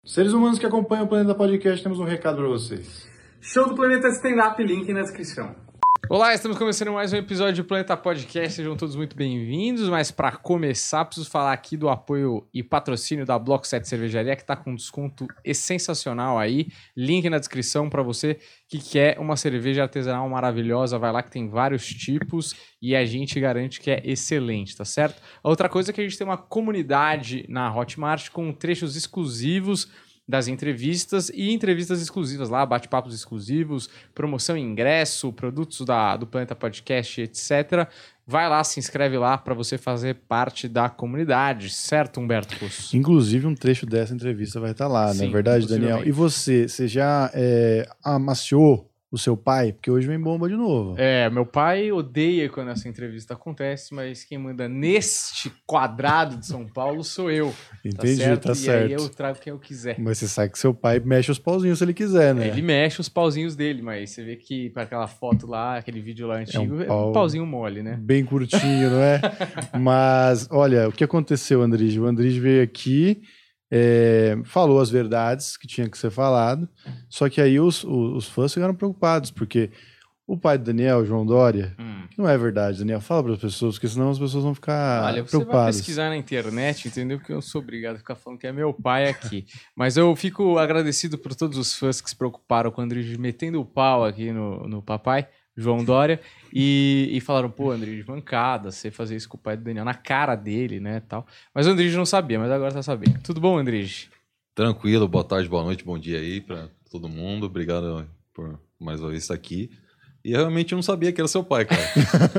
Seres humanos que acompanham o Planeta Podcast, temos um recado para vocês. Show do Planeta Stand-Up, link na descrição. Olá, estamos começando mais um episódio do Planeta Podcast, sejam todos muito bem-vindos, mas para começar preciso falar aqui do apoio e patrocínio da Bloco 7 Cervejaria, que está com um desconto sensacional aí, link na descrição para você que quer uma cerveja artesanal maravilhosa, vai lá que tem vários tipos e a gente garante que é excelente, tá certo? A outra coisa é que a gente tem uma comunidade na Hotmart com trechos exclusivos das entrevistas e entrevistas exclusivas lá, bate-papos exclusivos, promoção em ingresso, produtos do Planeta Podcast, etc. Vai lá, se inscreve lá para você fazer parte da comunidade, certo, Humberto Poço? Inclusive, um trecho dessa entrevista vai estar lá, não é verdade, Daniel? E você já amaciou o seu pai? Porque hoje vem bomba de novo. Meu pai odeia quando essa entrevista acontece, mas quem manda neste quadrado de São Paulo sou eu. Entendi, tá certo. E aí eu trago quem eu quiser. Mas você sabe que seu pai mexe os pauzinhos se ele quiser, né? Ele mexe os pauzinhos dele, mas você vê que para aquela foto lá, aquele vídeo lá antigo, é um pauzinho mole, né? Bem curtinho, não é? Mas, olha, o que aconteceu, Andrige? O Andrige veio aqui, falou as verdades que tinha que ser falado, só que aí os fãs ficaram preocupados, porque o pai do Daniel, João Dória, não é verdade, Daniel, fala para as pessoas, porque senão as pessoas vão ficar preocupadas. Você vai pesquisar na internet, entendeu? Porque eu não sou obrigado a ficar falando que é meu pai aqui. Mas eu fico agradecido por todos os fãs que se preocuparam com o Andrige metendo o pau aqui no papai, João Dória, e falaram, pô, Andrige, mancada, você fazer isso com o pai do Daniel, na cara dele, né, tal. Mas o Andrige não sabia, mas agora tá sabendo. Tudo bom, Andrige? Tranquilo, boa tarde, boa noite, bom dia aí pra todo mundo. Obrigado por mais uma vez estar aqui. E realmente eu não sabia que era seu pai, cara.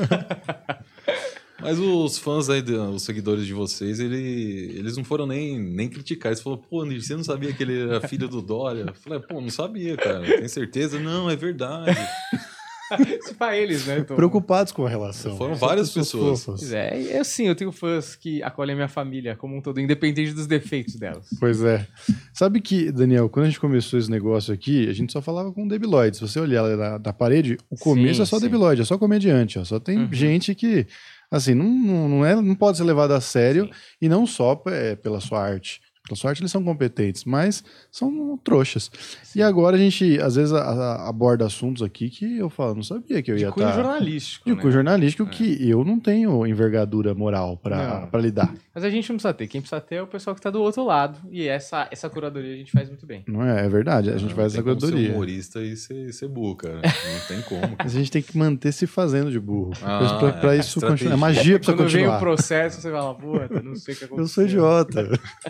Mas os fãs aí, os seguidores de vocês, eles não foram nem criticar. Eles falaram, pô, Andrige, você não sabia que ele era filho do Dória? Eu falei, pô, não sabia, cara. Tem certeza? Não, é verdade. Isso pra eles, né? Então, preocupados com a relação. Foram várias pessoas. Pois é, eu tenho fãs que acolhem a minha família como um todo, independente dos defeitos delas. Pois é. Sabe que, Daniel, quando a gente começou esse negócio aqui, a gente só falava com debilóide. Se você olhar lá da parede, o começo é só debilóide, é só comediante. Ó. Só tem gente que, assim, não pode ser levado a sério, e não só pela sua arte. Pela sua arte eles são competentes, mas são trouxas. Sim. E agora a gente, às vezes, aborda assuntos aqui que eu falo, não sabia que eu ia estar... De cunho jornalístico, de cunho jornalístico, que eu não tenho envergadura moral para lidar. Mas a gente não precisa ter. Quem precisa ter é o pessoal que está do outro lado. E essa curadoria a gente faz muito bem. Não é verdade. A gente faz essa curadoria. Não tem como ser humorista e ser burro, cara. Não tem como. Mas a gente tem que manter se fazendo de burro. Para isso continuar. É magia pra Quando continuar. Quando vem o processo, você fala, puta, não sei o que aconteceu. Eu sou idiota.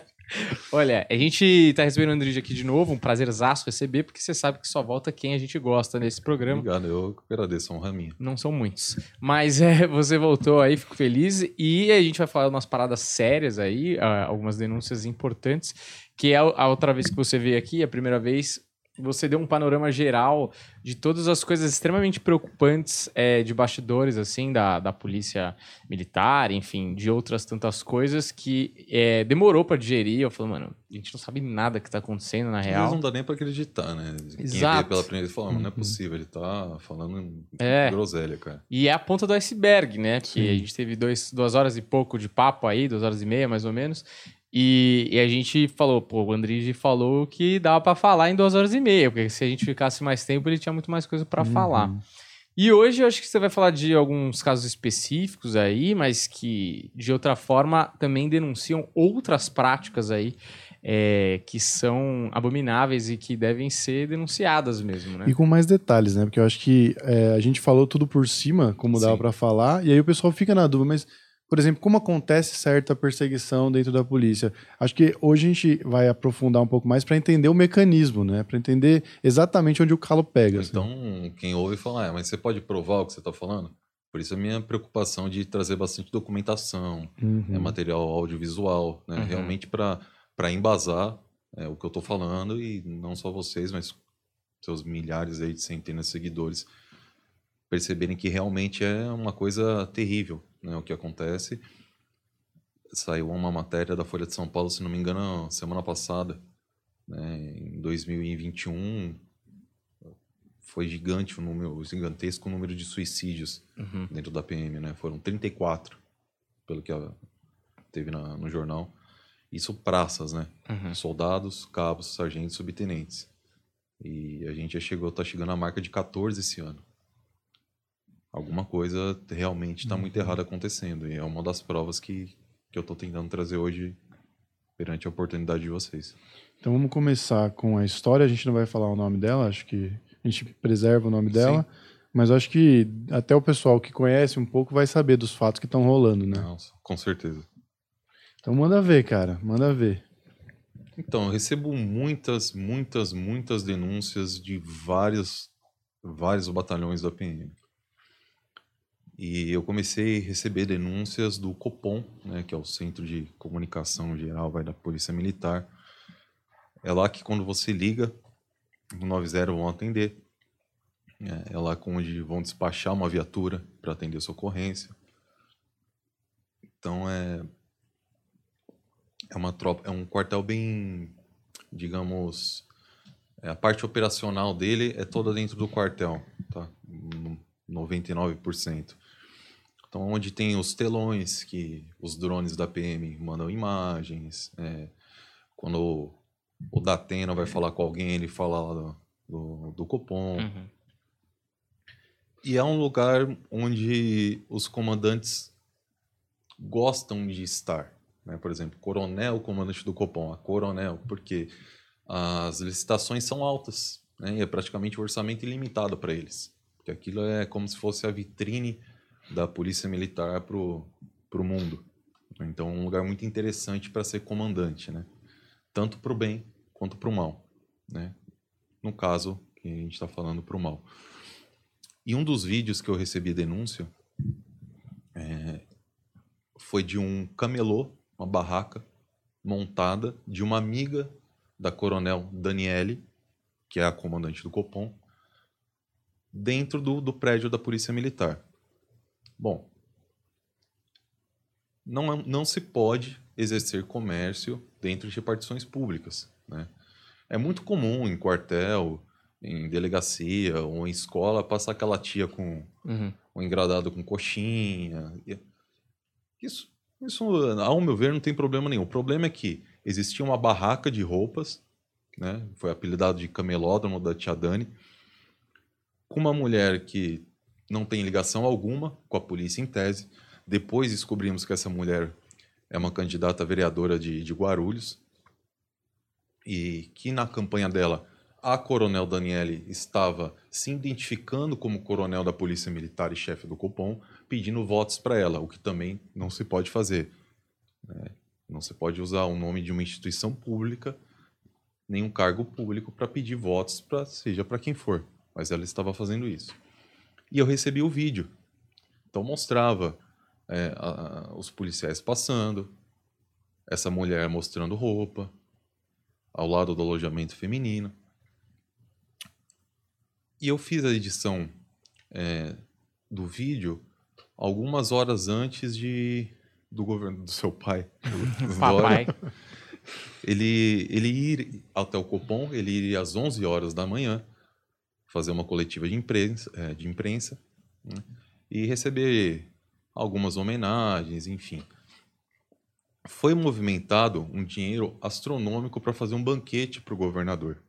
Olha, a gente tá recebendo o Andrige aqui de novo, um prazerzaço receber, porque você sabe que só volta quem a gente gosta nesse programa. Obrigado, eu agradeço, é um raminho. Não são muitos. Mas você voltou aí, fico feliz. E a gente vai falar de umas paradas sérias aí, algumas denúncias importantes, que é a outra vez que você veio aqui, a primeira vez, você deu um panorama geral de todas as coisas extremamente preocupantes de bastidores, assim, da polícia militar, enfim, de outras tantas coisas que demorou pra digerir. Eu falei, mano, a gente não sabe nada que tá acontecendo na real. Mas não dá nem pra acreditar, né? Exato. Quem vê pela primeira vez fala, não é possível, ele tá falando groselha, cara. E é a ponta do iceberg, né? Porque a gente teve 2 horas e pouco de papo aí, 2 horas e meia, mais ou menos. E a gente falou, o Andrige falou que dava pra falar em 2 horas e meia, porque se a gente ficasse mais tempo, ele tinha muito mais coisa pra falar. E hoje eu acho que você vai falar de alguns casos específicos aí, mas que de outra forma também denunciam outras práticas aí que são abomináveis e que devem ser denunciadas mesmo, né? E com mais detalhes, né? Porque eu acho que a gente falou tudo por cima, como dava pra falar, e aí o pessoal fica na dúvida, mas... Por exemplo, como acontece certa perseguição dentro da polícia? Acho que hoje a gente vai aprofundar um pouco mais para entender o mecanismo, né? Para entender exatamente onde o calo pega. Então, quem ouve fala, mas você pode provar o que você está falando? Por isso a minha preocupação de trazer bastante documentação, material audiovisual, né? Realmente para embasar o que eu estou falando, e não só vocês, mas seus milhares aí de centenas de seguidores perceberem que realmente é uma coisa terrível, né, o que acontece. Saiu uma matéria da Folha de São Paulo, se não me engano, semana passada, né, em 2021, foi gigantesco o número de suicídios dentro da PM, né? Foram 34, pelo que teve no jornal. Isso praças, né? Soldados, cabos, sargentos, subtenentes. E a gente tá chegando à marca de 14 esse ano. Alguma coisa realmente está muito errada acontecendo. E é uma das provas que eu estou tentando trazer hoje perante a oportunidade de vocês. Então vamos começar com a história. A gente não vai falar o nome dela, acho que a gente preserva o nome dela. Sim. Mas eu acho que até o pessoal que conhece um pouco vai saber dos fatos que estão rolando, né? Nossa, com certeza. Então manda ver, cara. Manda ver. Então, eu recebo muitas denúncias de vários batalhões da PM. E eu comecei a receber denúncias do Copom, né, que é o Centro de Comunicação Geral da Polícia Militar. É lá que quando você liga, o 90 vão atender. É lá onde vão despachar uma viatura para atender a sua ocorrência. Então é uma tropa, é um quartel bem, digamos, a parte operacional dele é toda dentro do quartel, tá? 99%. Então, onde tem os telões, que os drones da PM mandam imagens, quando o Datena vai falar com alguém, ele fala lá do Copom. E é um lugar onde os comandantes gostam de estar. Né? Por exemplo, coronel, comandante do Copom, a coronel, porque as licitações são altas, né? E é praticamente um orçamento ilimitado para eles. Porque aquilo é como se fosse a vitrine da polícia militar para o mundo. Então, é um lugar muito interessante para ser comandante, né? Tanto para o bem quanto para o mal, né? No caso, que a gente está falando para o mal. E um dos vídeos que eu recebi denúncia foi de um camelô, uma barraca montada de uma amiga da coronel Daniele, que é a comandante do Copom, dentro do prédio da Polícia Militar. Bom, não se pode exercer comércio dentro de repartições públicas, né? É muito comum em quartel, em delegacia ou em escola passar aquela tia com um engradado com coxinha. Isso, ao meu ver, não tem problema nenhum. O problema é que existia uma barraca de roupas, né? Foi apelidado de camelódromo da tia Dani, com uma mulher que não tem ligação alguma com a polícia em tese. Depois descobrimos que essa mulher é uma candidata a vereadora de Guarulhos e que na campanha dela a coronel Daniele estava se identificando como coronel da Polícia Militar e chefe do Copom, pedindo votos para ela, o que também não se pode fazer. Né? Não se pode usar o nome de uma instituição pública, nem um cargo público para pedir votos, seja para quem for. Mas ela estava fazendo isso. E eu recebi o vídeo. Então mostrava os policiais passando, essa mulher mostrando roupa, ao lado do alojamento feminino. E eu fiz a edição do vídeo algumas horas antes do governo do seu pai. Papai. Ele ir até o Copom, ele iria às 11 horas da manhã fazer uma coletiva de imprensa, né? E receber algumas homenagens, enfim. Foi movimentado um dinheiro astronômico para fazer um banquete para o governador.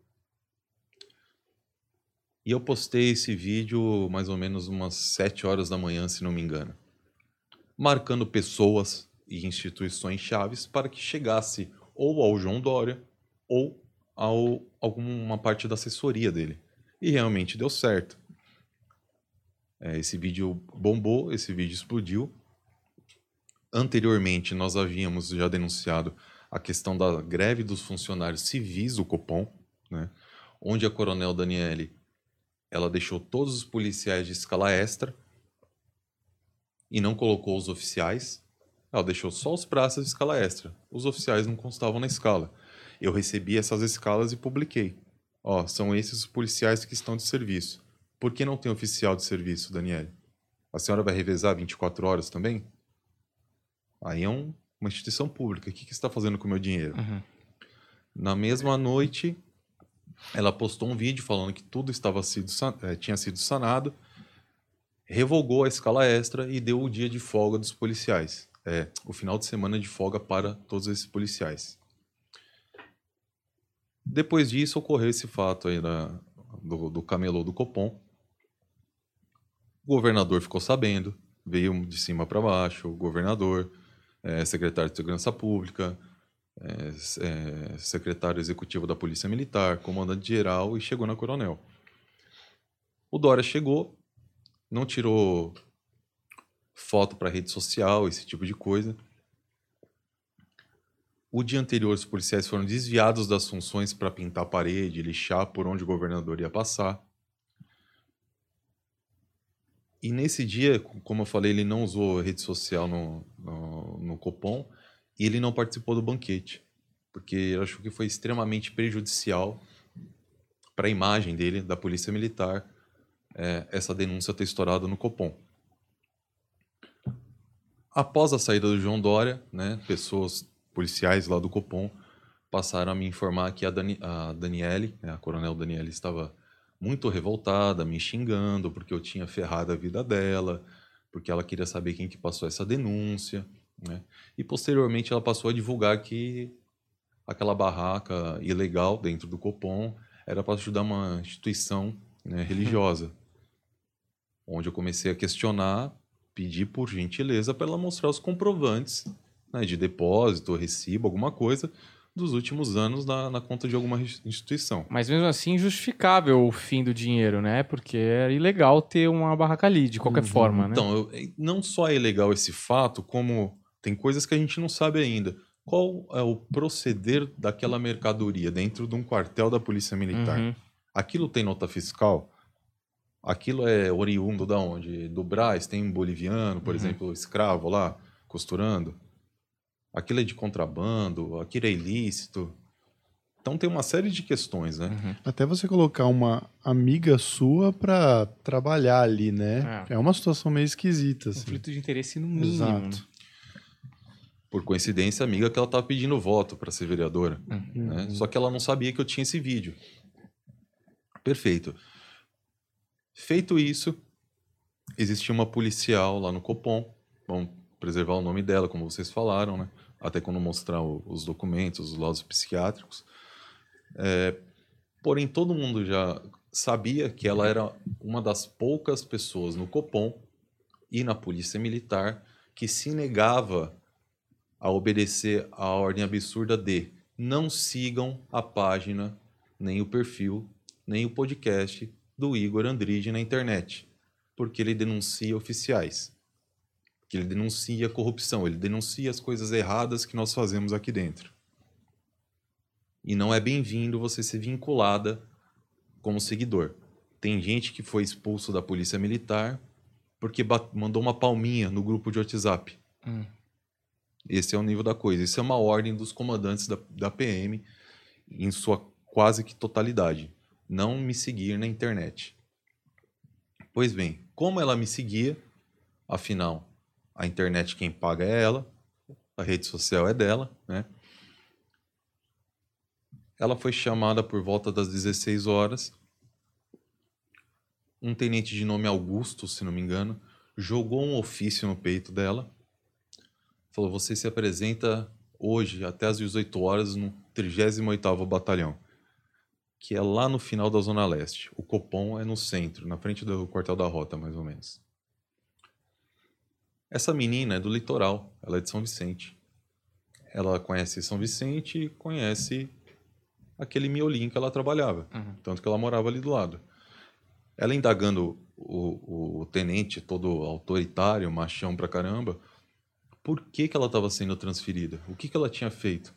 E eu postei esse vídeo mais ou menos umas 7 horas da manhã, se não me engano, marcando pessoas e instituições chaves para que chegasse ou ao João Dória ou a alguma parte da assessoria dele. E realmente deu certo. Esse vídeo bombou, esse vídeo explodiu. Anteriormente, nós havíamos já denunciado a questão da greve dos funcionários civis do Copom, né? Onde a coronel Daniele ela deixou todos os policiais de escala extra e não colocou os oficiais. Ela deixou só os praças de escala extra. Os oficiais não constavam na escala. Eu recebi essas escalas e publiquei. São esses os policiais que estão de serviço. Por que não tem oficial de serviço, Daniele? A senhora vai revezar 24 horas também? Aí é uma instituição pública. O que você está fazendo com o meu dinheiro? Na mesma noite, ela postou um vídeo falando que tudo tinha sido sanado, revogou a escala extra e deu o dia de folga dos policiais. o final de semana de folga para todos esses policiais. Depois disso, ocorreu esse fato aí do camelô do Copom. O governador ficou sabendo, veio de cima para baixo, o governador, secretário de Segurança Pública, secretário executivo da Polícia Militar, comandante-geral, e chegou na Coronel. O Dória chegou, não tirou foto para rede social, esse tipo de coisa. O dia anterior, os policiais foram desviados das funções para pintar a parede, lixar por onde o governador ia passar. E nesse dia, como eu falei, ele não usou rede social no Copom e ele não participou do banquete, porque ele achou que foi extremamente prejudicial para a imagem dele, da Polícia Militar, essa denúncia ter estourado no Copom. Após a saída do João Dória, né, policiais lá do Copom passaram a me informar que a Daniele, a Coronel Daniele, estava muito revoltada, me xingando, porque eu tinha ferrado a vida dela, porque ela queria saber quem que passou essa denúncia, né? E posteriormente ela passou a divulgar que aquela barraca ilegal dentro do Copom era para ajudar uma instituição, né, religiosa, onde eu comecei a questionar, pedir por gentileza para ela mostrar os comprovantes, né, de depósito, recibo, alguma coisa dos últimos anos na conta de alguma instituição. Mas mesmo assim, justificável o fim do dinheiro, né? Porque é ilegal ter uma barraca ali, de qualquer forma, né? Então, não só é ilegal esse fato, como tem coisas que a gente não sabe ainda. Qual é o proceder daquela mercadoria dentro de um quartel da Polícia Militar? Aquilo tem nota fiscal? Aquilo é oriundo da onde? Do Brás? Tem um boliviano, por exemplo, escravo lá, costurando? Aquilo é de contrabando, aquilo é ilícito. Então tem uma série de questões, né? Até você colocar uma amiga sua pra trabalhar ali, né? É uma situação meio esquisita. Assim. Conflito de interesse no mínimo. Exato. Por coincidência, a amiga que ela estava pedindo voto para ser vereadora. Né? Só que ela não sabia que eu tinha esse vídeo. Perfeito. Feito isso, existia uma policial lá no Copom. Vamos preservar o nome dela, como vocês falaram, né? Até quando mostrar os documentos, os laudos psiquiátricos. Porém, todo mundo já sabia que ela era uma das poucas pessoas no Copom e na Polícia Militar que se negava a obedecer à ordem absurda de não sigam a página, nem o perfil, nem o podcast do Igor Andride na internet, porque ele denuncia oficiais. Que ele denuncia a corrupção, ele denuncia as coisas erradas que nós fazemos aqui dentro. E não é bem-vindo você ser vinculada como seguidor. Tem gente que foi expulso da Polícia Militar porque mandou uma palminha no grupo de WhatsApp. Esse é o nível da coisa. Isso é uma ordem dos comandantes da PM em sua quase que totalidade. Não me seguir na internet. Pois bem, como ela me seguia, afinal... A internet quem paga é ela, a rede social é dela, né? Ela foi chamada por volta das 16 horas. Um tenente de nome Augusto, se não me engano, jogou um ofício no peito dela. Falou, você se apresenta hoje até às 18 horas no 38º Batalhão, que é lá no final da Zona Leste. O Copom é no centro, na frente do quartel da Rota, mais ou menos. Essa menina é do litoral, ela é de São Vicente. Ela conhece São Vicente e conhece aquele miolinho que ela trabalhava. Tanto que ela morava ali do lado. Ela indagando o tenente, todo autoritário, machão pra caramba, por que ela estava sendo transferida? O que ela tinha feito?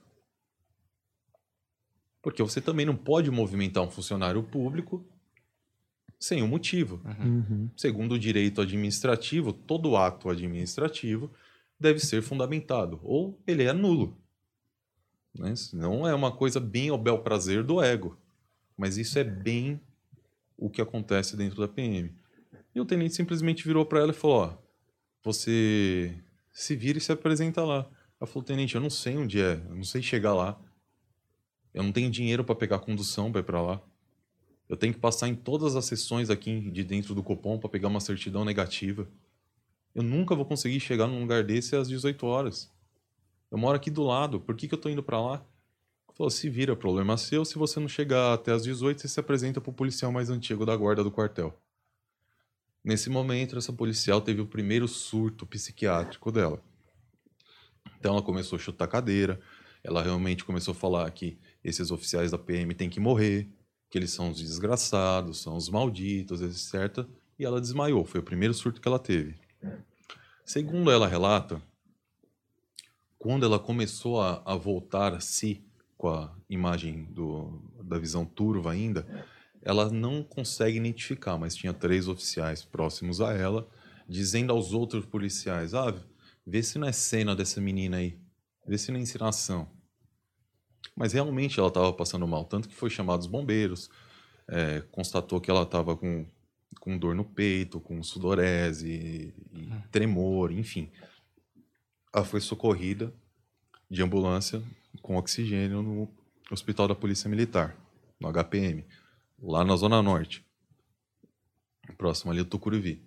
Porque você também não pode movimentar um funcionário público sem um motivo. Segundo o direito administrativo, todo ato administrativo deve ser fundamentado, ou ele é nulo. Né? Não é uma coisa bem ao bel prazer do ego, mas isso é bem o que acontece dentro da PM. E o tenente simplesmente virou para ela e falou, ó, você se vira e se apresenta lá. Ela falou, tenente, eu não sei onde é, eu não sei chegar lá. Eu não tenho dinheiro para pegar condução para ir para lá. Eu tenho que passar em todas as sessões aqui de dentro do Copom para pegar uma certidão negativa. Eu nunca vou conseguir chegar num lugar desse às 18 horas. Eu moro aqui do lado, por que eu tô indo para lá? Ele falou, se vira, problema seu, se você não chegar até às 18, você se apresenta pro policial mais antigo da guarda do quartel. Nesse momento, essa policial teve o primeiro surto psiquiátrico dela. Então ela começou a chutar cadeira, ela realmente começou a falar que esses oficiais da PM têm que morrer, que eles são os desgraçados, são os malditos, etc. E ela desmaiou, foi o primeiro surto que ela teve. Segundo ela relata, quando ela começou a voltar a si, com a imagem da visão turva ainda, ela não consegue identificar, mas tinha 3 oficiais próximos a ela, dizendo aos outros policiais, vê se não é cena dessa menina aí, vê se não é encenação. Mas realmente ela estava passando mal, tanto que foi chamado os bombeiros, constatou que ela estava com dor no peito, com sudorese, e tremor, enfim. Ela foi socorrida de ambulância com oxigênio no Hospital da Polícia Militar, no HPM, lá na Zona Norte, próximo ali do Tucuruvi.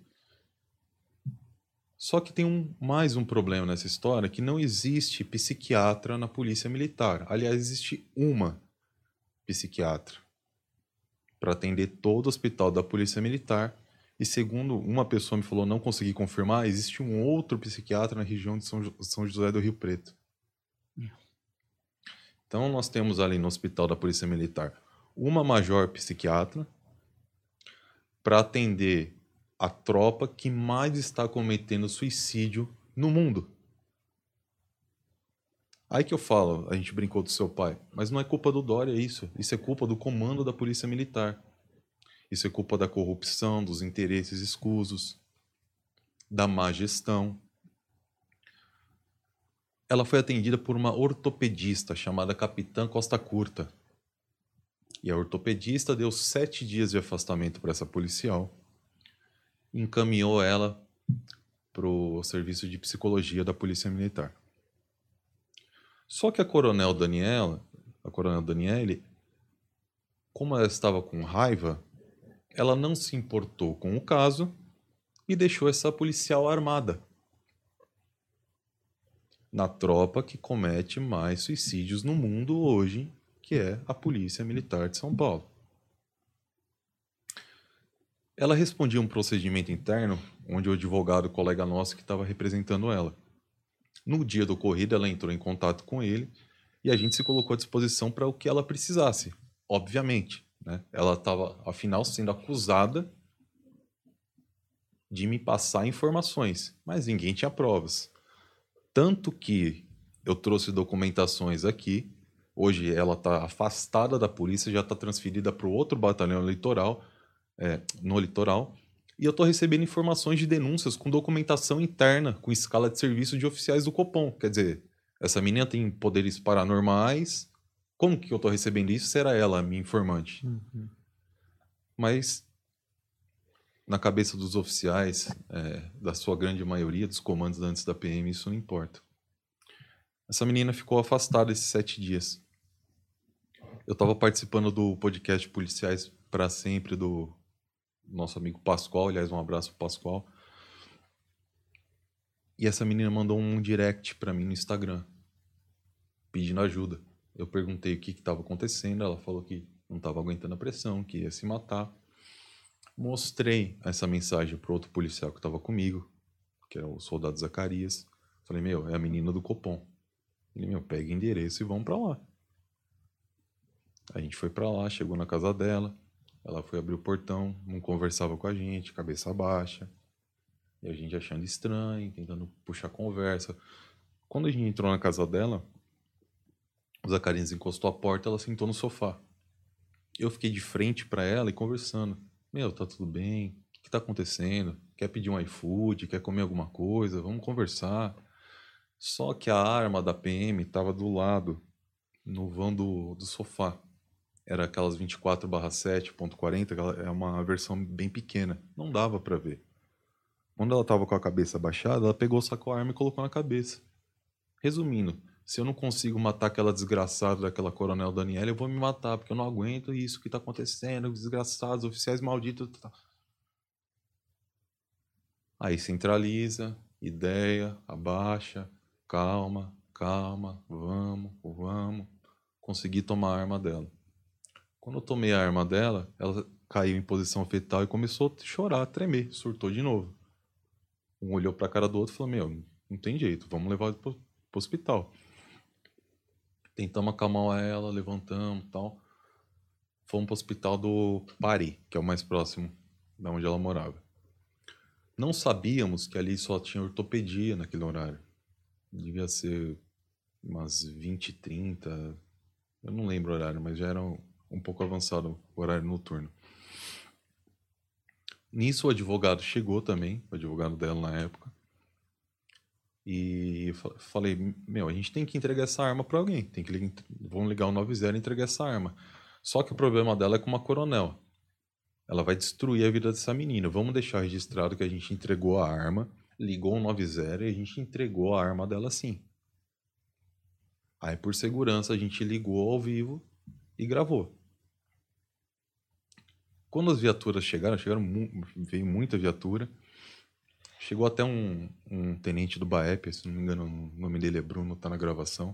Só que tem mais um problema nessa história, que não existe psiquiatra na Polícia Militar. Aliás, existe uma psiquiatra para atender todo o hospital da Polícia Militar. E segundo uma pessoa me falou, não consegui confirmar, existe um outro psiquiatra na região de São José do Rio Preto. Então nós temos ali no hospital da Polícia Militar uma major psiquiatra para atender a tropa que mais está cometendo suicídio no mundo. Aí que eu falo, a gente brincou do seu pai, mas não é culpa do Dória isso é culpa do comando da Polícia Militar. Isso é culpa da corrupção, dos interesses escusos, da má gestão. Ela foi atendida por uma ortopedista chamada Capitã Costa Curta. E a ortopedista deu 7 dias de afastamento para essa policial. Encaminhou ela para o serviço de psicologia da Polícia Militar. Só que a Coronel Daniele, como ela estava com raiva, ela não se importou com o caso e deixou essa policial armada na tropa que comete mais suicídios no mundo hoje, que é a Polícia Militar de São Paulo. Ela respondia um procedimento interno, onde o advogado colega nosso que estava representando ela. No dia do ocorrido, ela entrou em contato com ele e a gente se colocou à disposição para o que ela precisasse, obviamente. Né? Ela estava, afinal, sendo acusada de me passar informações, mas ninguém tinha provas. Tanto que eu trouxe documentações aqui. Hoje ela está afastada da polícia, já está transferida para o outro batalhão litoral, no litoral. E eu estou recebendo informações de denúncias com documentação interna, com escala de serviço de oficiais do Copom. Quer dizer, essa menina tem poderes paranormais. Como que eu estou recebendo isso? Será ela a minha informante? Uhum. Mas, na cabeça dos oficiais, da sua grande maioria, dos comandos antes da PM, isso não importa. Essa menina ficou afastada esses 7 dias. Eu estava participando do podcast Policiais para Sempre, do nosso amigo Pascoal. Aliás, um abraço pro Pascoal. E essa menina mandou um direct para mim no Instagram, pedindo ajuda. Eu perguntei o que estava acontecendo. Ela falou que não estava aguentando a pressão, que ia se matar. Mostrei essa mensagem para outro policial que estava comigo, que era o soldado Zacarias. Falei, é a menina do Copom. Ele, pega endereço e vamos para lá. A gente foi para lá, chegou na casa dela. Ela foi abrir o portão, não conversava com a gente, cabeça baixa. E a gente achando estranho, tentando puxar conversa. Quando a gente entrou na casa dela, o Zacarias encostou a porta, ela sentou no sofá. Eu fiquei de frente para ela e conversando. Tá tudo bem? O que tá acontecendo? Quer pedir um iFood? Quer comer alguma coisa? Vamos conversar. Só que a arma da PM estava do lado, no vão do sofá. Era aquelas 24/7.40, é uma versão bem pequena. Não dava para ver. Quando ela estava com a cabeça abaixada, ela pegou, sacou a arma e colocou na cabeça. Resumindo, se eu não consigo matar aquela desgraçada daquela Coronel Daniele, eu vou me matar, porque eu não aguento isso que está acontecendo, os desgraçados, oficiais malditos. Aí centraliza, ideia, abaixa, calma, vamos. Consegui tomar a arma dela. Quando eu tomei a arma dela, ela caiu em posição fetal e começou a chorar, a tremer, surtou de novo. Um olhou pra cara do outro e falou, meu, não tem jeito, vamos levar ele pro hospital. Tentamos acalmar ela, levantamos e tal. Fomos pro hospital do Paris, que é o mais próximo da onde ela morava. Não sabíamos que ali só tinha ortopedia naquele horário. Devia ser umas 20h30, eu não lembro o horário, mas já era um pouco avançado o horário noturno. Nisso o advogado chegou também, o advogado dela na época. E falei, meu, a gente tem que entregar essa arma para alguém. Vamos ligar o 90 e entregar essa arma. Só que o problema dela é com uma coronel. Ela vai destruir a vida dessa menina. Vamos deixar registrado que a gente entregou a arma, ligou o 90 e a gente entregou a arma dela sim. Aí, por segurança, a gente ligou ao vivo e gravou. Quando as viaturas chegaram veio muita viatura. Chegou até um tenente do BAEP, se não me engano, o nome dele é Bruno, tá na gravação.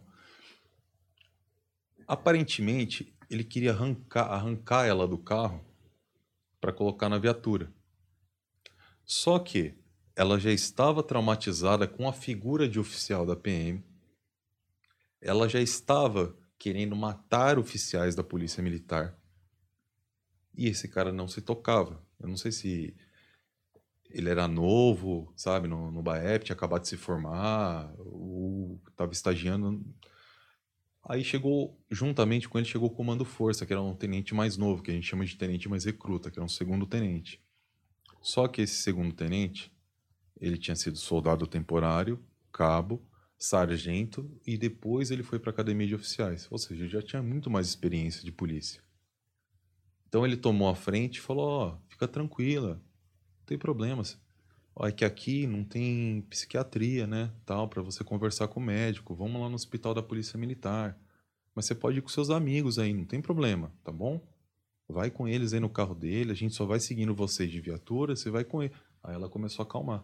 Aparentemente, ele queria arrancar ela do carro para colocar na viatura. Só que ela já estava traumatizada com a figura de oficial da PM. Ela já estava querendo matar oficiais da Polícia Militar. E esse cara não se tocava. Eu não sei se ele era novo, sabe, no BAEP, tinha acabado de se formar, ou estava estagiando. Aí chegou, juntamente com ele, chegou o Comando Força, que era um tenente mais novo, que a gente chama de tenente mais recruta, que era um segundo tenente. Só que esse segundo tenente, ele tinha sido soldado temporário, cabo, sargento, e depois ele foi para a academia de oficiais. Ou seja, ele já tinha muito mais experiência de polícia. Então ele tomou a frente e falou, ó, fica tranquila, não tem problemas. Ó, é que aqui não tem psiquiatria, né, tal, para você conversar com o médico. Vamos lá no hospital da Polícia Militar. Mas você pode ir com seus amigos aí, não tem problema, tá bom? Vai com eles aí no carro dele, a gente só vai seguindo vocês de viatura, você vai com ele. Aí ela começou a acalmar.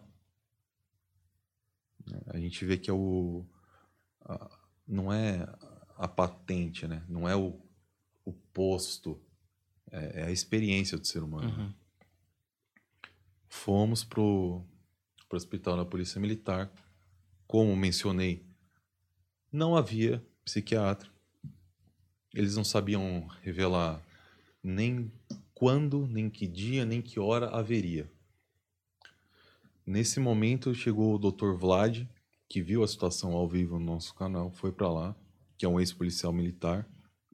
A gente vê que é não é a patente, né? Não é o posto, é a experiência do ser humano. Uhum. Fomos pro hospital da Polícia Militar. Como mencionei, não havia psiquiatra. Eles não sabiam revelar nem quando, nem que dia, nem que hora haveria. Nesse momento chegou o Dr. Vlad, que viu a situação ao vivo no nosso canal, foi para lá, que é um ex-policial militar.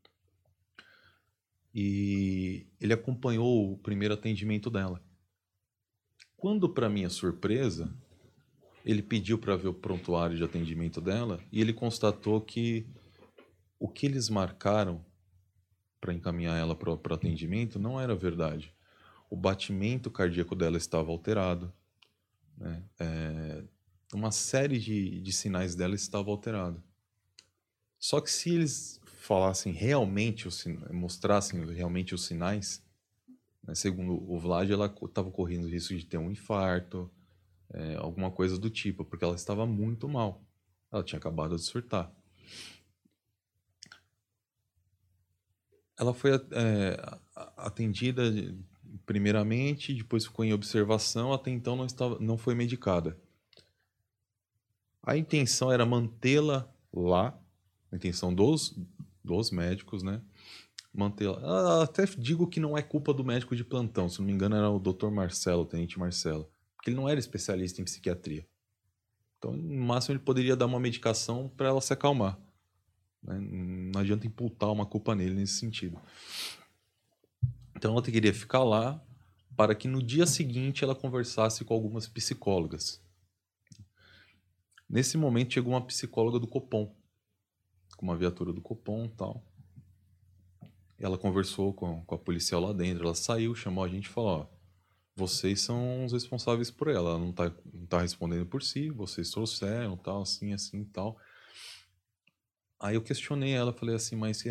E ele acompanhou o primeiro atendimento dela. Quando, para minha surpresa, ele pediu para ver o prontuário de atendimento dela e ele constatou que o que eles marcaram para encaminhar ela para o atendimento não era verdade. O batimento cardíaco dela estava alterado, né? Uma série de sinais dela estava alterado. Só que se eles falassem realmente, mostrassem realmente os sinais, né, segundo o Vlad, ela estava correndo o risco de ter um infarto, alguma coisa do tipo, porque ela estava muito mal. Ela tinha acabado de surtar. Ela foi atendida primeiramente, depois ficou em observação, até então não foi medicada. A intenção era mantê-la lá, a intenção dos médicos, né? Mantê-la. Até digo que não é culpa do médico de plantão, se não me engano era o Dr. Marcelo, o tenente Marcelo, porque ele não era especialista em psiquiatria. Então, no máximo, ele poderia dar uma medicação para ela se acalmar. Né? Não adianta imputar uma culpa nele nesse sentido. Então, ela queria ficar lá para que no dia seguinte ela conversasse com algumas psicólogas. Nesse momento, chegou uma psicóloga do Copom, com uma viatura do Copom e tal. Ela conversou com a policial lá dentro, ela saiu, chamou a gente e falou, ó, vocês são os responsáveis por ela não tá respondendo por si, vocês trouxeram, tal, assim, tal. Aí eu questionei ela, falei assim, mas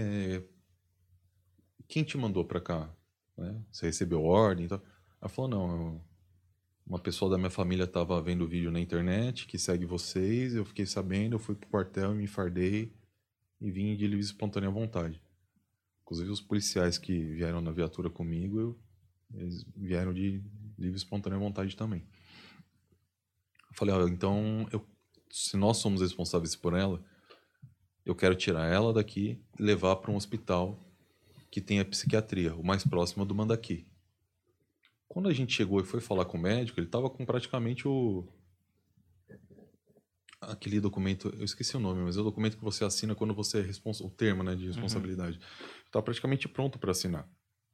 quem te mandou pra cá? Né? Você recebeu ordem e tal? Ela falou, não, Uma pessoa da minha família estava vendo o vídeo na internet, que segue vocês, eu fiquei sabendo, eu fui pro quartel, me fardei e vim de livre e espontânea vontade. Inclusive os policiais que vieram na viatura comigo, eles vieram de livre e espontânea vontade também. Eu falei, então, se nós somos responsáveis por ela, eu quero tirar ela daqui e levar para um hospital que tenha psiquiatria, o mais próximo do Mandaki. Quando a gente chegou e foi falar com o médico, ele estava com praticamente aquele documento, eu esqueci o nome, mas é o documento que você assina quando você é o termo, né, de responsabilidade. Estava praticamente pronto para assinar.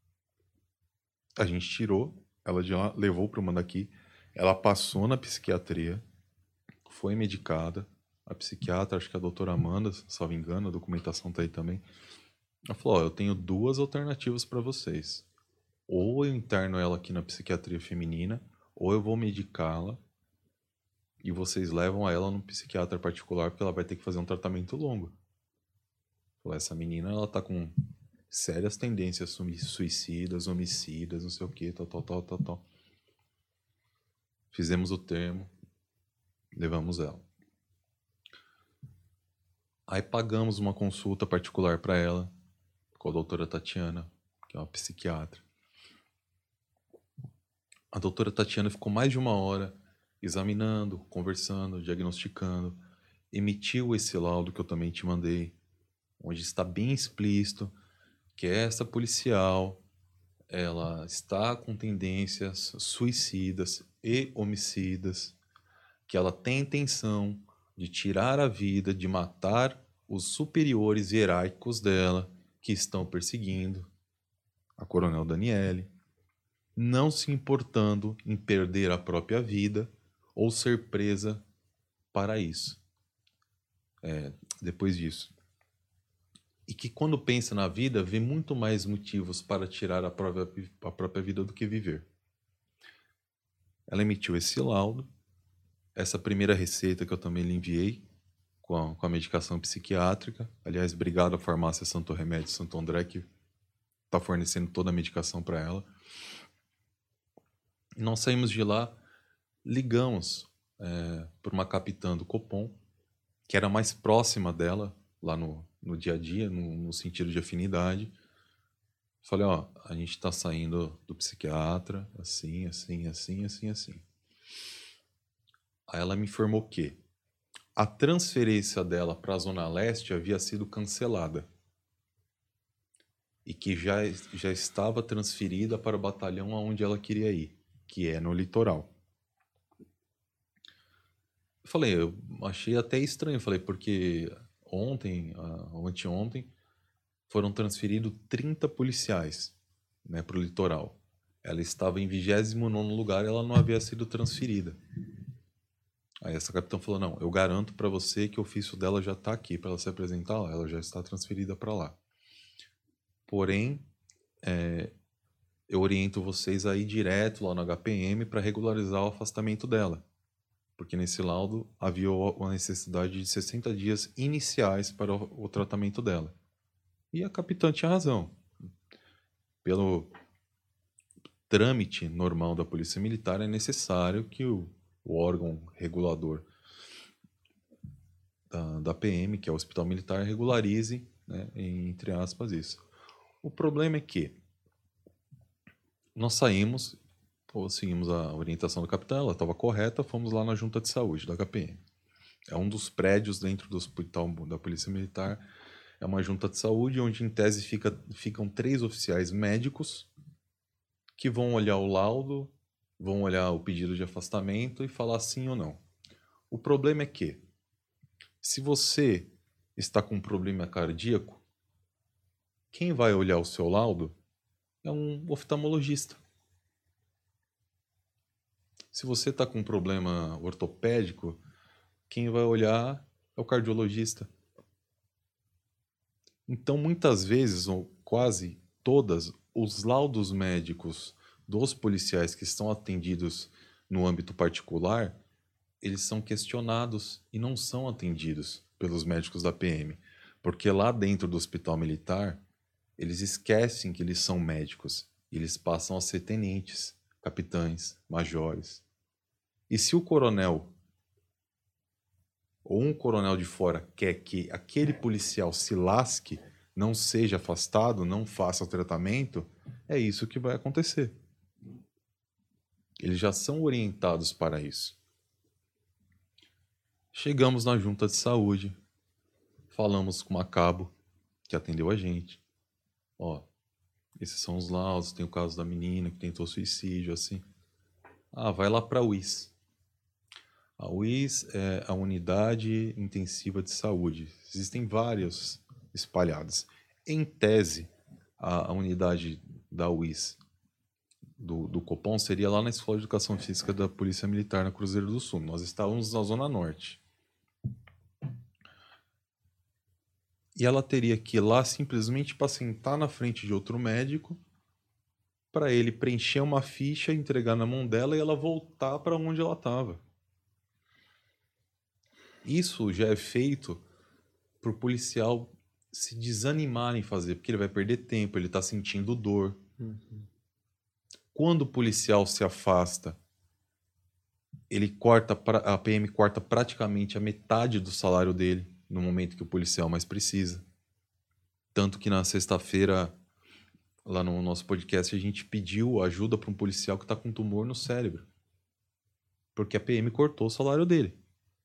A gente tirou ela de lá, levou para o Mandaki, ela passou na psiquiatria, foi medicada, a psiquiatra, acho que a doutora Amanda, salvo engano, a documentação tá aí também, ela falou, eu tenho 2 alternativas para vocês. Ou eu interno ela aqui na psiquiatria feminina, ou eu vou medicá-la e vocês levam ela no psiquiatra particular porque ela vai ter que fazer um tratamento longo. Falei, essa menina, ela tá com sérias tendências suicidas, homicidas, não sei o que, tal. Fizemos o termo, levamos ela. Aí pagamos uma consulta particular para ela com a doutora Tatiana, que é uma psiquiatra. A doutora Tatiana ficou mais de 1 hora examinando, conversando, diagnosticando, emitiu esse laudo que eu também te mandei, onde está bem explícito que essa policial, ela está com tendências suicidas e homicidas, que ela tem intenção de tirar a vida, de matar os superiores hierárquicos dela, que estão perseguindo a Coronel Daniele, não se importando em perder a própria vida ou ser presa para isso. Depois disso. E que quando pensa na vida, vê muito mais motivos para tirar a própria vida do que viver. Ela emitiu esse laudo, essa primeira receita que eu também lhe enviei, com a medicação psiquiátrica. Aliás, obrigado à farmácia Santo Remédio Santo André, que está fornecendo toda a medicação para ela. E nós saímos de lá, ligamos por uma capitã do Copom, que era mais próxima dela, lá no dia a dia, no sentido de afinidade. Falei, a gente está saindo do psiquiatra, assim. Aí ela me informou que a transferência dela para a Zona Leste havia sido cancelada e que já estava transferida para o batalhão aonde ela queria ir, que é no litoral. Eu falei, eu achei até estranho, falei, porque ontem, ou anteontem, foram transferidos 30 policiais, né, para o litoral. Ela estava em 29º lugar e ela não havia sido transferida. Aí essa capitã falou, não, eu garanto para você que o ofício dela já está aqui para ela se apresentar lá, ela já está transferida para lá. Porém, eu oriento vocês a ir direto lá no HPM para regularizar o afastamento dela. Porque nesse laudo havia uma necessidade de 60 dias iniciais para o tratamento dela. E a capitã tinha razão. Pelo trâmite normal da Polícia Militar, é necessário que o órgão regulador da PM, que é o Hospital Militar, regularize, né, entre aspas, isso. O problema é que nós seguimos a orientação da capitã, ela estava correta, fomos lá na Junta de Saúde da HPM. É um dos prédios dentro do Hospital da Polícia Militar, é uma junta de saúde onde em tese ficam 3 oficiais médicos que vão olhar o laudo, vão olhar o pedido de afastamento e falar sim ou não. O problema é que, se você está com um problema cardíaco, quem vai olhar o seu laudo é um oftalmologista. Se você está com um problema ortopédico, quem vai olhar é o cardiologista. Então, muitas vezes, ou quase todas, os laudos médicos dos policiais que estão atendidos no âmbito particular, eles são questionados e não são atendidos pelos médicos da PM. Porque lá dentro do hospital militar, eles esquecem que eles são médicos. E eles passam a ser tenentes, capitães, majores. E se o coronel ou um coronel de fora quer que aquele policial se lasque, não seja afastado, não faça o tratamento, é isso que vai acontecer. Eles já são orientados para isso. Chegamos na junta de saúde, falamos com uma cabo que atendeu a gente. Ó, esses são os laudos, tem o caso da menina que tentou suicídio, assim. Ah, vai lá para a UIS. A UIS é a Unidade Intensiva de Saúde. Existem várias espalhadas. Em tese, a unidade da UIS do Copom seria lá na Escola de Educação Física da Polícia Militar na Cruzeiro do Sul. Nós estávamos na Zona Norte. E ela teria que ir lá simplesmente para sentar na frente de outro médico, para ele preencher uma ficha, entregar na mão dela e ela voltar para onde ela estava. Isso já é feito para o policial se desanimar em fazer, porque ele vai perder tempo, ele está sentindo dor. Quando o policial se afasta, a PM corta praticamente a metade do salário dele no momento que o policial mais precisa. Tanto que na sexta-feira, lá no nosso podcast, a gente pediu ajuda para um policial que está com tumor no cérebro. Porque a PM cortou o salário dele.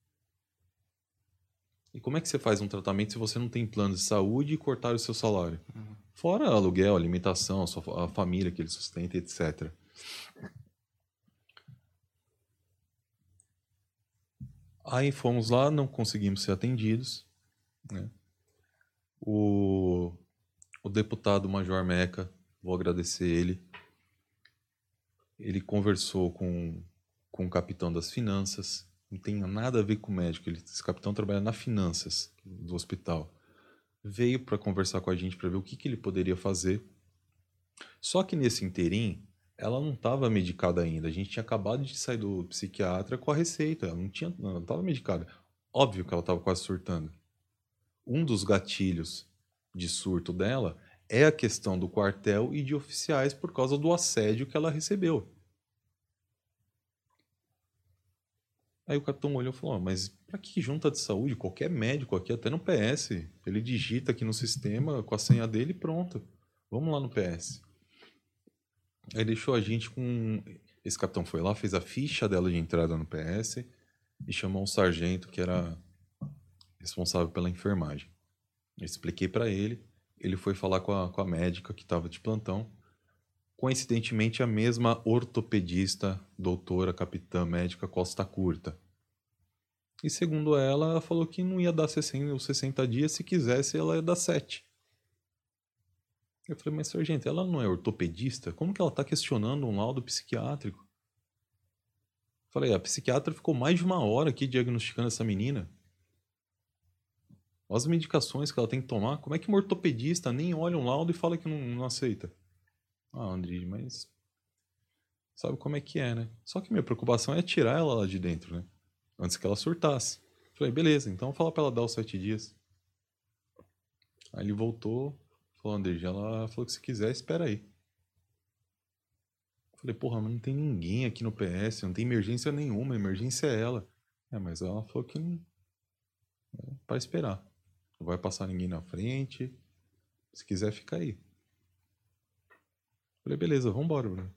E como é que você faz um tratamento se você não tem plano de saúde e cortar o seu salário? Fora aluguel, alimentação, a família que ele sustenta, etc. Aí fomos lá, não conseguimos ser atendidos, né? O deputado Major Meca, vou agradecer ele. Ele conversou com o capitão das finanças. Não tem nada a ver com o médico. Esse capitão trabalha nas finanças do hospital. Veio para conversar com a gente para ver o que ele poderia fazer. Só que nesse interim, ela não estava medicada ainda. A gente tinha acabado de sair do psiquiatra com a receita. Ela não estava medicada. Óbvio que ela estava quase surtando. Um dos gatilhos de surto dela é a questão do quartel e de oficiais por causa do assédio que ela recebeu. Aí o capitão olhou e falou, mas pra que junta de saúde? Qualquer médico aqui, até no PS, ele digita aqui no sistema com a senha dele e pronto. Vamos lá no PS. Aí deixou a gente com... Esse capitão foi lá, fez a ficha dela de entrada no PS e chamou um sargento que era responsável pela enfermagem. Eu expliquei pra ele, ele foi falar com a médica que estava de plantão. Coincidentemente, a mesma ortopedista, doutora, capitã médica Costa Curta. E segundo ela falou que não ia dar 60 dias, se quisesse ela ia dar 7. Eu falei, mas sargento, ela não é ortopedista? Como que ela está questionando um laudo psiquiátrico? Eu falei, a psiquiatra ficou mais de 1 hora aqui diagnosticando essa menina. Olha as medicações que ela tem que tomar. Como é que um ortopedista nem olha um laudo e fala que não aceita? Ah, André, mas sabe como é que é, né? Só que minha preocupação é tirar ela lá de dentro, né? Antes que ela surtasse. Falei, beleza, então fala pra ela dar os 7 dias. Aí ele voltou, falou, André, ela falou que se quiser, espera aí. Falei, porra, mas não tem ninguém aqui no PS, não tem emergência nenhuma, a emergência é ela. Mas ela falou que não... Pra esperar. Não vai passar ninguém na frente. Se quiser, fica aí. Falei, beleza, vambora, Bruno.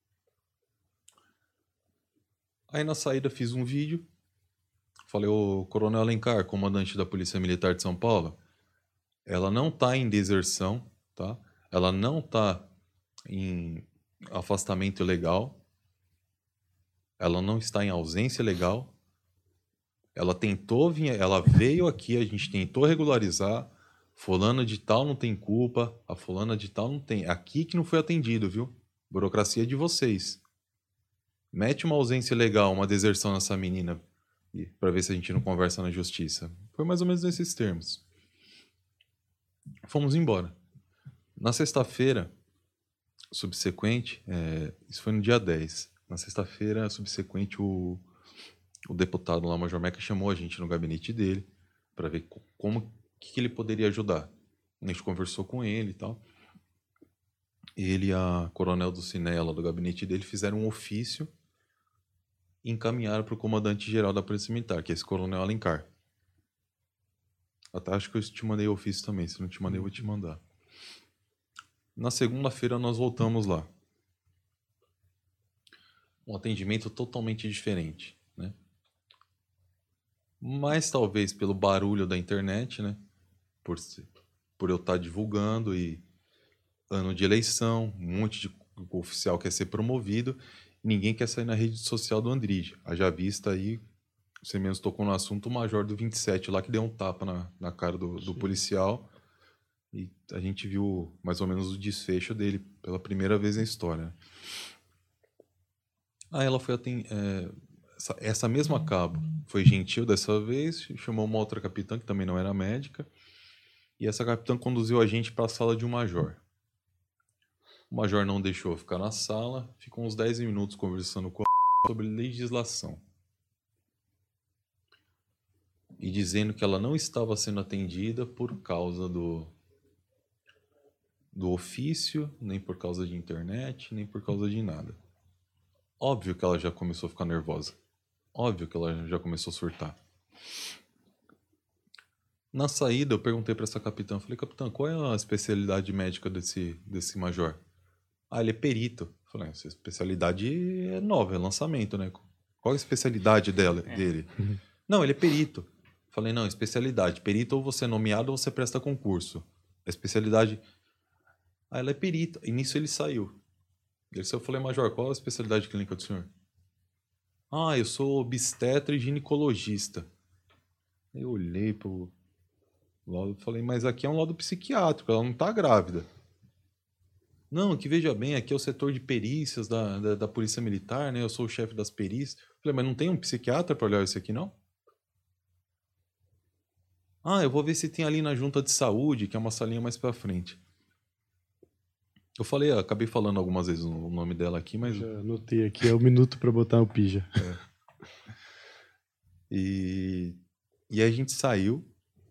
Aí na saída fiz um vídeo. Falei, ô Coronel Alencar, comandante da Polícia Militar de São Paulo, ela não tá em deserção, tá? Ela não tá em afastamento ilegal. Ela não está em ausência legal. Ela tentou vir, ela veio aqui, a gente tentou regularizar. Fulana de tal não tem culpa, a fulana de tal não tem. Aqui que não foi atendido, viu? Burocracia de vocês. Mete uma ausência legal, uma deserção nessa menina, pra ver se a gente não conversa na justiça. Foi mais ou menos nesses termos. Fomos embora. Na sexta-feira subsequente, isso foi no dia 10. Na sexta-feira subsequente, o deputado lá, Major Meca, chamou a gente no gabinete dele para ver como que ele poderia ajudar. A gente conversou com ele e tal. Ele e a coronel do Ciné, lá do gabinete dele, fizeram um ofício e encaminharam para o comandante-geral da Polícia Militar, que é esse coronel Alencar. Até acho que eu te mandei o ofício também. Se não te mandei, eu vou te mandar. Na segunda-feira nós voltamos lá. Um atendimento totalmente diferente, né? Mas talvez pelo barulho da internet, né? Por eu estar divulgando e ano de eleição, um monte de oficial quer ser promovido, ninguém quer sair na rede social do Andrige. Haja vista aí, você mesmo tocou no assunto, o major do 27 lá que deu um tapa na cara do policial. E a gente viu mais ou menos o desfecho dele pela primeira vez na história. Aí ela foi essa mesma cabo foi gentil dessa vez, chamou uma outra capitã que também não era médica, e essa capitã conduziu a gente para a sala de um major. O major não deixou eu ficar na sala, ficou uns 10 minutos conversando com a sobre legislação. E dizendo que ela não estava sendo atendida por causa do ofício, nem por causa de internet, nem por causa de nada. Óbvio que ela já começou a ficar nervosa. Óbvio que ela já começou a surtar. Na saída, eu perguntei para essa capitã, falei, capitã, qual é a especialidade médica desse major? Ah, ele é perito. Eu falei, essa especialidade é nova, é lançamento, né? Qual a especialidade dele? Não, ele é perito. Eu falei, não, especialidade. Perito ou você é nomeado ou você presta concurso. A especialidade... Ah, ela é perita. E nisso ele saiu. Eu falei, major, qual a especialidade clínica do senhor? Ah, eu sou obstetra e ginecologista. Eu olhei pro laudo e falei, mas aqui é um laudo psiquiátrico, ela não tá grávida. Não, que veja bem, aqui é o setor de perícias da Polícia Militar, né? Eu sou o chefe das perícias. Falei, mas não tem um psiquiatra para olhar isso aqui, não? Ah, eu vou ver se tem ali na junta de saúde, que é uma salinha mais pra frente. Eu falei, acabei falando algumas vezes o nome dela aqui, mas... Já anotei aqui, é o minuto para botar o pija. E a gente saiu.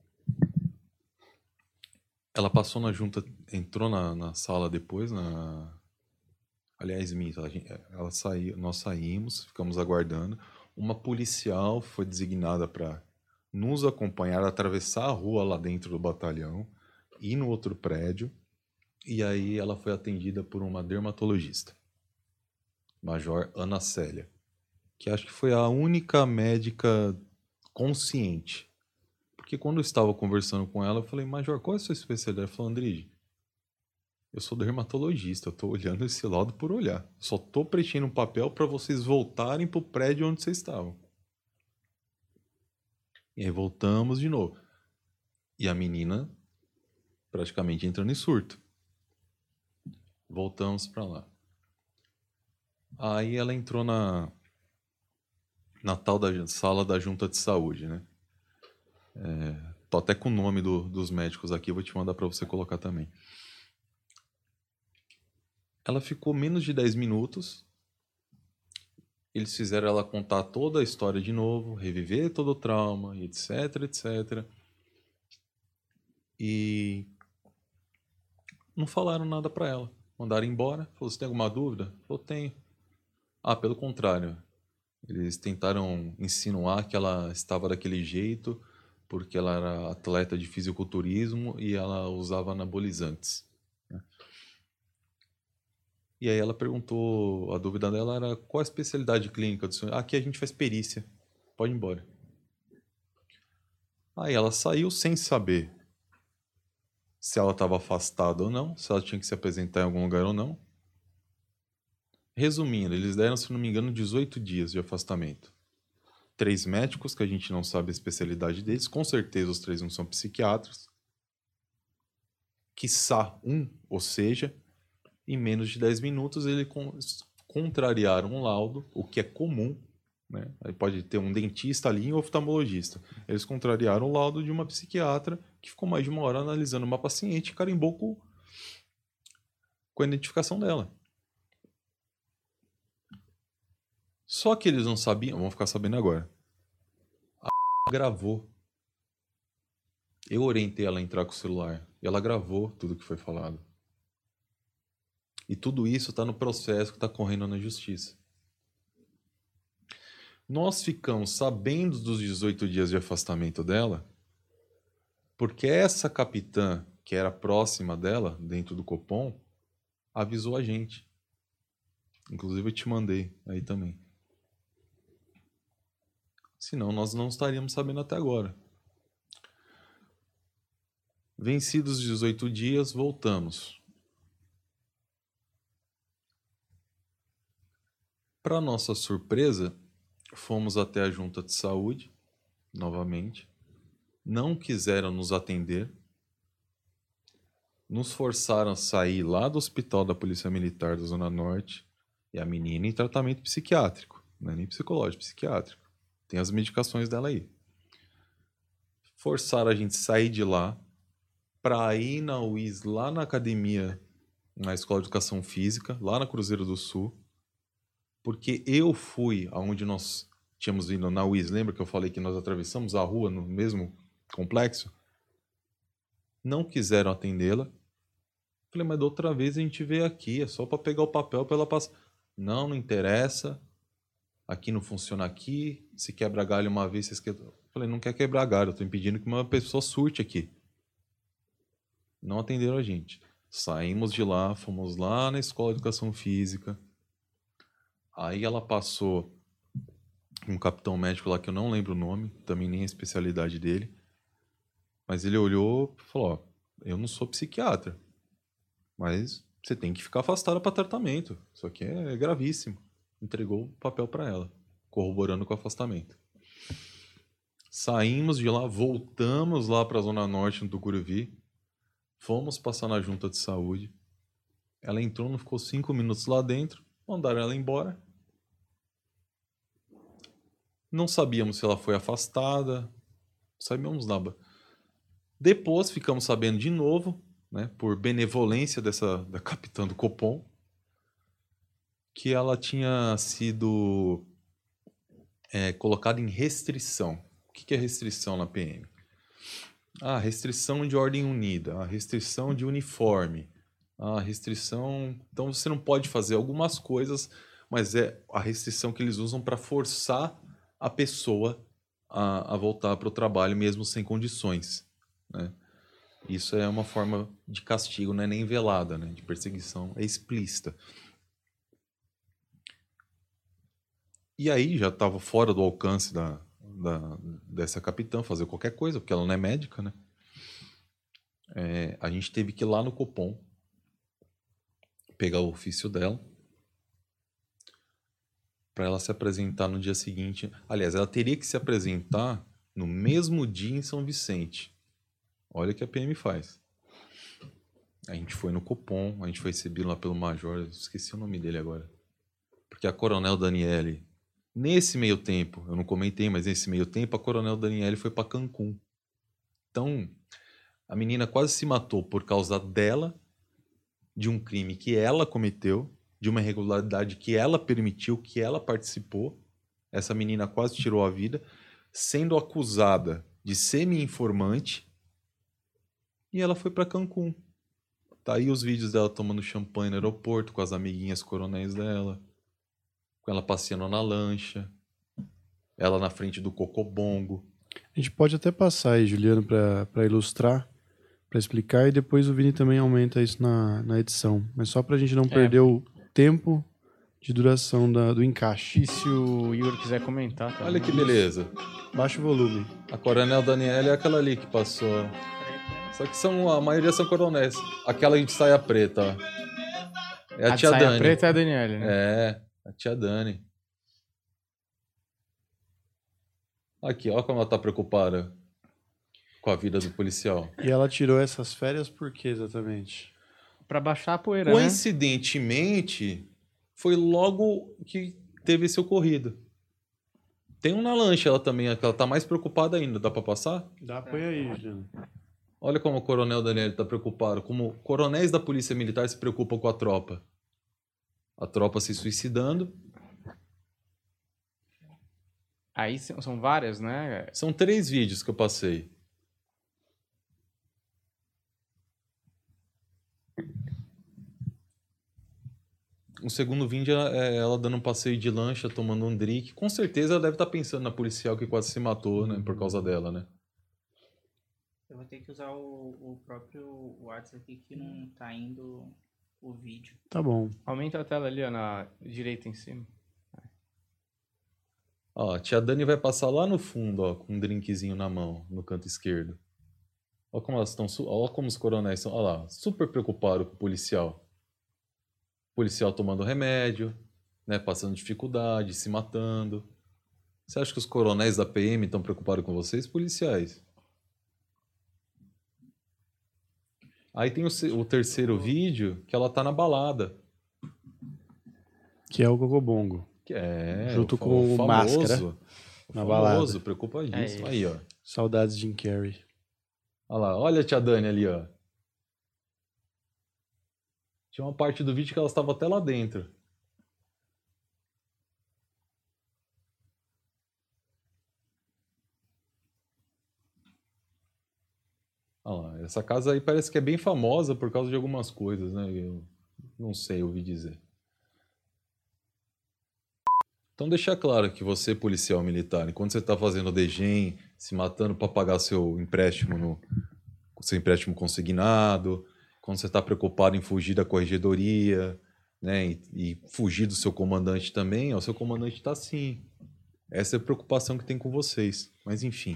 Ela passou na junta, entrou na sala depois, aliás, ela saiu, nós saímos, ficamos aguardando. Uma policial foi designada para nos acompanhar, atravessar a rua lá dentro do batalhão, ir no outro prédio. E aí ela foi atendida por uma dermatologista, Major Ana Célia, que acho que foi a única médica consciente. Porque quando eu estava conversando com ela, eu falei, Major, qual é a sua especialidade? Ela falou, Andrige, eu sou dermatologista, eu estou olhando esse laudo por olhar. Só estou preenchendo um papel para vocês voltarem para o prédio onde vocês estavam. E aí voltamos de novo. E a menina praticamente entrando em surto. Voltamos para lá. Aí ela entrou na tal da sala da junta de saúde, né? Tô até com o nome dos médicos aqui, vou te mandar para você colocar também. Ela ficou menos de 10 minutos. Eles fizeram ela contar toda a história de novo, reviver todo o trauma, etc, etc. E não falaram nada para ela. Mandaram embora. Falou, você tem alguma dúvida? Falou, tenho. Ah, pelo contrário. Eles tentaram insinuar que ela estava daquele jeito porque ela era atleta de fisiculturismo e ela usava anabolizantes. E aí ela perguntou, a dúvida dela era qual a especialidade clínica do senhor? Aqui a gente faz perícia. Pode ir embora. Aí ela saiu sem saber se ela estava afastada ou não, se ela tinha que se apresentar em algum lugar ou não. Resumindo, eles deram, se não me engano, 18 dias de afastamento. 3 médicos, que a gente não sabe a especialidade deles, com certeza os 3 não são psiquiatras. Quiçá um, ou seja, em menos de 10 minutos eles contrariaram um laudo, o que é comum, né? Aí pode ter um dentista ali e um oftalmologista. Eles contrariaram o laudo de uma psiquiatra que ficou mais de 1 hora analisando uma paciente e carimbou com a identificação dela. Só que eles não sabiam, vão ficar sabendo agora. A gravou. Eu orientei ela a entrar com o celular e ela gravou tudo que foi falado. E tudo isso está no processo que está correndo na justiça. Nós ficamos sabendo dos 18 dias de afastamento dela porque essa capitã, que era próxima dela, dentro do Copom, avisou a gente. Inclusive eu te mandei aí também. Senão nós não estaríamos sabendo até agora. Vencidos os 18 dias, voltamos. Para nossa surpresa, fomos até a junta de saúde, novamente. Não quiseram nos atender. Nos forçaram a sair lá do hospital da Polícia Militar da Zona Norte e a menina em tratamento psiquiátrico. Não é nem psicológico, psiquiátrico. Tem as medicações dela aí. Forçaram a gente a sair de lá para ir na UIS, lá na academia, na Escola de Educação Física, lá na Cruzeiro do Sul, porque eu fui aonde nós tínhamos ido na UIS. Lembra que eu falei que nós atravessamos a rua no mesmo complexo? Não quiseram atendê-la. Falei, mas da outra vez a gente veio aqui, é só para pegar o papel para ela passar. Não, não interessa. Aqui não funciona aqui. Se quebra galho uma vez, vocês querem... Falei, não quer quebrar galho, eu tô impedindo que uma pessoa surte aqui. Não atenderam a gente. Saímos de lá, fomos lá na Escola de Educação Física. Aí ela passou um capitão médico lá que eu não lembro o nome, também nem a especialidade dele. Mas ele olhou e falou, ó, eu não sou psiquiatra, mas você tem que ficar afastada para tratamento. Isso aqui é gravíssimo. Entregou o papel para ela, corroborando com o afastamento. Saímos de lá, voltamos lá para a Zona Norte, no Tucuruvi. Fomos passar na junta de saúde. Ela entrou, não ficou 5 minutos lá dentro. Mandaram ela embora. Não sabíamos se ela foi afastada. Não sabíamos nada. Depois ficamos sabendo de novo, né, por benevolência da capitã do Copom, que ela tinha sido colocada em restrição. O que é restrição na PM? Ah, restrição de ordem unida, a restrição de uniforme, a restrição... Então você não pode fazer algumas coisas, mas é a restrição que eles usam para forçar a pessoa a voltar para o trabalho mesmo sem condições, né? Isso é uma forma de castigo, não é nem velada, né? De perseguição, é explícita. E aí já estava fora do alcance dessa capitã fazer qualquer coisa, porque ela não é médica, né? A gente teve que ir lá no Copom pegar o ofício dela para ela se apresentar no dia seguinte. Aliás, ela teria que se apresentar no mesmo dia em São Vicente. Olha o que a PM faz. A gente foi no Copom, a gente foi recebido lá pelo major, eu esqueci o nome dele agora. Porque a Coronel Daniele, nesse meio tempo, eu não comentei, mas nesse meio tempo, a Coronel Daniele foi para Cancún. Então, a menina quase se matou por causa dela, de um crime que ela cometeu, de uma irregularidade que ela permitiu, que ela participou. Essa menina quase tirou a vida, sendo acusada de semi-informante, e ela foi para Cancún. Tá aí os vídeos dela tomando champanhe no aeroporto com as amiguinhas coronéis dela, com ela passeando na lancha, ela na frente do cocobongo. A gente pode até passar aí, Juliano, para ilustrar, para explicar, e depois o Vini também aumenta isso na edição. Mas só para a gente não perder o tempo de duração do encaixe. E se o Igor quiser comentar também. Olha que beleza. Baixa o volume. A Coronel Daniele é aquela ali que passou. Só que a maioria são coronéis. Aquela de saia preta, ó. É a tia Dani. A preta é a Daniele, né? É, a tia Dani. Aqui, ó como ela tá preocupada com a vida do policial. E ela tirou essas férias por quê, exatamente? Pra baixar a poeira, Coincidentemente, foi logo que teve esse ocorrido. Tem um na lancha ela também, ela tá mais preocupada ainda. Dá pra passar? Dá, põe aí, Juliano. Olha como o Coronel Daniel tá preocupado. Como coronéis da Polícia Militar se preocupam com a tropa. A tropa se suicidando. Aí são várias, né? São 3 vídeos que eu passei. Um segundo vídeo é ela dando um passeio de lancha, tomando um drink. Com certeza ela deve estar pensando na policial que quase se matou, né? Por causa dela, né? Eu vou ter que usar o próprio WhatsApp aqui que não tá indo o vídeo. Tá bom. Aumenta a tela ali, ó, na direita em cima. Ó, a tia Dani vai passar lá no fundo, ó, com um drinkzinho na mão, no canto esquerdo. Ó como elas estão, ó como os coronéis estão, ó lá, super preocupados com o policial. O policial tomando remédio, né, passando dificuldade, se matando. Você acha que os coronéis da PM estão preocupados com vocês, policiais? Aí tem o terceiro vídeo, que ela tá na balada. Que é o Gogobongo. Que é junto com o Máscara. Na balada. Preocupadíssimo. Aí, ó. Saudades de Jim Carrey. Olha lá, olha a tia Dani ali, ó. Tinha uma parte do vídeo que ela estava até lá dentro. Olha lá, essa casa aí parece que é bem famosa por causa de algumas coisas, né? Eu não sei, ouvi dizer. Então deixar claro que você, policial militar, enquanto você está fazendo DGEM, se matando para pagar seu empréstimo consignado, quando você está preocupado em fugir da corregedoria, né, e fugir do seu comandante também, ó, o seu comandante está assim. Essa é a preocupação que tem com vocês. Mas enfim.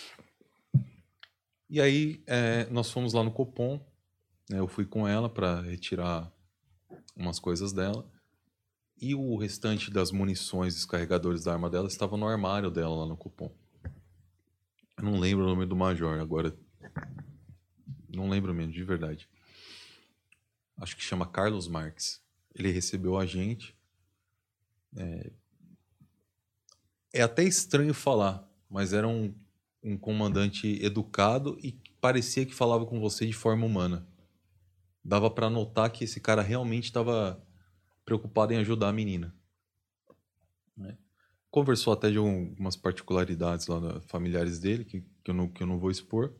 E aí nós fomos lá no Copom, né, eu fui com ela para retirar umas coisas dela. E o restante das munições, dos carregadores da arma dela, estava no armário dela lá no Copom. Eu não lembro o nome do major agora. Não lembro mesmo, de verdade. Acho que chama Carlos Marques. Ele recebeu a gente. É até estranho falar, mas era um comandante educado e parecia que falava com você de forma humana. Dava para notar que esse cara realmente estava preocupado em ajudar a menina. Né? Conversou até de algumas particularidades lá familiares dele, que eu não vou expor.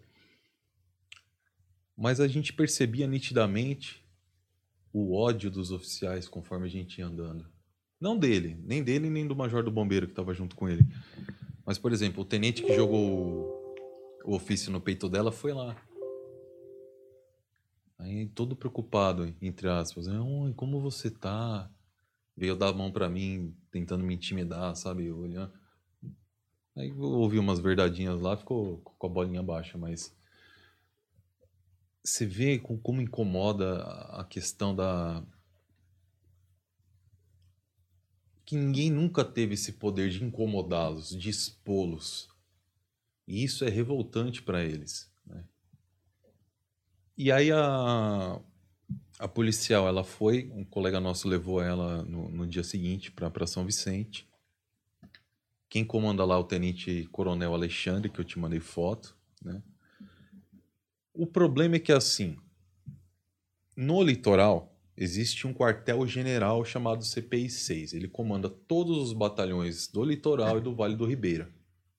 Mas a gente percebia nitidamente o ódio dos oficiais conforme a gente ia andando. Não dele, nem do major do bombeiro que estava junto com ele. Mas, por exemplo, o tenente que jogou o ofício no peito dela foi lá. Aí, todo preocupado, entre aspas. Oi, como você tá? Veio dar a mão pra mim, tentando me intimidar, sabe? Olhando. Aí eu ouvi umas verdadinhas lá, ficou com a bolinha baixa, mas... Você vê como incomoda a questão da... Que ninguém nunca teve esse poder de incomodá-los, de expô-los. E isso é revoltante para eles, né? E aí a policial, ela foi, um colega nosso levou ela no dia seguinte para São Vicente. Quem comanda lá é o tenente coronel Alexandre, que eu te mandei foto, né? O problema é que, assim, no litoral existe um quartel-general chamado CPI 6. Ele comanda todos os batalhões do litoral e do Vale do Ribeira.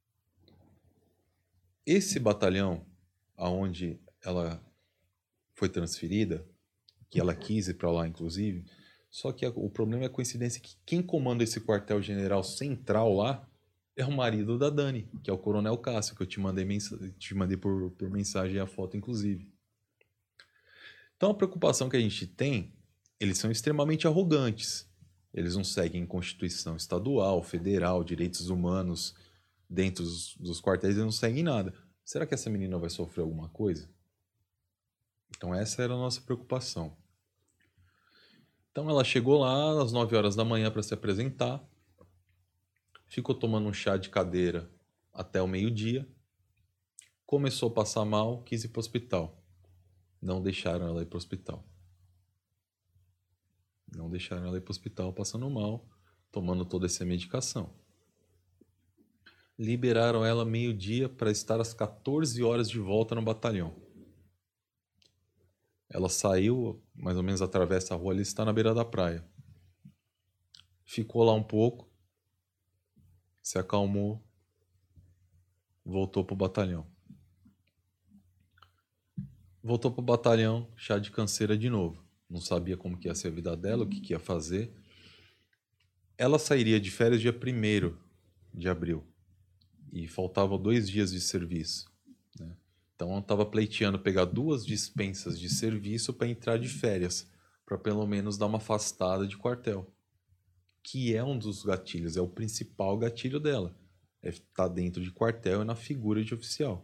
Esse batalhão, aonde ela foi transferida, que ela quis ir para lá, inclusive, só que o problema é a coincidência que quem comanda esse quartel-general central lá é o marido da Dani, que é o Coronel Cássio, que eu te mandei por mensagem a foto, inclusive. Então a preocupação que a gente tem, eles são extremamente arrogantes. Eles não seguem Constituição estadual, federal, direitos humanos dentro dos quartéis, eles não seguem nada. Será que essa menina vai sofrer alguma coisa? Então essa era a nossa preocupação. Então ela chegou lá às 9 horas da manhã para se apresentar, ficou tomando um chá de cadeira até o meio-dia, começou a passar mal, quis ir para o hospital. Não deixaram ela ir para o hospital. Não deixaram ela ir para o hospital passando mal, tomando toda essa medicação. Liberaram ela meio-dia para estar às 14 horas de volta no batalhão. Ela saiu, mais ou menos atravessa a rua ali, está na beira da praia. Ficou lá um pouco, se acalmou, voltou pro batalhão. Voltou pro batalhão, chá de canseira de novo. não sabia como que ia ser a vida dela, o que ia fazer. Ela sairia de férias dia 1º de abril e faltavam 2 dias de serviço, né? Então ela estava pleiteando pegar 2 dispensas de serviço para entrar de férias, para pelo menos dar uma afastada de quartel, que é um dos gatilhos, é o principal gatilho dela, é estar dentro de quartel e na figura de oficial.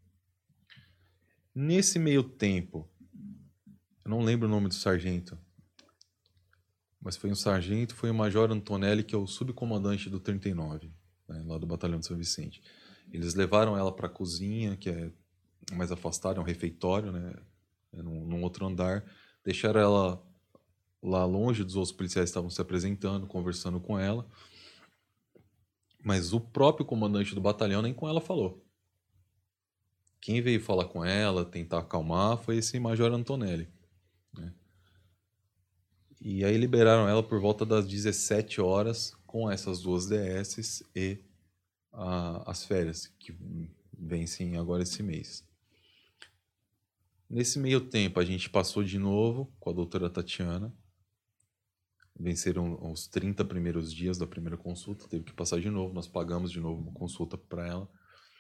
Nesse meio tempo, eu não lembro o nome do sargento, mas foi um sargento, foi o Major Antonelli, que é o subcomandante do 39, né, lá do Batalhão de São Vicente. Eles levaram ela para a cozinha, que é mais afastada, é um refeitório, né, num outro andar, deixaram ela lá longe dos outros policiais que estavam se apresentando, conversando com ela, mas o próprio comandante do batalhão nem com ela falou. Quem veio falar com ela, tentar acalmar, foi esse Major Antonelli, né? E aí liberaram ela por volta das 17 horas com essas 2 DSs e as férias, que vencem agora esse mês. Nesse meio tempo, a gente passou de novo com a doutora Tatiana. Venceram os 30 primeiros dias da primeira consulta, teve que passar de novo, nós pagamos de novo uma consulta para ela.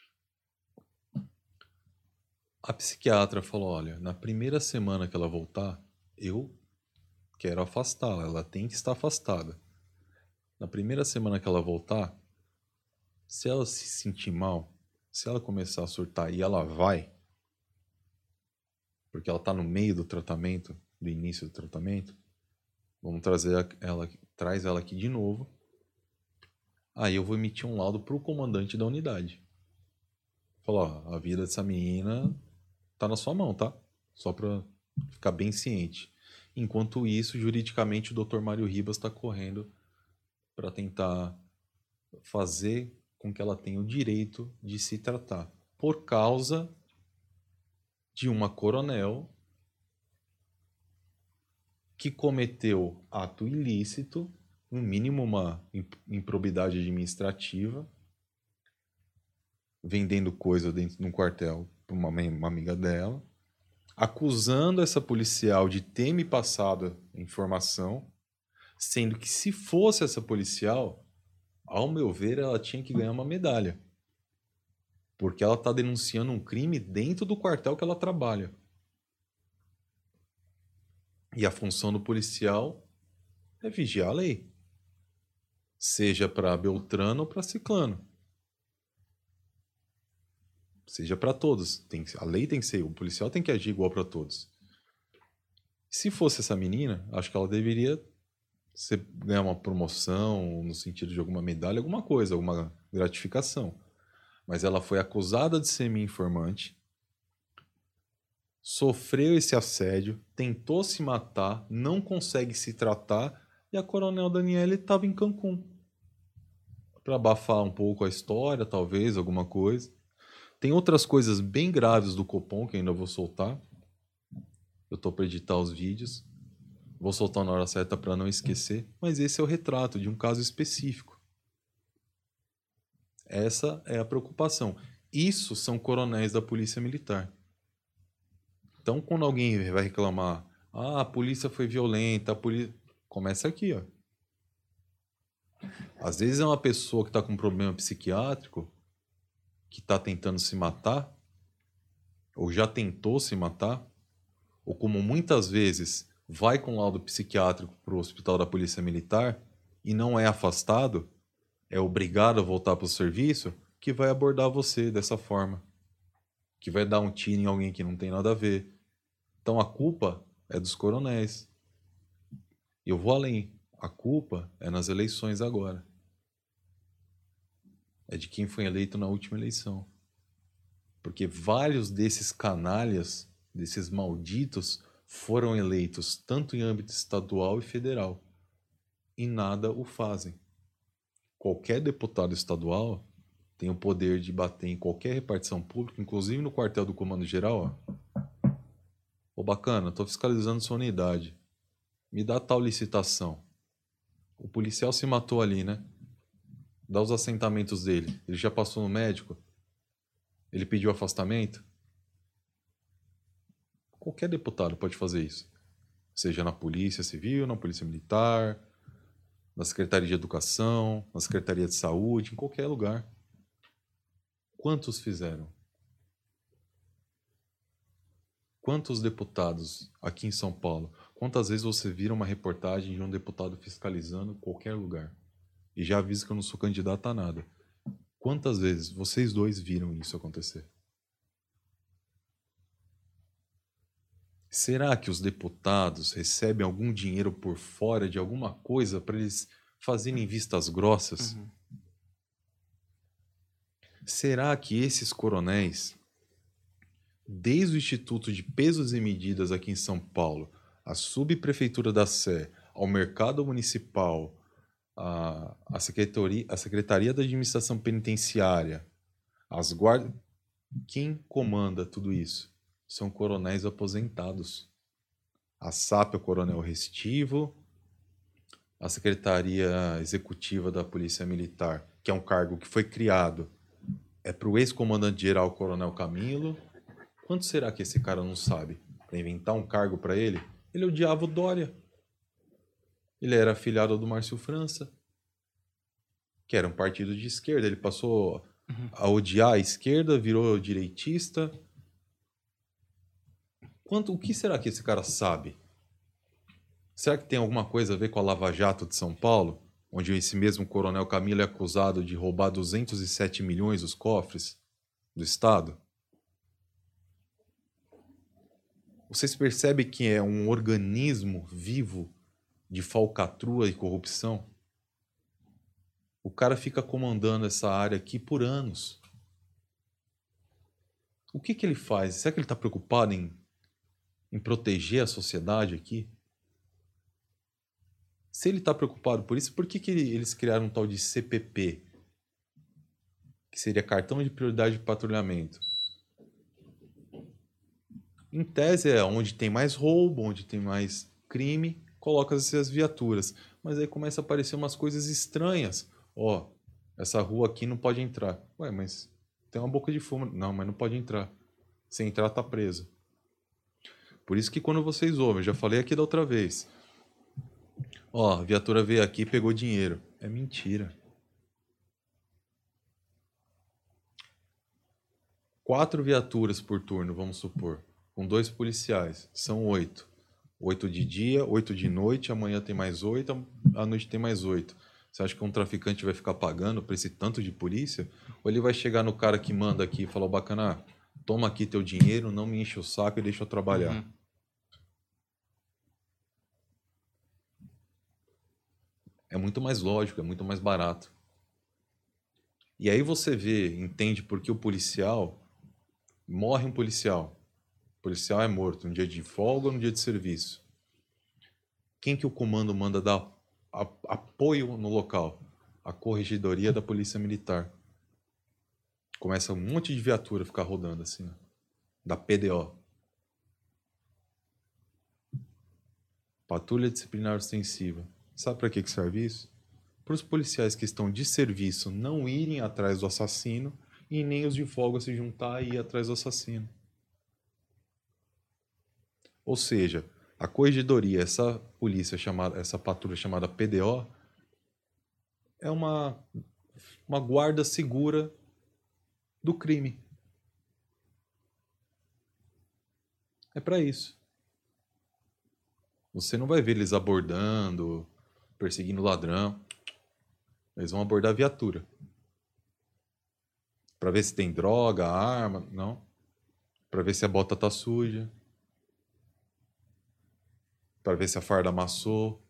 A psiquiatra falou, olha, na primeira semana que ela voltar, eu quero afastá-la, ela tem que estar afastada. Na primeira semana que ela voltar, se ela se sentir mal, se ela começar a surtar, e ela vai, porque ela está no meio do tratamento, do início do tratamento, vamos traz ela aqui de novo. Aí eu vou emitir um laudo para o comandante da unidade. Falar, ó, a vida dessa menina tá na sua mão, tá? Só para ficar bem ciente. Enquanto isso, juridicamente, o Dr. Mário Ribas está correndo para tentar fazer com que ela tenha o direito de se tratar. Por causa de uma coronel que cometeu ato ilícito, no mínimo uma improbidade administrativa, vendendo coisa dentro de um quartel para uma amiga dela, acusando essa policial de ter me passado informação, sendo que se fosse essa policial, ao meu ver, ela tinha que ganhar uma medalha. Porque ela está denunciando um crime dentro do quartel que ela trabalha. E a função do policial é vigiar a lei. Seja para Beltrano ou para Ciclano. Seja para todos. A lei tem que ser, o policial tem que agir igual para todos. Se fosse essa menina, acho que ela deveria ganhar uma promoção, no sentido de alguma medalha, alguma coisa, alguma gratificação. Mas ela foi acusada de ser minha informante, sofreu esse assédio, tentou se matar, não consegue se tratar, e a Coronel Daniele estava em Cancún. Para abafar um pouco a história, talvez, alguma coisa. Tem outras coisas bem graves do Copom que ainda vou soltar. Eu estou para editar os vídeos. Vou soltar na hora certa para não esquecer. Mas esse é o retrato de um caso específico. Essa é a preocupação. Isso são coronéis da Polícia Militar. Então, quando alguém vai reclamar, a polícia foi violenta, começa aqui, ó. Às vezes é uma pessoa que está com um problema psiquiátrico, que está tentando se matar, ou já tentou se matar, ou como muitas vezes vai com laudo psiquiátrico para o hospital da Polícia Militar e não é afastado, é obrigado a voltar para o serviço, que vai abordar você dessa forma. Que vai dar um tiro em alguém que não tem nada a ver. Então a culpa é dos coronéis. Eu vou além. A culpa é nas eleições agora. É de quem foi eleito na última eleição. Porque vários desses canalhas, desses malditos, foram eleitos tanto em âmbito estadual e federal. E nada o fazem. Qualquer deputado estadual tem o poder de bater em qualquer repartição pública, inclusive no quartel do Comando Geral. Ô, bacana, tô fiscalizando sua unidade. Me dá tal licitação. O policial se matou ali, né? Dá os assentamentos dele. Ele já passou no médico? Ele pediu afastamento? Qualquer deputado pode fazer isso. Seja na Polícia Civil, na Polícia Militar, na Secretaria de Educação, na Secretaria de Saúde, em qualquer lugar. Quantos fizeram? Quantos deputados aqui em São Paulo? Quantas vezes você vira uma reportagem de um deputado fiscalizando qualquer lugar? E já aviso que eu não sou candidato a nada. Quantas vezes vocês dois viram isso acontecer? Será que os deputados recebem algum dinheiro por fora de alguma coisa para eles fazerem vistas grossas? Será que esses coronéis, desde o Instituto de Pesos e Medidas aqui em São Paulo, a subprefeitura da Sé, ao mercado municipal, a Secretaria da Administração Penitenciária, as guardas... Quem comanda tudo isso? São coronéis aposentados. A SAP é o Coronel Restivo, a Secretaria Executiva da Polícia Militar, que é um cargo que foi criado, é para o ex-comandante-geral Coronel Camilo. Quanto será que esse cara não sabe? Para inventar um cargo para ele? Ele odiava o Dória. Ele era afiliado do Márcio França, que era um partido de esquerda. Ele passou a odiar a esquerda, virou direitista. O que será que esse cara sabe? Será que tem alguma coisa a ver com a Lava Jato de São Paulo, onde esse mesmo Coronel Camilo é acusado de roubar 207 milhões dos cofres do Estado? Vocês percebem que é um organismo vivo de falcatrua e corrupção? O cara fica comandando essa área aqui por anos. O que ele faz? Será que ele está preocupado em proteger a sociedade aqui? Se ele está preocupado por isso, por que eles criaram um tal de CPP? Que seria Cartão de Prioridade de Patrulhamento. Em tese é onde tem mais roubo, onde tem mais crime, coloca essas viaturas. Mas aí começa a aparecer umas coisas estranhas. Ó, essa rua aqui não pode entrar. Ué, mas tem uma boca de fumo. Não, mas não pode entrar. Se entrar, tá preso. Por isso que quando vocês ouvem, eu já falei aqui da outra vez. Ó, a viatura veio aqui e pegou dinheiro. É mentira. 4 viaturas por turno, vamos supor. Com 2 policiais. São 8. 8 de dia, 8 de noite, amanhã tem mais 8, à noite tem mais 8. Você acha que um traficante vai ficar pagando por esse tanto de polícia? Ou ele vai chegar no cara que manda aqui e falar, bacana, toma aqui teu dinheiro, não me enche o saco e deixa eu trabalhar. É muito mais lógico, é muito mais barato. E aí você entende por que o policial... Morre um policial. O policial é morto um dia de folga ou no dia de serviço. Quem que o comando manda dar apoio no local? A Corregedoria da Polícia Militar. Começa um monte de viatura a ficar rodando assim, ó, da PDO. Patrulha Disciplinar Ostensiva. Sabe para que serve isso? Para os policiais que estão de serviço não irem atrás do assassino e nem os de folga se juntar e ir atrás do assassino. Ou seja, a Corregedoria, essa patrulha chamada PDO, é uma guarda segura do crime. É para isso. Você não vai ver eles abordando, perseguindo ladrão. Eles vão abordar a viatura. Para ver se tem droga, arma, não. Para ver se a bota tá suja. Para ver se a farda amassou.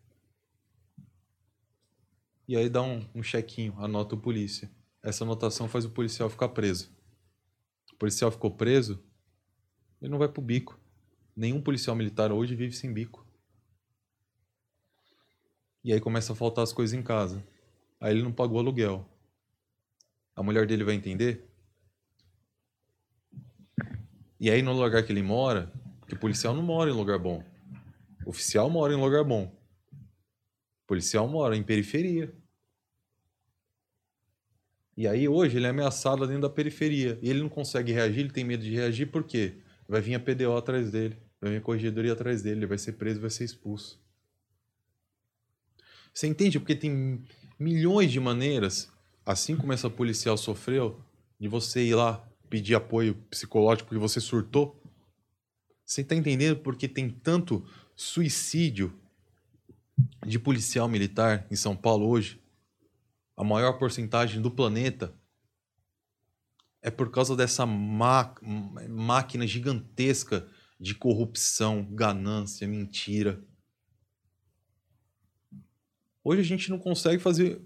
E aí dá um chequinho, anota o polícia. Essa anotação faz o policial ficar preso. O policial ficou preso, ele não vai pro bico. Nenhum policial militar hoje vive sem bico. E aí começa a faltar as coisas em casa. Aí ele não pagou aluguel. A mulher dele vai entender? E aí no lugar que ele mora, que o policial não mora em lugar bom. O oficial mora em lugar bom. O policial mora em periferia. E aí hoje ele é ameaçado dentro da periferia. E ele não consegue reagir, ele tem medo de reagir, por quê? Vai vir a PDO atrás dele. vai vir a corregedoria atrás dele, ele vai ser preso, vai ser expulso. Você entende? Porque tem milhões de maneiras, assim como essa policial sofreu, de você ir lá pedir apoio psicológico porque você surtou. Você tá entendendo porque tem tanto suicídio de policial militar em São Paulo hoje? A maior porcentagem do planeta é por causa dessa máquina gigantesca de corrupção, ganância, mentira. Hoje a gente não consegue fazer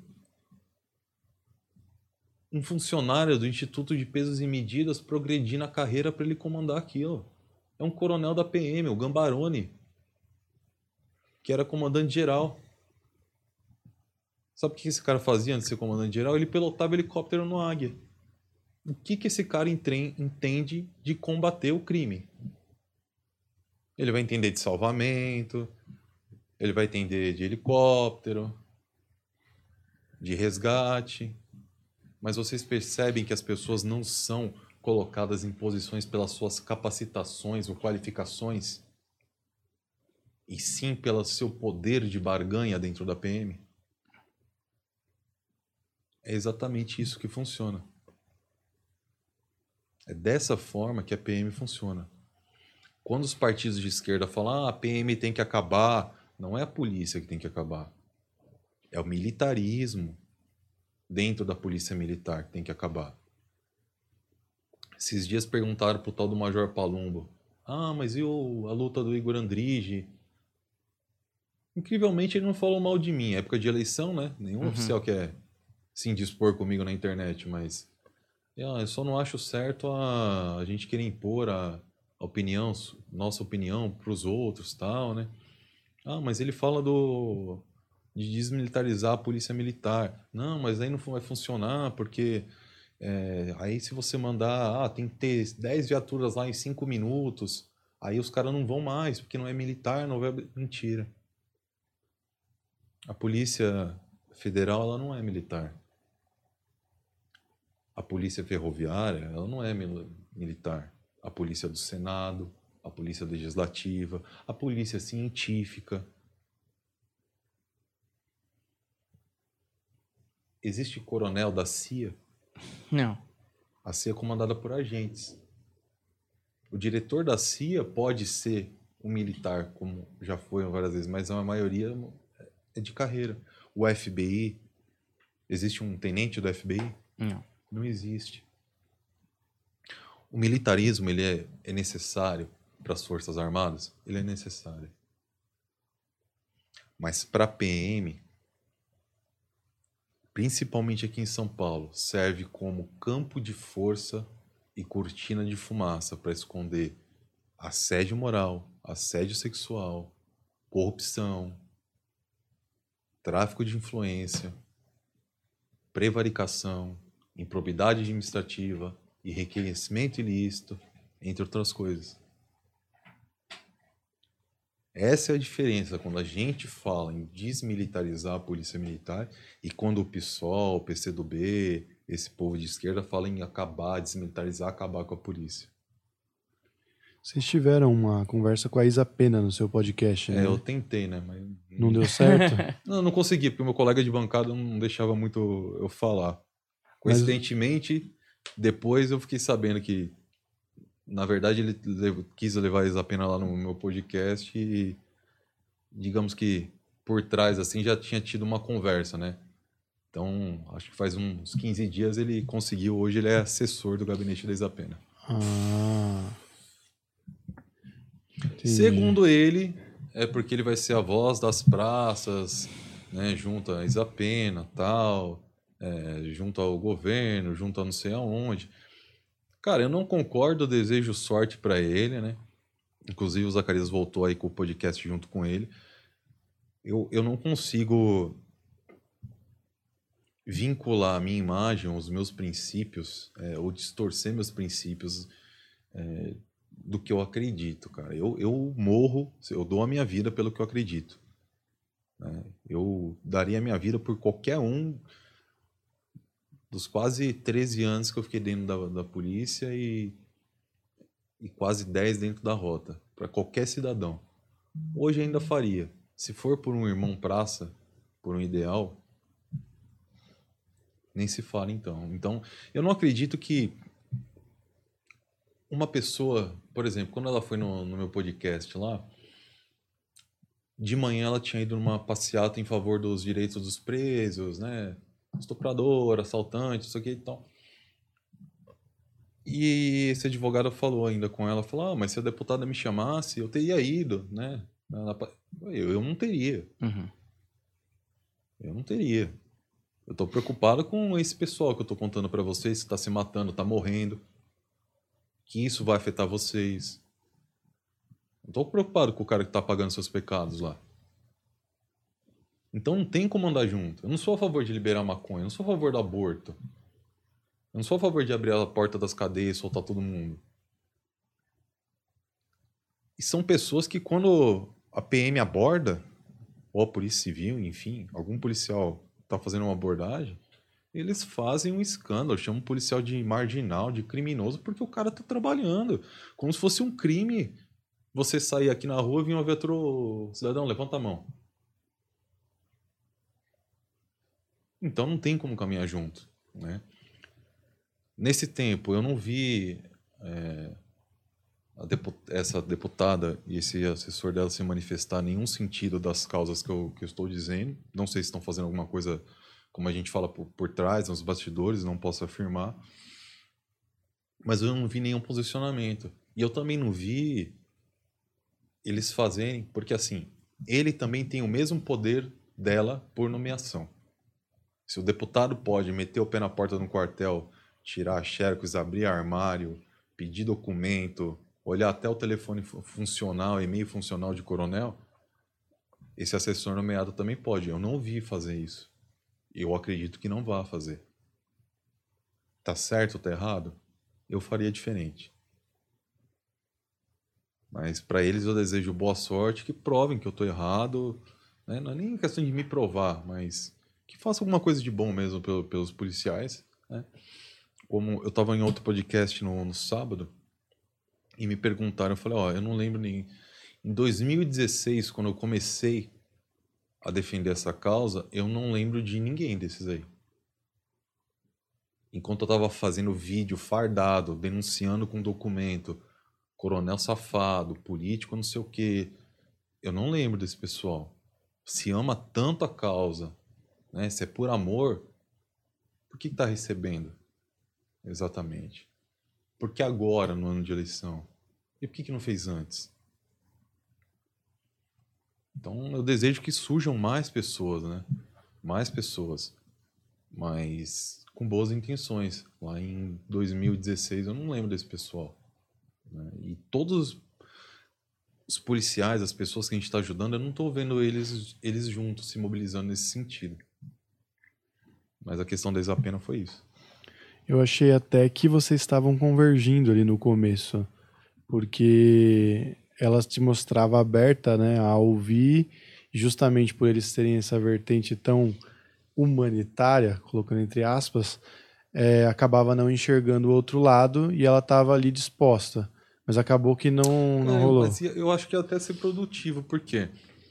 um funcionário do Instituto de Pesos e Medidas progredir na carreira para ele comandar aquilo. É um coronel da PM, o Gambaroni, que era comandante geral. Sabe o que esse cara fazia antes de ser comandante geral? Ele pilotava helicóptero no Águia. O que esse cara entende de combater o crime? Ele vai entender de salvamento, ele vai entender de helicóptero, de resgate. Mas vocês percebem que as pessoas não são colocadas em posições pelas suas capacitações ou qualificações, e sim pelo seu poder de barganha dentro da PM? É exatamente isso que funciona. É dessa forma que a PM funciona. Quando os partidos de esquerda falam, a PM tem que acabar, não é a polícia que tem que acabar. É o militarismo dentro da polícia militar que tem que acabar. Esses dias perguntaram pro tal do Major Palumbo, mas e a luta do Igor Andrige? Incrivelmente ele não falou mal de mim. É época de eleição, né? Nenhum oficial quer se indispor comigo na internet, mas eu só não acho certo a gente querer impor a opinião, nossa opinião pros outros, tal, né? Mas ele fala de desmilitarizar a polícia militar. Não, mas aí não vai funcionar, porque aí se você mandar, tem que ter 10 viaturas lá em 5 minutos, aí os caras não vão mais, porque não é militar, não vai... Mentira. A Polícia Federal, ela não é militar. A Polícia Ferroviária, ela não é militar. A Polícia do Senado, a Polícia Legislativa, a Polícia Científica. Existe coronel da CIA? Não. A CIA é comandada por agentes. O diretor da CIA pode ser um militar, como já foi várias vezes, mas a maioria é de carreira. O FBI, existe um tenente do FBI? Não. Não existe. O militarismo, ele é necessário para as Forças Armadas? Ele é necessário. Mas para a PM, principalmente aqui em São Paulo, serve como campo de força e cortina de fumaça para esconder assédio moral, assédio sexual, corrupção, tráfico de influência, prevaricação, improbidade administrativa, enriquecimento ilícito, entre outras coisas. Essa é a diferença quando a gente fala em desmilitarizar a polícia militar e quando o PSOL, o PCdoB, esse povo de esquerda fala em acabar, desmilitarizar, acabar com a polícia. Vocês tiveram uma conversa com a Isa Pena no seu podcast, né? Eu tentei, né? Mas não deu certo? Não consegui, porque o meu colega de bancada não deixava muito eu falar. Coincidentemente, depois eu fiquei sabendo que, na verdade, ele quis levar a Isa Pena lá no meu podcast e, digamos que, por trás, assim, já tinha tido uma conversa, né? Então, acho que faz uns 15 dias ele conseguiu, hoje ele é assessor do gabinete da Isa Pena. Segundo ele, é porque ele vai ser a voz das praças, né, junto a Isa Pena, tal, junto ao governo, junto a não sei aonde. Cara, eu não concordo, eu desejo sorte para ele, né? Inclusive o Zacarias voltou aí com o podcast junto com ele. Eu não consigo vincular a minha imagem, os meus princípios, ou distorcer meus princípios do que eu acredito, cara. Eu morro, eu dou a minha vida pelo que eu acredito. Né? Eu daria a minha vida por qualquer um dos quase 13 anos que eu fiquei dentro da polícia e quase 10 dentro da rota. para qualquer cidadão. Hoje ainda faria. Se for por um irmão praça, por um ideal, nem se fala então. Então, eu não acredito que uma pessoa, por exemplo, quando ela foi no meu podcast lá, de manhã ela tinha ido numa passeata em favor dos direitos dos presos, né? Estuprador, assaltante, isso aqui e tal. E esse advogado falou ainda com ela, falou, mas se a deputada me chamasse, eu teria ido, né? Eu não teria. Uhum. Eu não teria. Eu tô preocupado com esse pessoal que eu tô contando pra vocês, que tá se matando, tá morrendo, que isso vai afetar vocês. Não tô preocupado com o cara que tá pagando seus pecados lá. Então não tem como andar junto. Eu não sou a favor de liberar maconha, eu não sou a favor do aborto. Eu não sou a favor de abrir a porta das cadeias e soltar todo mundo. E são pessoas que quando a PM aborda, ou a Polícia Civil, enfim, algum policial tá fazendo uma abordagem, eles fazem um escândalo, chamam o policial de marginal, de criminoso, porque o cara tá trabalhando. Como se fosse um crime você sair aqui na rua e vir uma viatura, cidadão, levanta a mão. Então não tem como caminhar junto, né? Nesse tempo eu não vi essa deputada e esse assessor dela se manifestar em nenhum sentido das causas que eu estou dizendo. Não sei se estão fazendo alguma coisa, como a gente fala, por trás, nos bastidores, não posso afirmar. Mas eu não vi nenhum posicionamento. E eu também não vi eles fazerem, porque assim, ele também tem o mesmo poder dela por nomeação. Se o deputado pode meter o pé na porta de um quartel, tirar xerox, abrir armário, pedir documento, olhar até o telefone funcional, e-mail funcional de coronel, esse assessor nomeado também pode. Eu não vi fazer isso. Eu acredito que não vá fazer. Tá certo ou tá errado? Eu faria diferente. Mas para eles eu desejo boa sorte, que provem que eu tô errado, né? Não é nem questão de me provar, mas que faça alguma coisa de bom mesmo pelos policiais, né? Como eu estava em outro podcast no sábado e me perguntaram, eu falei, eu não lembro nem... Em 2016, quando eu comecei a defender essa causa, eu não lembro de ninguém desses aí. Enquanto eu estava fazendo vídeo fardado, denunciando com documento, coronel safado, político não sei o quê, eu não lembro desse pessoal. Se ama tanto a causa, né? Se é por amor, por que está recebendo? Exatamente. Por que agora, no ano de eleição? E por que não fez antes? Então, eu desejo que surjam mais pessoas, né? Mais pessoas. Mas com boas intenções. Lá em 2016, eu não lembro desse pessoal, né? E todos os policiais, as pessoas que a gente está ajudando, eu não estou vendo eles juntos se mobilizando nesse sentido. Mas a questão da Exapena foi isso. Eu achei até que vocês estavam convergindo ali no começo, porque ela te mostrava aberta, né, a ouvir, justamente por eles terem essa vertente tão humanitária, colocando entre aspas, acabava não enxergando o outro lado e ela estava ali disposta. Mas acabou que não rolou. Mas eu acho que ia até ser produtivo, porque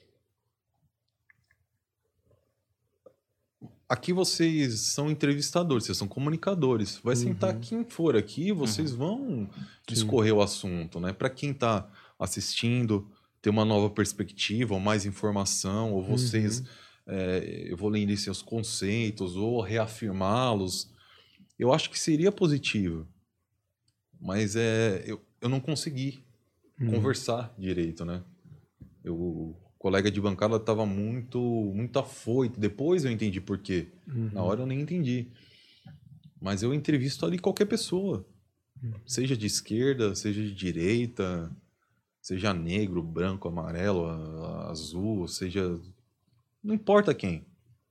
aqui vocês são entrevistadores, vocês são comunicadores. Vai sentar quem for aqui, vocês vão discorrer o assunto, né? Para quem está assistindo, ter uma nova perspectiva, ou mais informação, ou vocês... eu vou ler seus conceitos, ou reafirmá-los. Eu acho que seria positivo. Mas eu não consegui conversar direito, né? O colega de bancada estava muito afoito. Depois eu entendi por quê. Na hora eu nem entendi. Mas eu entrevisto ali qualquer pessoa. Seja de esquerda, seja de direita, seja negro, branco, amarelo, azul, seja... Não importa quem.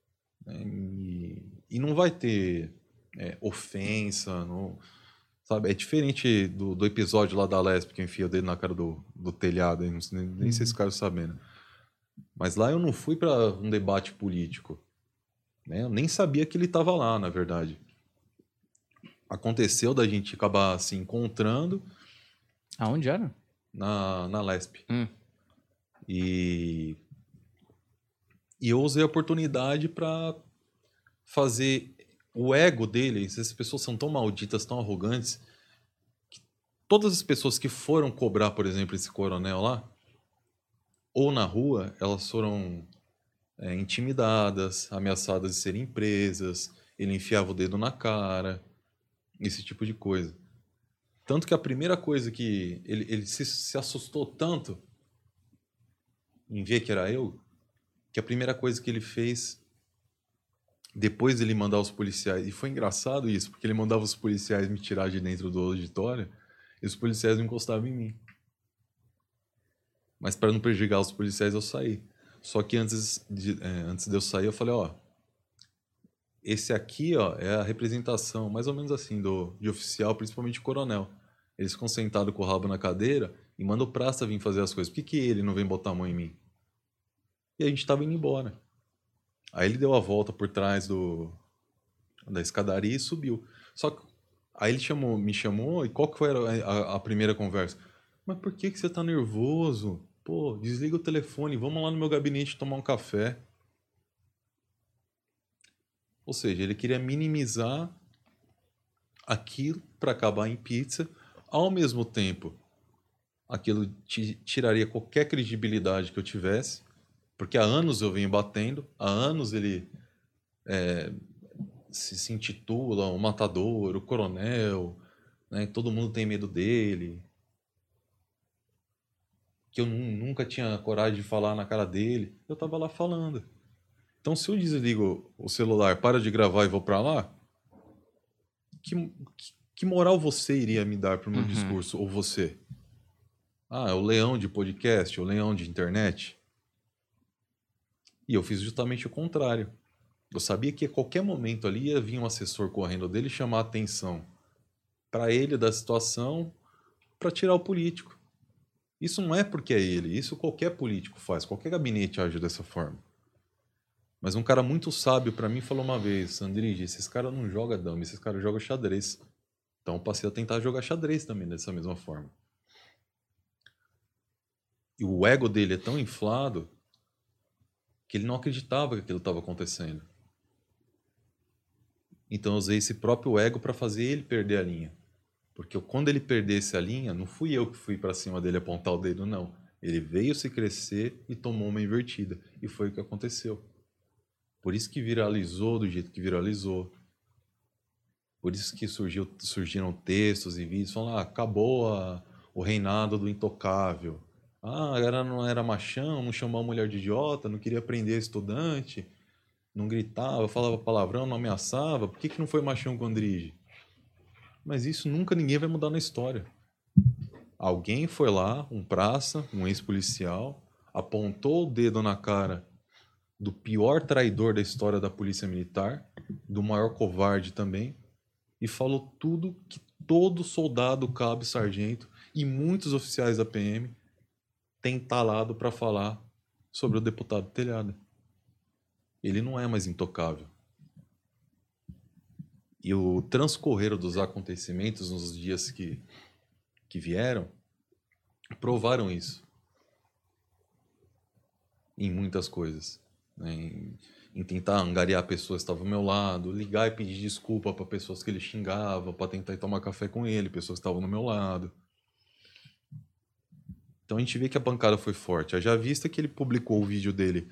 E não vai ter ofensa, não... Sabe, é diferente do episódio lá da Lesp, que enfia o dedo na cara do telhado, nem sei se os caras sabendo. Mas lá eu não fui para um debate político, né? Eu nem sabia que ele estava lá, na verdade. Aconteceu da gente acabar se encontrando. Aonde era? na Lesp. E eu usei a oportunidade para fazer o ego dele. Essas pessoas são tão malditas, tão arrogantes, que todas as pessoas que foram cobrar, por exemplo, esse coronel lá, ou na rua, elas foram intimidadas, ameaçadas de serem presas, ele enfiava o dedo na cara, esse tipo de coisa. Tanto que a primeira coisa que ele se assustou tanto em ver que era eu, que a primeira coisa que ele fez, depois dele mandar os policiais, e foi engraçado isso, porque ele mandava os policiais me tirar de dentro do auditório, e os policiais não encostavam em mim. Mas para não prejudicar os policiais, eu saí. Só que antes de eu sair, eu falei, ó, esse aqui, ó, é a representação, mais ou menos assim, de oficial, principalmente coronel. Eles ficam sentados com o rabo na cadeira e mandam o praça vir fazer as coisas. Por que ele não vem botar a mão em mim? E a gente tava indo embora. Aí ele deu a volta por trás da escadaria e subiu. Só que aí ele me chamou, e qual que foi a primeira conversa? Mas por que você tá nervoso? Pô, desliga o telefone, vamos lá no meu gabinete tomar um café. Ou seja, ele queria minimizar aquilo para acabar em pizza. Ao mesmo tempo, aquilo tiraria qualquer credibilidade que eu tivesse, porque há anos eu venho batendo, há anos ele se intitula o matador, o coronel, né? Todo mundo tem medo dele, que eu nunca tinha coragem de falar na cara dele, eu tava lá falando. Então, se eu desligo o celular, paro de gravar e vou para lá, que moral você iria me dar para o meu discurso, ou você? Ah, é o leão de podcast, o leão de internet. E eu fiz justamente o contrário. Eu sabia que a qualquer momento ali ia vir um assessor correndo dele chamar a atenção para ele da situação, para tirar o político. Isso não é porque é ele, isso qualquer político faz, qualquer gabinete age dessa forma. Mas um cara muito sábio para mim falou uma vez, Sandrige, esses caras não jogam dama, esses caras jogam xadrez. Então eu passei a tentar jogar xadrez também dessa mesma forma. E o ego dele é tão inflado que ele não acreditava que aquilo estava acontecendo. Então eu usei esse próprio ego para fazer ele perder a linha. Porque quando ele perdesse a linha, não fui eu que fui para cima dele apontar o dedo, não. Ele veio se crescer e tomou uma invertida. E foi o que aconteceu. Por isso que viralizou do jeito que viralizou. Por isso que surgiram textos e vídeos falando, acabou o reinado do intocável. Não era machão, não chamou a mulher de idiota, não queria prender estudante, não gritava, falava palavrão, não ameaçava. Por que não foi machão com o Andrige? Mas isso nunca ninguém vai mudar na história. Alguém foi lá, um praça, um ex-policial, apontou o dedo na cara do pior traidor da história da polícia militar, do maior covarde também, e falou tudo que todo soldado, cabo e sargento e muitos oficiais da PM têm talado para falar sobre o deputado Telhada. Ele não é mais intocável. E o transcorrer dos acontecimentos nos dias que vieram provaram isso. Em muitas coisas. Né? Em tentar angariar pessoas que estavam ao meu lado, ligar e pedir desculpa para pessoas que ele xingava, para tentar ir tomar café com ele, pessoas que estavam no meu lado. Então a gente vê que a bancada foi forte. Já vista que ele publicou o vídeo dele,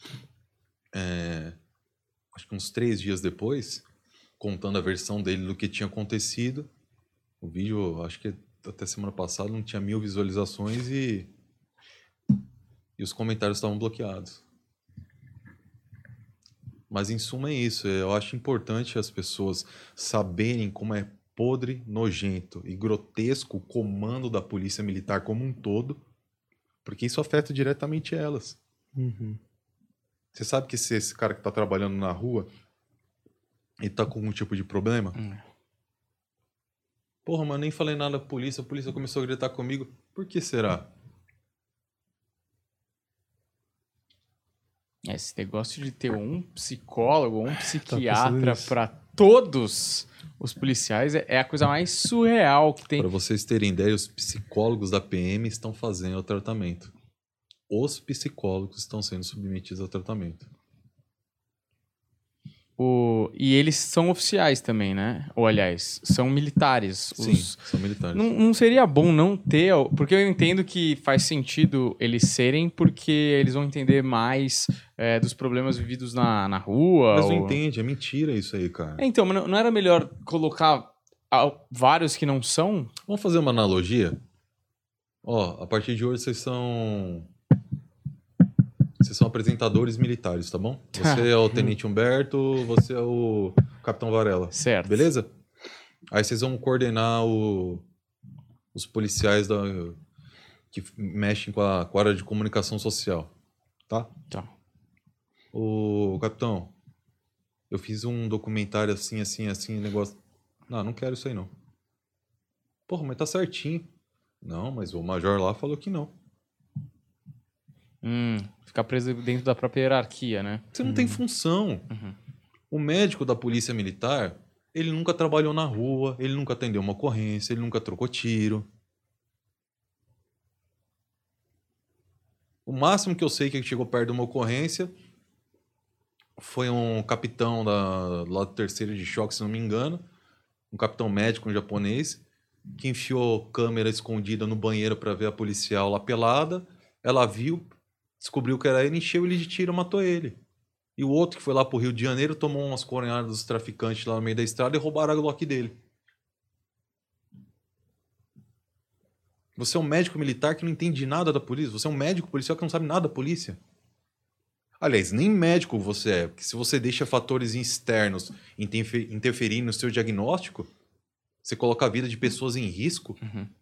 acho que uns 3 dias depois, contando a versão dele do que tinha acontecido. O vídeo, acho que até semana passada, não tinha 1000 visualizações e os comentários estavam bloqueados. Mas em suma é isso. Eu acho importante as pessoas saberem como é podre, nojento e grotesco o comando da polícia militar como um todo, porque isso afeta diretamente elas. Você sabe que se esse cara que está trabalhando na rua ele tá com algum tipo de problema? Porra, mas nem falei nada pra polícia, a polícia começou a gritar comigo. Por que será? Esse negócio de ter um psicólogo ou um psiquiatra para todos os policiais é a coisa mais surreal que tem. Para vocês terem ideia, os psicólogos da PM estão fazendo o tratamento. Os psicólogos estão sendo submetidos ao tratamento. E eles são oficiais também, né? Ou, aliás, são militares. Sim, são militares. Não seria bom não ter... Porque eu entendo que faz sentido eles serem, porque eles vão entender mais dos problemas vividos na rua. Mas não entende, é mentira isso aí, cara. Então, mas não era melhor colocar vários que não são? Vamos fazer uma analogia? Ó, a partir de hoje vocês são apresentadores militares, tá bom? Você é o Tenente Humberto, você é o Capitão Varela. Certo. Beleza? Aí vocês vão coordenar os policiais que mexem com a área de comunicação social, tá? Tá. Ô, capitão, eu fiz um documentário assim, negócio... Não quero isso aí não. Porra, mas tá certinho. Não, mas o major lá falou que não. Ficar preso dentro da própria hierarquia, né? Você não tem função. O médico da polícia militar, ele nunca trabalhou na rua, ele nunca atendeu uma ocorrência, ele nunca trocou tiro. O máximo que eu sei que chegou perto de uma ocorrência foi um capitão lá do 3º de choque, se não me engano, um capitão médico, um japonês, que enfiou câmera escondida no banheiro para ver a policial lá pelada. Ela viu, descobriu que era ele, encheu ele de tiro e matou ele. E o outro que foi lá pro Rio de Janeiro tomou umas coronhadas dos traficantes lá no meio da estrada e roubaram a Glock dele. Você é um médico militar que não entende nada da polícia. Você é um médico policial que não sabe nada da polícia. Aliás, nem médico você é. Porque se você deixa fatores externos interferir no seu diagnóstico, você coloca a vida de pessoas em risco.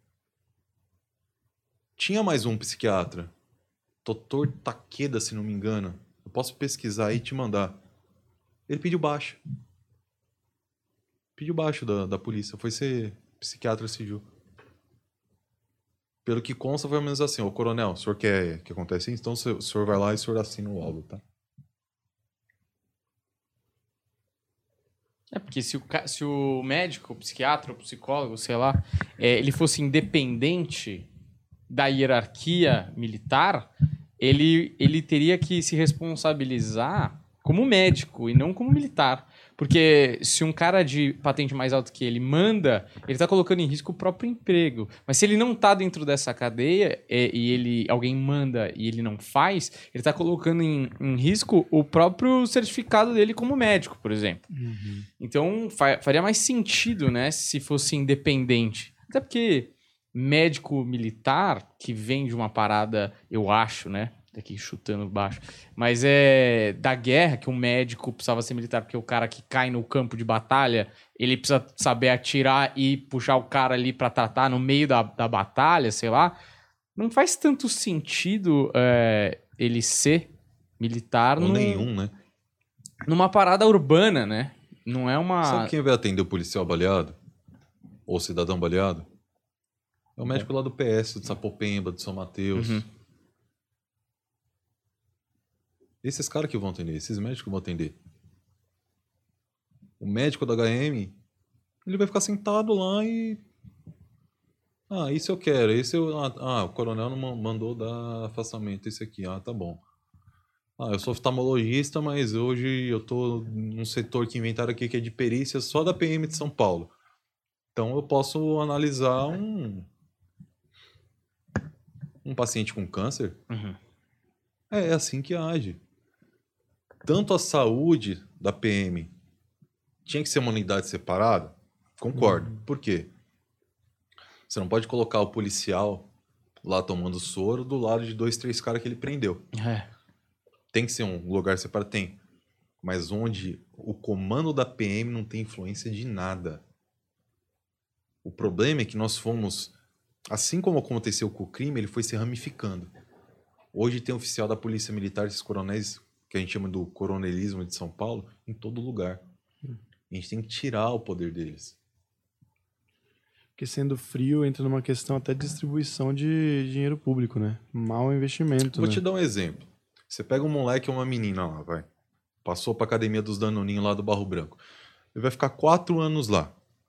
Tinha mais um psiquiatra. Dr. Takeda, se não me engano. Eu posso pesquisar aí e te mandar. Ele pediu baixa. Pediu baixa da polícia. Foi ser psiquiatra civil. Pelo que consta, foi menos assim. Ô, coronel, o senhor quer que aconteça isso? Então o senhor vai lá e o senhor assina o laudo, tá? Porque se o médico, o psiquiatra, o psicólogo, sei lá, ele fosse independente da hierarquia militar, ele teria que se responsabilizar como médico e não como militar. Porque se um cara de patente mais alta que ele manda, ele tá colocando em risco o próprio emprego. Mas se ele não tá dentro dessa cadeia e alguém manda e ele não faz, ele tá colocando em risco o próprio certificado dele como médico, por exemplo. Então faria mais sentido, né, se fosse independente. Até porque médico militar, que vem de uma parada, eu acho, né? Daqui chutando baixo. Mas é da guerra que um médico precisava ser militar, porque o cara que cai no campo de batalha, ele precisa saber atirar e puxar o cara ali pra tratar no meio da batalha, sei lá. Não faz tanto sentido ele ser militar. Ou nenhum, né? Numa parada urbana, né? Não é uma... Sabe quem vai atender o policial baleado? Ou o cidadão baleado? É o médico lá do PS, de Sapopemba, de São Mateus. Esses caras que vão atender, esses médicos que vão atender. O médico da HM, ele vai ficar sentado lá e... isso eu quero, o coronel não mandou dar afastamento, esse aqui, tá bom. Eu sou oftalmologista, mas hoje eu tô num setor que inventaram aqui que é de perícia só da PM de São Paulo. Então eu posso analisar um paciente com câncer. É assim que age. Tanto a saúde da PM tinha que ser uma unidade separada? Concordo. Por quê? Você não pode colocar o policial lá tomando soro do lado de 2, 3 caras que ele prendeu. Tem que ser um lugar separado? Tem. Mas onde o comando da PM não tem influência de nada. O problema é que nós fomos... Assim como aconteceu com o crime, ele foi se ramificando. Hoje tem oficial da Polícia Militar, esses coronéis, que a gente chama do coronelismo de São Paulo, em todo lugar. A gente tem que tirar o poder deles. Porque sendo frio, entra numa questão até de distribuição de dinheiro público, né? Mau investimento, Vou te dar um exemplo. Você pega um moleque ou uma menina lá, passou pra academia dos Danoninhos lá do Barro Branco. Ele vai ficar 4 anos lá.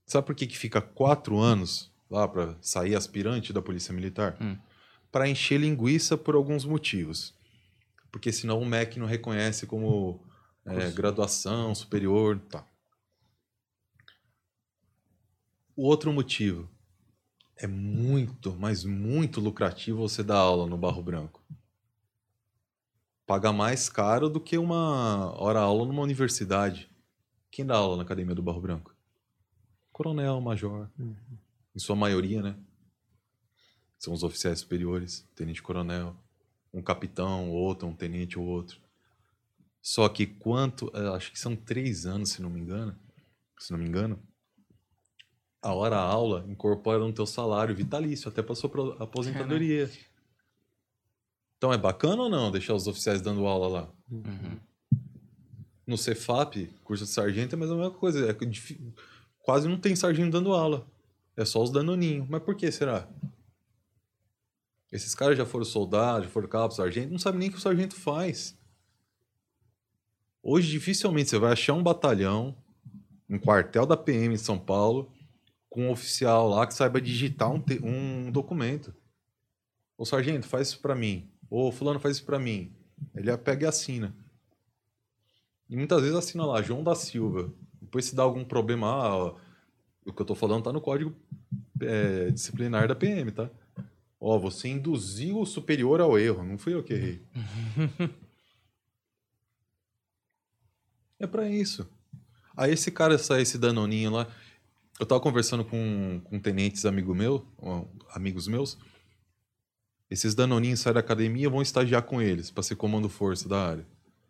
Sabe por que fica 4 anos lá para sair aspirante da Polícia Militar? Para encher linguiça por alguns motivos. Porque senão o MEC não reconhece como graduação superior. Tá. O outro motivo é muito, mas muito lucrativo você dar aula no Barro Branco. Paga mais caro do que uma hora-aula numa universidade. Quem dá aula na Academia do Barro Branco? Coronel, major. Em sua maioria, né? São os oficiais superiores, tenente-coronel. Um capitão, outro, um tenente ou outro. Só que acho que são 3 anos, se não me engano, a hora-aula incorpora no teu salário vitalício, até para sua aposentadoria. Então é bacana ou não deixar os oficiais dando aula lá? No Cefap, curso de sargento, é a mesma coisa. Quase não tem sargento dando aula. É só os danoninhos. Mas por que será? Esses caras já foram soldados, já foram cabo, sargento, não sabem nem o que o sargento faz. Hoje, dificilmente, você vai achar um batalhão, um quartel da PM em São Paulo, com um oficial lá que saiba digitar um documento. Ô, sargento, faz isso pra mim. Ô, fulano, faz isso pra mim. Ele pega e assina. E muitas vezes assina lá, João da Silva. Depois se dá algum problema, o que eu tô falando tá no código disciplinar da PM, tá? Ó, você induziu o superior ao erro, não fui eu que errei. É pra isso. Aí esse danoninho lá, eu tava conversando com tenentes amigos meus, esses danoninhos saem da academia e vão estagiar com eles, pra ser comando-força da área.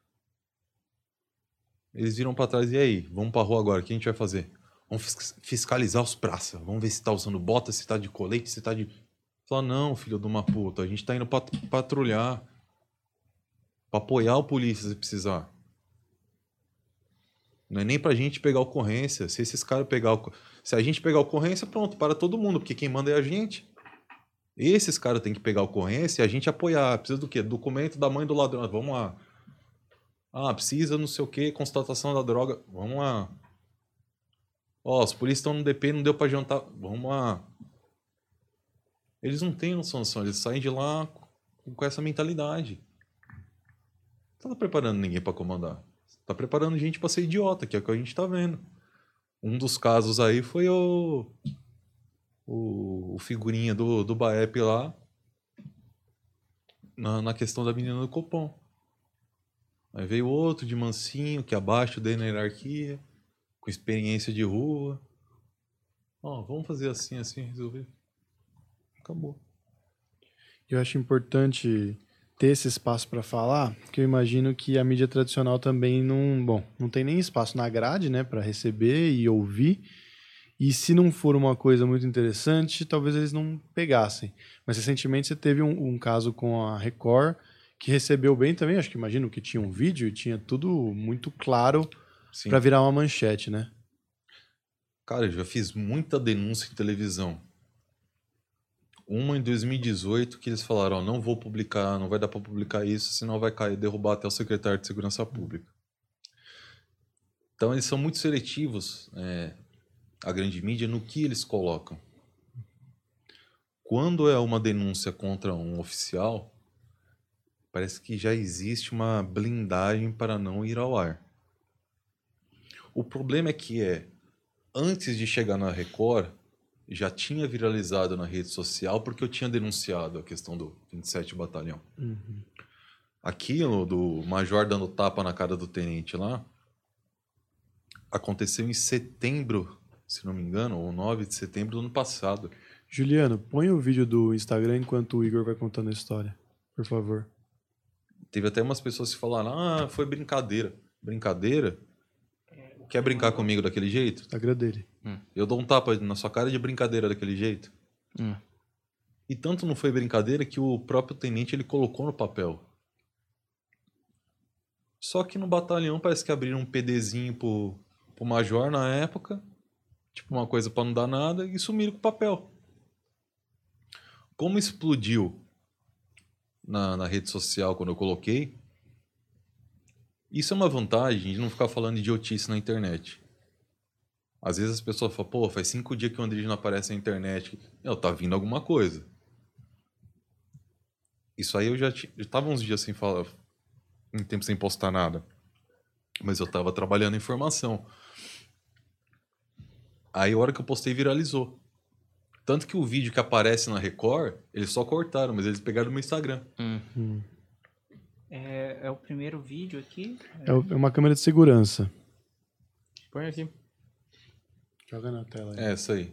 Eles viram pra trás, e aí, vamos pra rua agora, o que a gente vai fazer? Vamos fiscalizar os praças, vamos ver se tá usando bota, se tá de colete, se tá de... Fala, não, filho de uma puta, a gente tá indo patrulhar, pra apoiar o polícia se precisar. Não é nem pra gente pegar ocorrência. Se esses caras se a gente pegar ocorrência, pronto, para todo mundo, porque quem manda é a gente. Esses caras têm que pegar ocorrência e a gente apoiar. Precisa do quê? Documento da mãe do ladrão. Vamos lá. Precisa não sei o quê, constatação da droga. Vamos lá. Os polícias estão no DP, não deu pra jantar. Vamos lá. Eles não têm noção, eles saem de lá com essa mentalidade. Não tá preparando ninguém pra comandar. Tá preparando gente pra ser idiota, que é o que a gente tá vendo. Um dos casos aí foi o figurinha do Baep lá, na questão da menina do Copom. Aí veio outro de mansinho, que abaixo dele na hierarquia, com experiência de rua. Vamos fazer assim, resolver. Acabou. Eu acho importante ter esse espaço para falar, porque eu imagino que a mídia tradicional também não tem nem espaço na grade, né, para receber e ouvir. E se não for uma coisa muito interessante, talvez eles não pegassem. Mas recentemente você teve um caso com a Record, que recebeu bem também, acho que imagino que tinha um vídeo e tinha tudo muito claro para virar uma manchete, né? Cara, eu já fiz muita denúncia em televisão. Uma em 2018 que eles falaram, não vou publicar, não vai dar para publicar isso, senão vai derrubar até o secretário de Segurança Pública. Então eles são muito seletivos, a grande mídia, no que eles colocam. Quando é uma denúncia contra um oficial, parece que já existe uma blindagem para não ir ao ar. O problema é que antes de chegar na Record, já tinha viralizado na rede social porque eu tinha denunciado a questão do 27º Batalhão. Aquilo do major dando tapa na cara do tenente lá aconteceu em setembro, se não me engano, ou 9 de setembro do ano passado. Juliano, põe o vídeo do Instagram enquanto o Igor vai contando a história, por favor. Teve até umas pessoas que falaram, foi brincadeira. Brincadeira? Quer brincar comigo daquele jeito? Instagram dele. Eu dou um tapa na sua cara de brincadeira daquele jeito. E tanto não foi brincadeira que o próprio tenente ele colocou no papel. Só que no batalhão parece que abriram um PDzinho pro major na época, tipo uma coisa pra não dar nada, e sumiram com o papel. Como explodiu na rede social quando eu coloquei, isso é uma vantagem de não ficar falando idiotice na internet. Às vezes as pessoas falam, pô, faz 5 dias que o Andrige não aparece na internet. Não, tá vindo alguma coisa. Isso aí eu já tava uns dias sem falar, um tempo sem postar nada. Mas eu tava trabalhando em informação. Aí a hora que eu postei viralizou. Tanto que o vídeo que aparece na Record, eles só cortaram, mas eles pegaram no meu Instagram. É o primeiro vídeo aqui? É uma câmera de segurança. Põe aqui. Joga na tela aí. É, essa aí.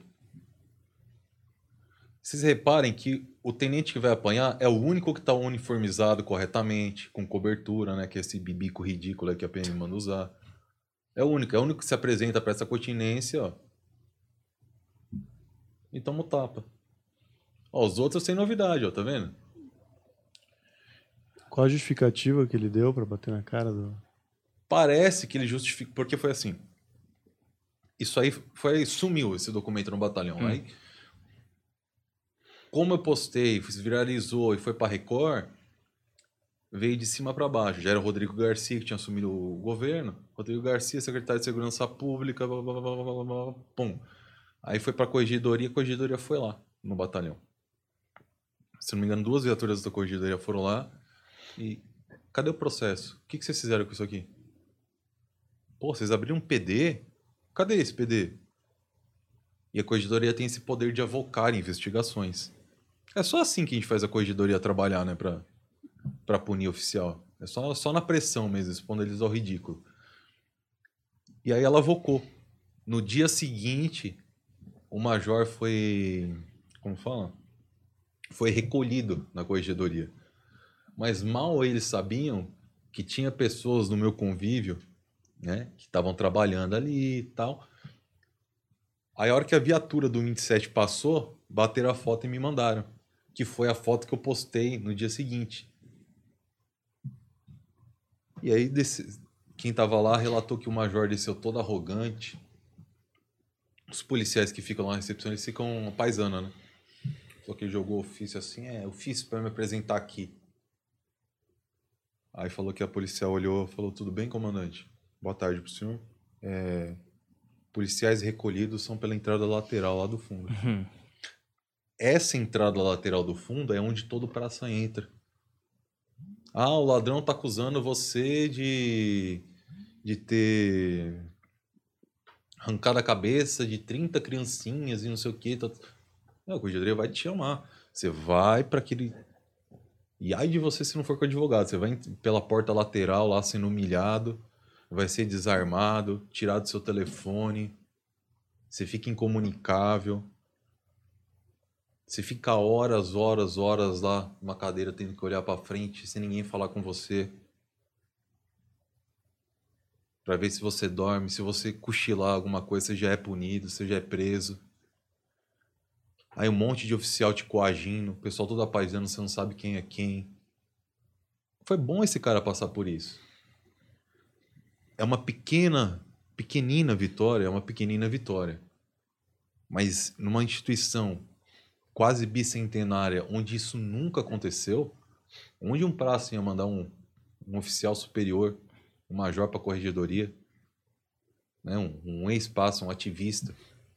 Vocês reparem que o tenente que vai apanhar é o único que tá uniformizado corretamente, com cobertura, né? Que é esse bibico ridículo aí que a PM manda usar. É o único que se apresenta pra essa continência, ó. E toma o tapa. Ó, os outros sem novidade, ó, tá vendo? Qual a justificativa que ele deu pra bater na cara do... Parece que ele justifica, porque foi assim. Isso aí sumiu esse documento no batalhão. Aí, como eu postei, viralizou e foi pra Record, veio de cima pra baixo. Já era o Rodrigo Garcia que tinha assumido o governo. Rodrigo Garcia, secretário de Segurança Pública, blá, blá, blá, blá, blá, blá, pum. Aí foi pra corregedoria, a corregedoria foi lá, no batalhão. Se não me engano, 2 viaturas da corregedoria foram lá. E cadê o processo? O que vocês fizeram com isso aqui? Pô, vocês abriram um PD? Cadê esse PD? E a corregedoria tem esse poder de avocar investigações. É só assim que a gente faz a corregedoria trabalhar, né? Pra punir oficial. É só na pressão mesmo, expondo eles ao ridículo. E aí ela avocou. No dia seguinte, o major foi... Como fala? Foi recolhido na corregedoria. Mas mal eles sabiam que tinha pessoas no meu convívio, né? Que estavam trabalhando ali e tal. Aí a hora que a viatura do 27 passou, bateram a foto e me mandaram. Que foi a foto que eu postei no dia seguinte. E aí quem tava lá relatou que o major desceu todo arrogante. Os policiais que ficam lá na recepção, eles ficam paisana, né? Só que ele jogou ofício assim, ofício para me apresentar aqui. Aí falou que a policial olhou e falou, tudo bem, comandante? Boa tarde pro senhor. Policiais recolhidos são pela entrada lateral lá do fundo. Essa entrada lateral do fundo é onde todo praça entra. Ah, o ladrão tá acusando você de ter arrancado a cabeça de 30 criancinhas e não sei o que. Não, a corregedoria vai te chamar. Você vai para aquele... E ai de você se não for com o advogado. Você vai pela porta lateral lá sendo humilhado, vai ser desarmado, tirado do seu telefone, você fica incomunicável, você fica horas lá numa cadeira tendo que olhar para frente sem ninguém falar com você. Para ver se você dorme, se você cochilar alguma coisa, você já é punido, você já é preso. Aí um monte de oficial te coagindo, o pessoal todo apaisando, você não sabe quem é quem. Foi bom esse cara passar por isso. É uma pequenina vitória. Mas numa instituição quase bicentenária, onde isso nunca aconteceu, onde um praça ia mandar um oficial superior, um major para a corregedoria, né, um ex-praça, um ativista.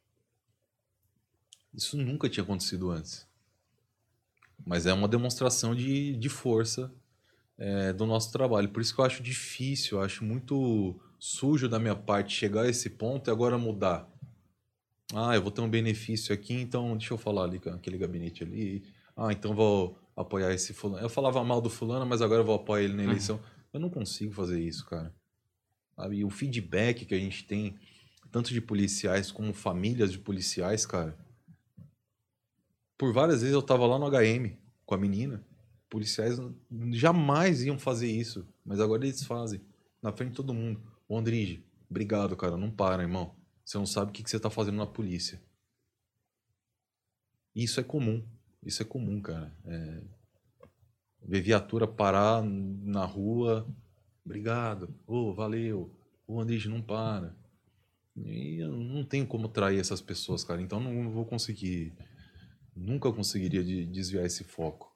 Isso nunca tinha acontecido antes. Mas é uma demonstração de força do nosso trabalho. Por isso que eu acho difícil, eu acho muito sujo da minha parte chegar a esse ponto e agora mudar. Ah, eu vou ter um benefício aqui, então deixa eu falar ali com aquele gabinete ali. Ah, então vou apoiar esse fulano. Eu falava mal do fulano, mas agora eu vou apoiar ele na eleição. Eu não consigo fazer isso, cara. Sabe? E o feedback que a gente tem, tanto de policiais como famílias de policiais, cara. Por várias vezes eu tava lá no HM com a menina. Policiais jamais iam fazer isso, mas agora eles fazem. Na frente de todo mundo. Ô, Andrige, obrigado, cara. Não para, irmão. Você não sabe o que você tá fazendo na polícia. Isso é comum. Isso é comum, cara. Ver viatura parar na rua. Obrigado. Ô, valeu. Ô, Andrige, não para. E eu não tenho como trair essas pessoas, cara. Então não vou conseguir... Nunca conseguiria desviar esse foco.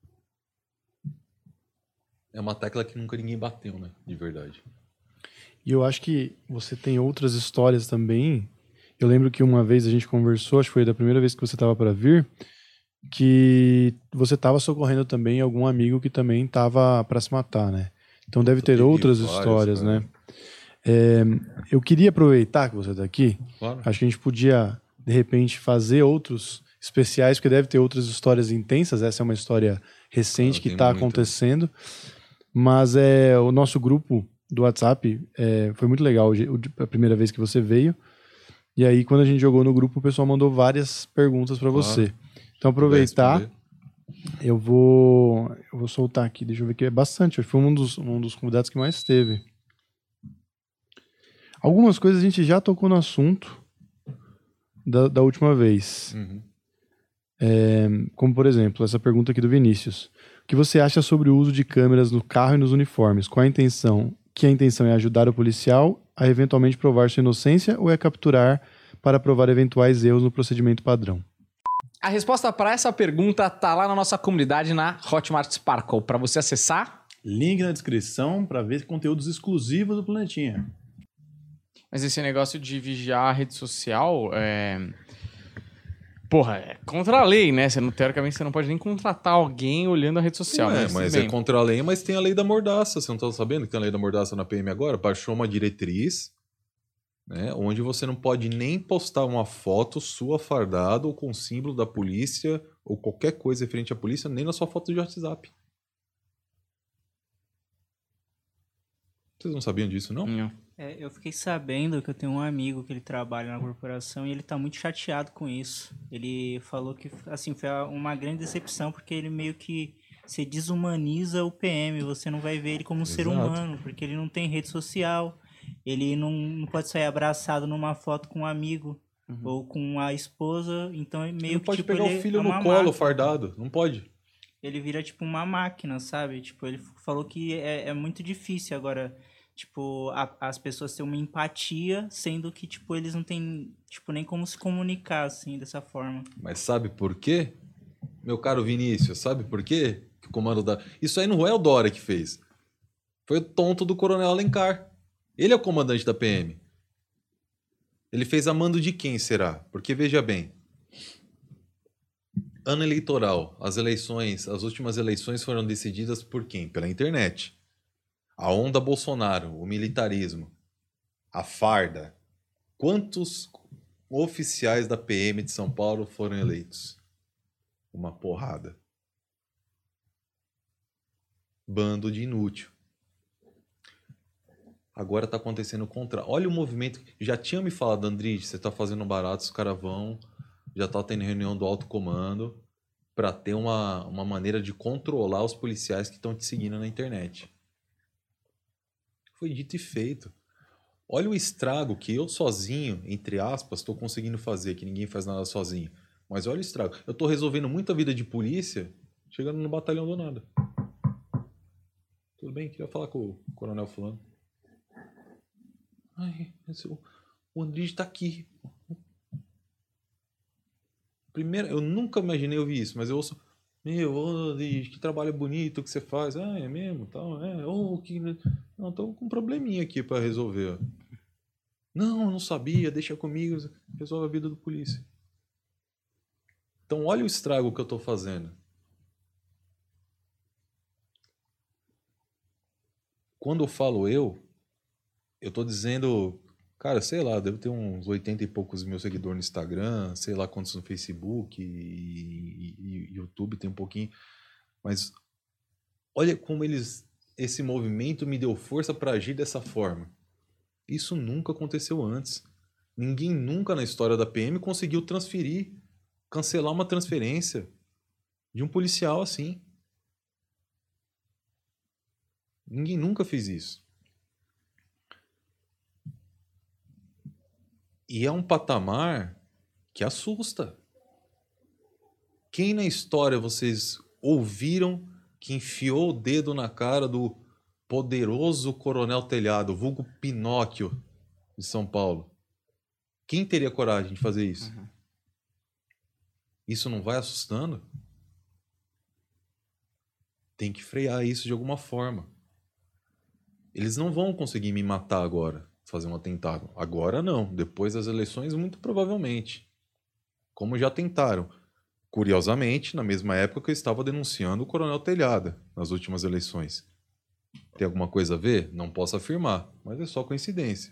É uma tecla que nunca ninguém bateu, né? De verdade. E eu acho que você tem outras histórias também Eu lembro que uma vez a gente conversou, acho que foi da primeira vez que você estava para vir, que você estava socorrendo também algum amigo que também estava para se matar, né? Então deve ter outras histórias, né? Eu queria aproveitar que você está aqui. Claro. Acho que a gente podia, de repente, fazer outros especiais, porque deve ter outras histórias intensas. Essa é uma história recente que está acontecendo. Mas o nosso grupo do WhatsApp foi muito legal a primeira vez que você veio. E aí, quando a gente jogou no grupo, o pessoal mandou várias perguntas para você. Então, aproveitar, eu vou soltar aqui. Deixa eu ver que é bastante. Acho que foi um dos convidados que mais teve. Algumas coisas a gente já tocou no assunto da última vez. Uhum. Como, por exemplo, essa pergunta aqui do Vinícius. O que você acha sobre o uso de câmeras no carro e nos uniformes? Qual a intenção? Que a intenção é ajudar o policial a eventualmente provar sua inocência ou é capturar para provar eventuais erros no procedimento padrão? A resposta para essa pergunta tá lá na nossa comunidade na Hotmart Sparkle. Para você acessar... Link na descrição para ver conteúdos exclusivos do Planetinha. Mas esse negócio de vigiar a rede social Porra, é contra a lei, né? Teoricamente, você não pode nem contratar alguém olhando a rede social. Mas é contra a lei, mas tem a lei da mordaça. Você não tá sabendo que tem a lei da mordaça na PM agora? Baixou uma diretriz, né, onde você não pode nem postar uma foto sua fardado ou com símbolo da polícia ou qualquer coisa referente à polícia, nem na sua foto de WhatsApp. Vocês não sabiam disso, não? Não. Eu fiquei sabendo que eu tenho um amigo que ele trabalha na corporação e ele tá muito chateado com isso. Ele falou que, assim, foi uma grande decepção porque ele meio que se desumaniza o PM. Você não vai ver ele como um ser humano, porque ele não tem rede social. Ele não pode sair abraçado numa foto com um amigo ou com a esposa. Então, é meio não que, pode tipo, pegar o filho no colo fardado. Não pode. Ele vira, tipo, uma máquina, sabe? Tipo, ele falou que é muito difícil agora... Tipo, as pessoas têm uma empatia, sendo que, tipo, eles não têm, tipo, nem como se comunicar, assim, dessa forma. Mas sabe por quê? Meu caro Vinícius, sabe por quê? Que o comando da... Isso aí não é o Dória que fez. Foi o tonto do Coronel Alencar. Ele é o comandante da PM. Ele fez a mando de quem, será? Porque, veja bem, ano eleitoral, as últimas eleições foram decididas por quem? Pela internet. A onda Bolsonaro, o militarismo, a farda. Quantos oficiais da PM de São Paulo foram eleitos? Uma porrada. Bando de inútil. Agora está acontecendo o contrário. Olha o movimento. Já tinha me falado, Andrige, você está fazendo barato, os caras vão. Já está tendo reunião do alto comando para ter uma maneira de controlar os policiais que estão te seguindo na internet. Foi dito e feito. Olha o estrago que eu sozinho, entre aspas, estou conseguindo fazer, que ninguém faz nada sozinho. Mas olha o estrago. Eu estou resolvendo muita vida de polícia, chegando no batalhão do nada. Tudo bem? Queria falar com o coronel fulano. Ai, o Andrige está aqui. Primeiro, eu nunca imaginei ouvir isso, mas eu ouço... Meu, Andrige, que trabalho bonito que você faz. Ah, é mesmo? Tal, que... Não, tô com um probleminha aqui para resolver. Não sabia, deixa comigo, resolve a vida do polícia. Então olha o estrago que eu tô fazendo. Quando eu falo eu tô dizendo, cara, sei lá, devo ter uns 80 e poucos mil seguidores no Instagram, sei lá quantos no Facebook e YouTube tem um pouquinho. Mas olha como esse movimento me deu força para agir dessa forma. Isso nunca aconteceu antes. Ninguém nunca na história da PM conseguiu cancelar uma transferência de um policial assim. Ninguém nunca fez isso. E é um patamar que assusta. Quem na história vocês ouviram que enfiou o dedo na cara do poderoso Coronel Telhado, vulgo Pinóquio de São Paulo? Quem teria coragem de fazer isso? Isso não vai assustando? Tem que frear isso de alguma forma. Eles não vão conseguir me matar agora. fazer um atentado. Agora não. Depois das eleições, muito provavelmente. Como já tentaram. Curiosamente, na mesma época que eu estava denunciando o Coronel Telhada nas últimas eleições. Tem alguma coisa a ver? Não posso afirmar, mas é só coincidência.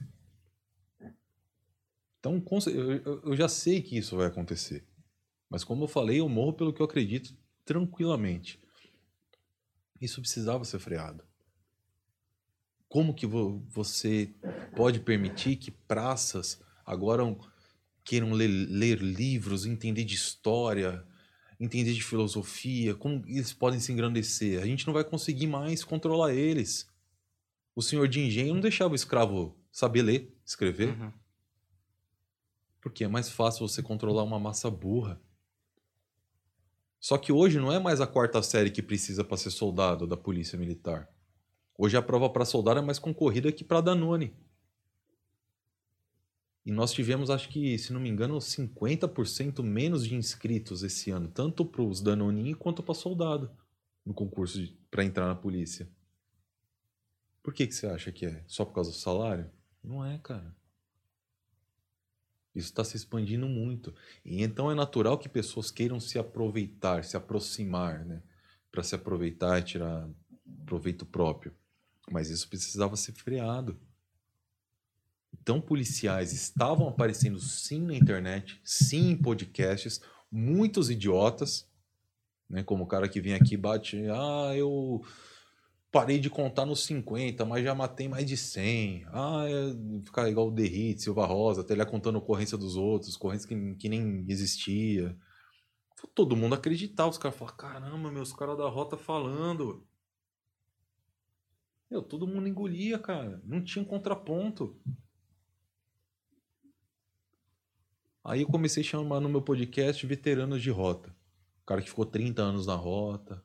Então, eu já sei que isso vai acontecer. Mas como eu falei, eu morro pelo que eu acredito tranquilamente. Isso precisava ser freado. Como que você pode permitir que praças agora queiram ler livros, entender de história, entender de filosofia? Como eles podem se engrandecer? A gente não vai conseguir mais controlar eles. O senhor de engenho não deixava o escravo saber ler, escrever. Uhum. Porque é mais fácil você controlar uma massa burra. Só que hoje não é mais a 4ª série que precisa para ser soldado da polícia militar. Hoje a prova para soldado é mais concorrida que para Danone. E nós tivemos, acho que, se não me engano, 50% menos de inscritos esse ano, tanto para os Danone quanto para soldado, no concurso para entrar na polícia. Por que você acha que é? Só por causa do salário? Não é, cara. Isso está se expandindo muito. E então é natural que pessoas queiram se aproveitar, se aproximar, né? Para se aproveitar e tirar proveito próprio. Mas isso precisava ser freado. Então, policiais estavam aparecendo sim na internet, sim em podcasts, muitos idiotas, né? Como o cara que vem aqui e bate, eu parei de contar nos 50, mas já matei mais de 100. Ficar igual o Derrite, Silva Rosa, até ele contando a ocorrência dos outros, ocorrência que nem existia. Todo mundo acreditava, os caras falavam, caramba, os caras da rota falando. Todo mundo engolia, cara. Não tinha um contraponto. Aí eu comecei a chamar no meu podcast veteranos de rota. O cara que ficou 30 anos na rota.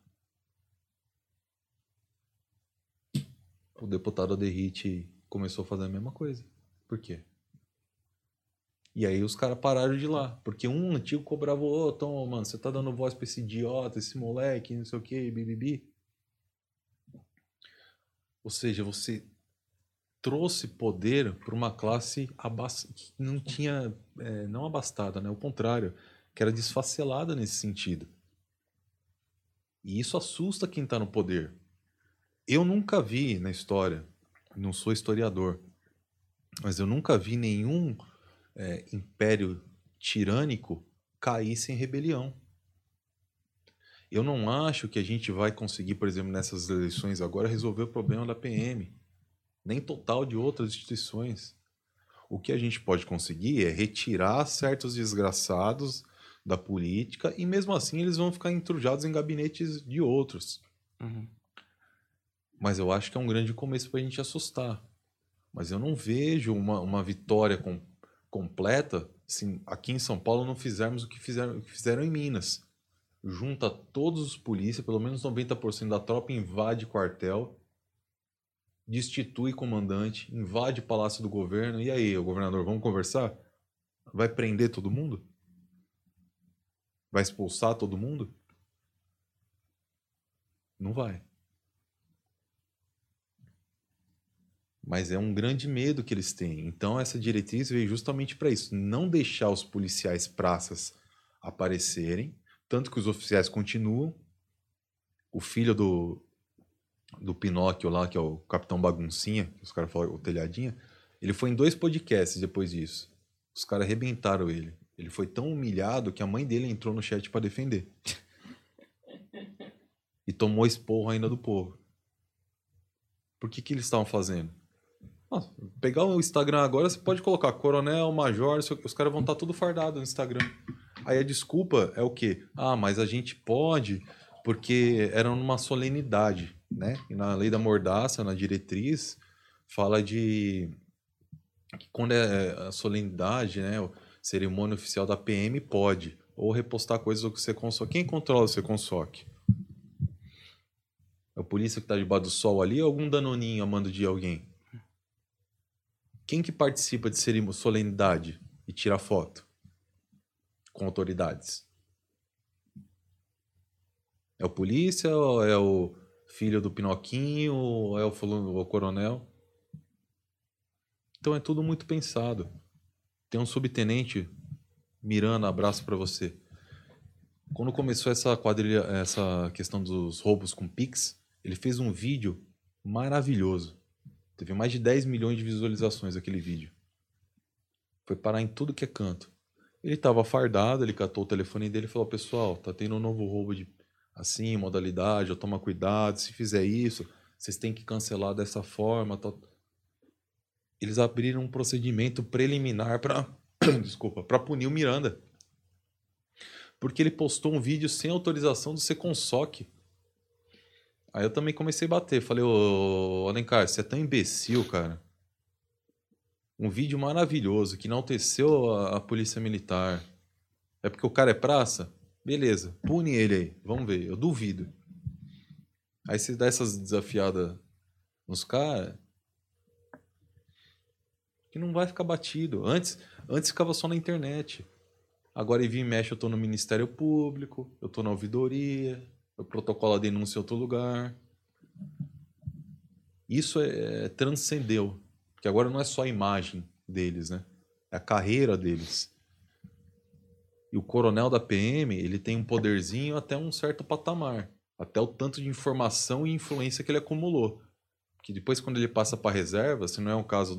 O deputado Derrite começou a fazer a mesma coisa. Por quê? E aí os caras pararam de ir lá. Porque um antigo cobrava o outro. Mano, você tá dando voz pra esse idiota, esse moleque, não sei o que, bibibi. Ou seja, você trouxe poder para uma classe que não tinha, não abastada, né? O contrário, que era desfacelada nesse sentido. E isso assusta quem está no poder. Eu nunca vi na história, não sou historiador, mas eu nunca vi nenhum império tirânico cair sem rebelião. Eu não acho que a gente vai conseguir, por exemplo, nessas eleições agora, resolver o problema da PM, nem total de outras instituições. O que a gente pode conseguir é retirar certos desgraçados da política e mesmo assim eles vão ficar entrujados em gabinetes de outros. Uhum. Mas eu acho que é um grande começo para a gente assustar. Mas eu não vejo uma vitória completa se aqui em São Paulo não fizermos o que fizeram em Minas. Junta todos os polícias, pelo menos 90% da tropa invade quartel, destitui comandante, invade o palácio do governo. E aí, o governador, vamos conversar? Vai prender todo mundo? Vai expulsar todo mundo? Não vai. Mas é um grande medo que eles têm. Então essa diretriz veio justamente para isso. Não deixar os policiais praças aparecerem. Tanto que os oficiais continuam. O filho do Pinóquio lá, que é o Capitão Baguncinha, que os caras falam, o Telhadinha, ele foi em 2 podcasts depois disso. Os caras arrebentaram ele. Ele foi tão humilhado que a mãe dele entrou no chat para defender. E tomou esporro ainda do povo. Por que eles estavam fazendo? Pegar o Instagram agora, você pode colocar coronel, major, os caras vão estar tudo fardado no Instagram. Aí a desculpa é o quê? Mas a gente pode, porque era numa solenidade, né? E na lei da mordaça, na diretriz, fala de que quando é a solenidade, né? A cerimônia oficial da PM pode, ou repostar coisas do Seconsoc. Quem controla o Seconsoc? É o polícia que está debaixo do sol ali ou algum danoninho a mando de alguém? Quem que participa de solenidade e tira foto com autoridades? É o polícia ou é o filho do Pinoquinho ou é o fulano, o coronel? Então é tudo muito pensado. Tem um subtenente, Miranda, abraço para você. Quando começou essa quadrilha, essa questão dos roubos com Pix, ele fez um vídeo maravilhoso. Teve mais de 10 milhões de visualizações aquele vídeo. Foi parar em tudo que é canto. Ele estava fardado, ele catou o telefone dele e falou: pessoal, tá tendo um novo roubo de assim, modalidade, toma cuidado, se fizer isso, vocês têm que cancelar dessa forma. Tal. Eles abriram um procedimento preliminar para para punir o Miranda. Porque ele postou um vídeo sem autorização do Seconsec. Aí eu também comecei a bater. Falei, ô Alencar, você é tão imbecil, cara. Um vídeo maravilhoso que enalteceu a polícia militar. É porque o cara é praça? Beleza, pune ele aí. Vamos ver, eu duvido. Aí você dá essas desafiadas nos caras que não vai ficar batido. Antes ficava só na internet. Agora, vem e mexe, eu tô no Ministério Público, eu tô na ouvidoria, eu protocolo a denúncia em outro lugar. Isso transcendeu. Porque agora não é só a imagem deles, né? É a carreira deles. E o coronel da PM, ele tem um poderzinho até um certo patamar. Até o tanto de informação e influência que ele acumulou. Porque depois, quando ele passa para reserva, se não é o caso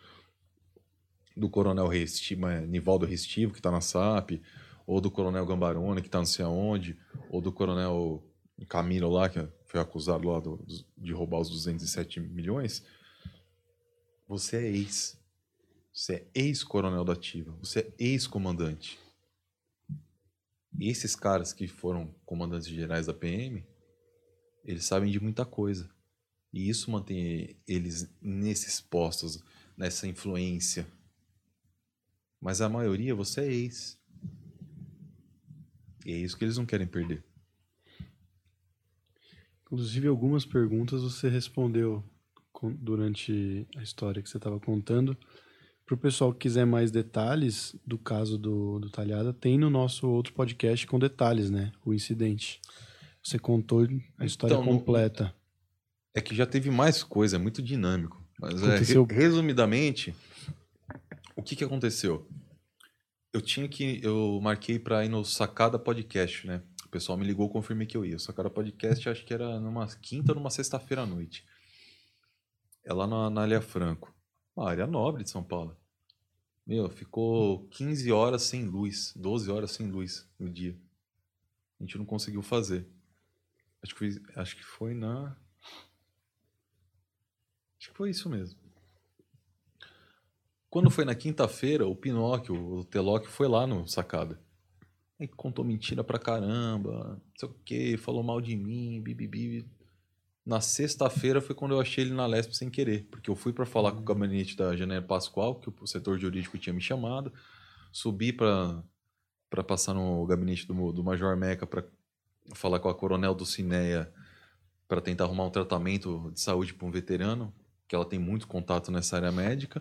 do coronel Restivo, Nivaldo Restivo, que está na SAP, ou do coronel Gambarone, que está não sei aonde, ou do coronel Camilo lá, que foi acusado lá de roubar os 207 milhões, você é ex. Você é ex-coronel da ativa. Você é ex-comandante. E esses caras que foram comandantes gerais da PM, eles sabem de muita coisa. E isso mantém eles nesses postos, nessa influência. Mas a maioria, você é ex. E é isso que eles não querem perder. Inclusive, algumas perguntas você respondeu durante a história que você estava contando. Para o pessoal que quiser mais detalhes do caso do Talhada, tem no nosso outro podcast com detalhes, né? O incidente. Você contou a história completa. É que já teve mais coisa, é muito dinâmico. Mas resumidamente, o que aconteceu? Eu marquei para ir no Sacada Podcast, né? O pessoal me ligou, confirmei que eu ia. O Sacada Podcast acho que era numa quinta ou numa sexta-feira à noite. É lá na Alia Franco. Uma área nobre de São Paulo. Meu, ficou 15 horas sem luz, 12 horas sem luz no dia. A gente não conseguiu fazer. Acho que foi na... Acho que foi isso mesmo. Quando foi na quinta-feira, o Pinóquio, o Telóquio, foi lá no Sacada. Aí contou mentira pra caramba, não sei o que, falou mal de mim, bibibi. Na sexta-feira foi quando eu achei ele na Lesp sem querer, porque eu fui para falar com o gabinete da Janeiro Pascoal, que o setor jurídico tinha me chamado, subi para passar no gabinete do Major Meca para falar com a coronel do Cineia para tentar arrumar um tratamento de saúde para um veterano, que ela tem muito contato nessa área médica.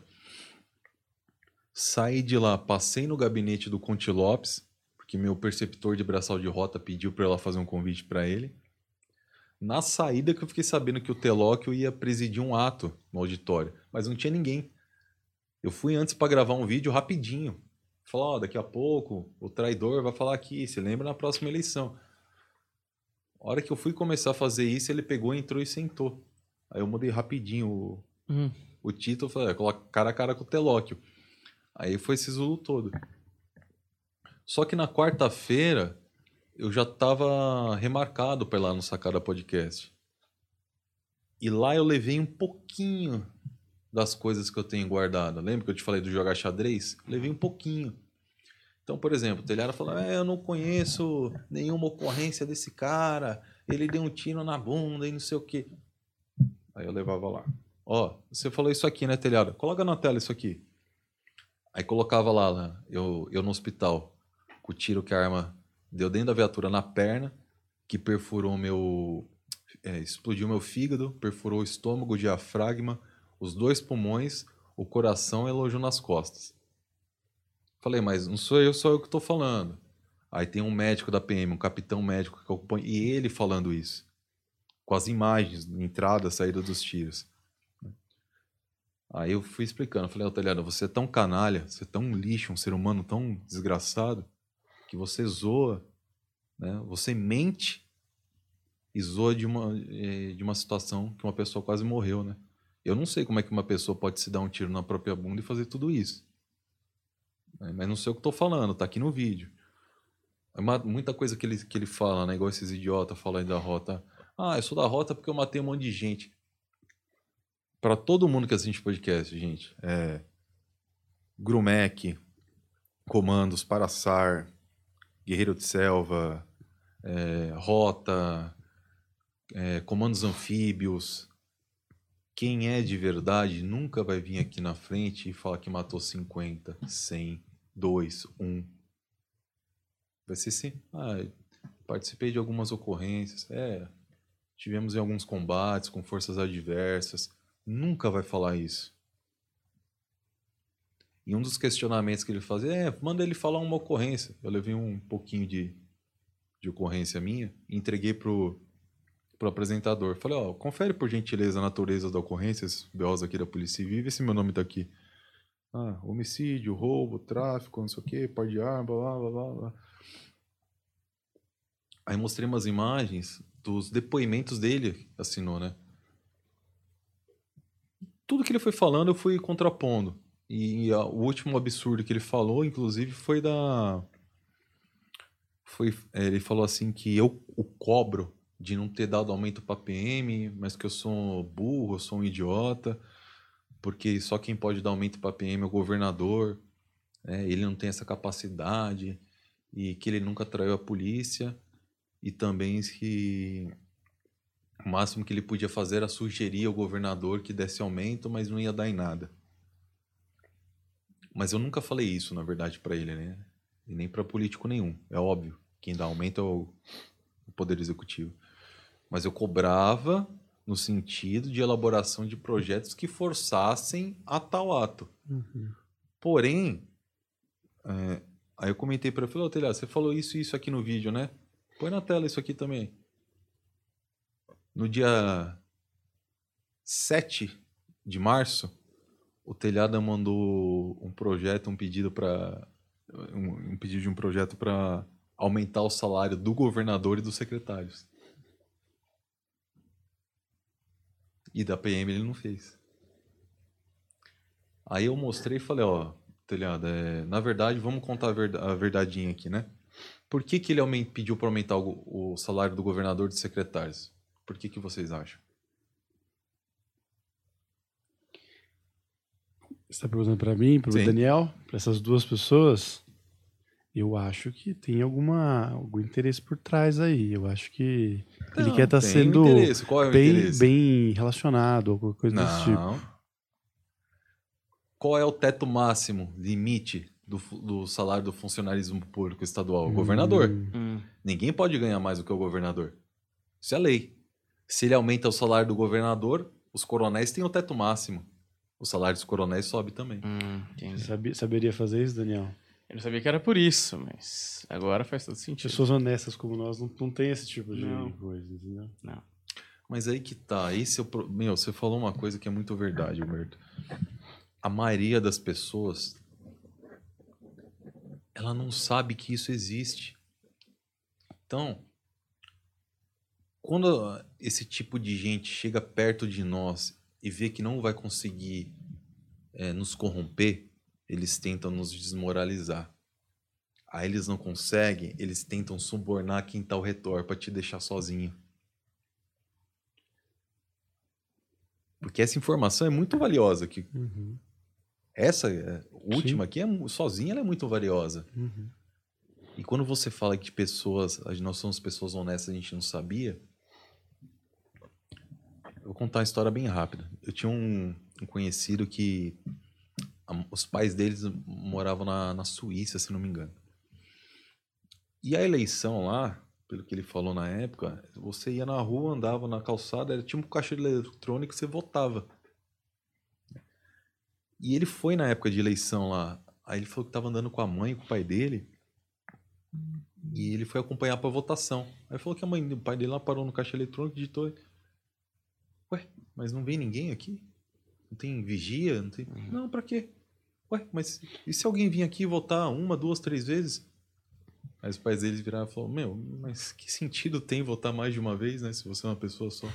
Saí de lá, passei no gabinete do Conte Lopes, porque meu perceptor de braçal de rota pediu para ela fazer um convite para ele. Na saída que eu fiquei sabendo que o Telóquio ia presidir um ato no auditório, mas não tinha ninguém. Eu fui antes para gravar um vídeo rapidinho. Falei, daqui a pouco o traidor vai falar aqui, se lembra na próxima eleição. A hora que eu fui começar a fazer isso, ele pegou, entrou e sentou. Aí eu mudei rapidinho o título, falei, coloca cara a cara com o Telóquio. Aí foi esse Zulu todo. Só que na quarta-feira eu já estava remarcado para ir lá no Sacada Podcast. E lá eu levei um pouquinho das coisas que eu tenho guardado. Lembra que eu te falei do jogar xadrez? Levei um pouquinho. Então, por exemplo, o Telhara falou, eu não conheço nenhuma ocorrência desse cara, ele deu um tiro na bunda e não sei o quê. Aí eu levava lá. Você falou isso aqui, né, Telhara? Coloca na tela isso aqui. Aí colocava lá eu no hospital, com o tiro que a arma deu dentro da viatura na perna, que perfurou explodiu meu fígado, perfurou o estômago, o diafragma, os 2 pulmões, o coração e elojou nas costas. Falei, mas não sou eu que estou falando. Aí tem um médico da PM, um capitão médico que acompanha, e ele falando isso, com as imagens, entrada, saída dos tiros. Aí eu fui explicando, falei, Telhado, você é tão canalha, você é tão lixo, um ser humano tão desgraçado, que você zoa, né? Você mente e zoa de uma situação que uma pessoa quase morreu, né? Eu não sei como é que uma pessoa pode se dar um tiro na própria bunda e fazer tudo isso. Mas não sei o que eu tô falando, tá aqui no vídeo. Muita coisa que ele fala, né? Igual esses idiotas falam aí da Rota. Eu sou da Rota porque eu matei um monte de gente. Pra todo mundo que assiste podcast, gente. Grumec, Comandos, Paraçar, Guerreiro de Selva, Rota, Comandos Anfíbios. Quem é de verdade nunca vai vir aqui na frente e falar que matou 50, 100, 2, 1. Vai ser assim, participei de algumas ocorrências, tivemos em alguns combates com forças adversas. Nunca vai falar isso. E um dos questionamentos que ele fazia manda ele falar uma ocorrência. Eu levei um pouquinho de ocorrência minha e entreguei pro apresentador. Falei, confere por gentileza a natureza da ocorrência, esses BOs aqui da Polícia Civil, vê se meu nome tá aqui. Homicídio, roubo, tráfico, não sei o que, par de arma, blá, blá, blá, blá. Aí mostrei umas imagens dos depoimentos dele, assinou, né? Tudo que ele foi falando eu fui contrapondo. E o último absurdo que ele falou, inclusive, foi ele falou assim que eu o cobro de não ter dado aumento para PM, mas que eu sou burro, eu sou um idiota, porque só quem pode dar aumento para PM é o governador, ele não tem essa capacidade, e que ele nunca traiu a polícia, e também que o máximo que ele podia fazer era sugerir ao governador que desse aumento, mas não ia dar em nada. Mas eu nunca falei isso, na verdade, para ele, né? E nem para político nenhum, é óbvio. Quem dá aumento é o Poder Executivo. Mas eu cobrava no sentido de elaboração de projetos que forçassem a tal ato. Uhum. Porém, aí eu comentei para ele, falei, Telhado, você falou isso e isso aqui no vídeo, né? Põe na tela isso aqui também. No dia 7 de março, o Telhado mandou um projeto, um pedido de um projeto para aumentar o salário do governador e dos secretários. E da PM ele não fez. Aí eu mostrei e falei, Telhado, na verdade, vamos contar a verdadeinha aqui, né? Por que ele pediu para aumentar o salário do governador e dos secretários? Por que vocês acham? Você está perguntando para mim, para o Daniel, para essas duas pessoas? Eu acho que tem algum interesse por trás aí. Eu acho que ele quer estar sendo bem relacionado, alguma coisa desse tipo. Qual é o teto máximo, limite do salário do funcionarismo público estadual? O governador. Ninguém pode ganhar mais do que o governador. Isso é lei. Se ele aumenta o salário do governador, os coronéis têm o teto máximo. O salário dos coronéis sobe também. Você saberia fazer isso, Daniel? Eu não sabia que era por isso, mas agora faz todo sentido. Pessoas honestas como nós não tem esse tipo de coisa, entendeu? Não. Mas aí que tá. Você falou uma coisa que é muito verdade, Humberto. A maioria das pessoas, ela não sabe que isso existe. Então, quando esse tipo de gente chega perto de nós e vê que não vai conseguir nos corromper, eles tentam nos desmoralizar. Aí eles não conseguem, eles tentam subornar quem tá ao redor para te deixar sozinho. Porque essa informação é muito valiosa. Essa última aqui, sozinha, ela é muito valiosa. E quando você fala que nós somos pessoas honestas, a gente não sabia. Eu vou contar uma história bem rápida. Eu tinha um conhecido que os pais deles moravam na Suíça, se não me engano. E a eleição lá, pelo que ele falou na época, você ia na rua, andava na calçada, era tipo um caixeiro eletrônico, você votava. E ele foi na época de eleição lá. Aí ele falou que estava andando com a mãe e com o pai dele. E ele foi acompanhar para votação. Aí falou que o pai dele lá parou no caixa eletrônico e digitou. Ué, mas não vem ninguém aqui? Não tem vigia? Não, tem... Não, pra quê? Ué, mas e se alguém vir aqui votar 1, 2, 3 vezes? Aí os pais deles viraram e falaram, meu, mas que sentido tem votar mais de uma vez, né? Se você é uma pessoa só.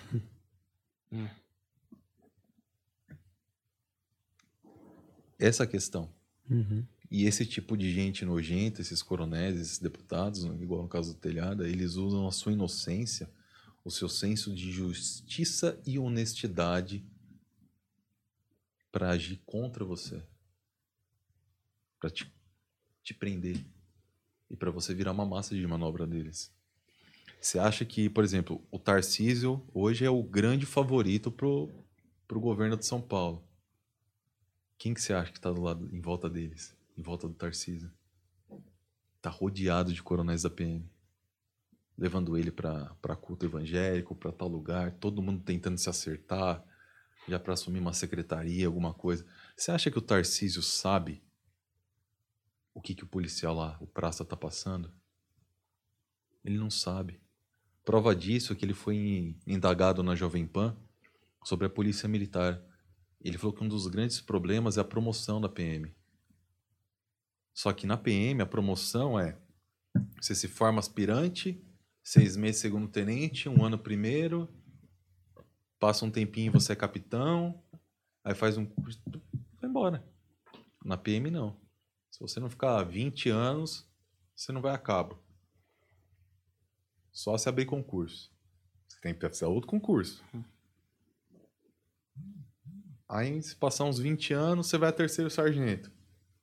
Essa é a questão. E esse tipo de gente nojenta, esses coronéis, esses deputados, igual no caso do Telhada, eles usam a sua inocência, o seu senso de justiça e honestidade para agir contra você. Para te prender. E para você virar uma massa de manobra deles. Você acha que, por exemplo, o Tarcísio hoje é o grande favorito pro governo de São Paulo. Quem que você acha que está do lado, em volta deles? Em volta do Tarcísio? Tá rodeado de coronéis da PM. Levando ele para culto evangélico, para tal lugar. Todo mundo tentando se acertar. Já para assumir uma secretaria, alguma coisa. Você acha que o Tarcísio sabe o que o policial lá, o praça, tá passando? Ele não sabe. Prova disso é que ele foi indagado na Jovem Pan sobre a polícia militar. Ele falou que um dos grandes problemas é a promoção da PM. Só que na PM a promoção é: você se forma aspirante, 6 meses segundo tenente, 1 ano primeiro, passa um tempinho e você é capitão, aí faz um curso, vai embora. Na PM não. Se você não ficar 20 anos, você não vai a cabo. Só se abrir concurso. Você tem que fazer outro concurso. Aí, se passar uns 20 anos, você vai a 3º sargento.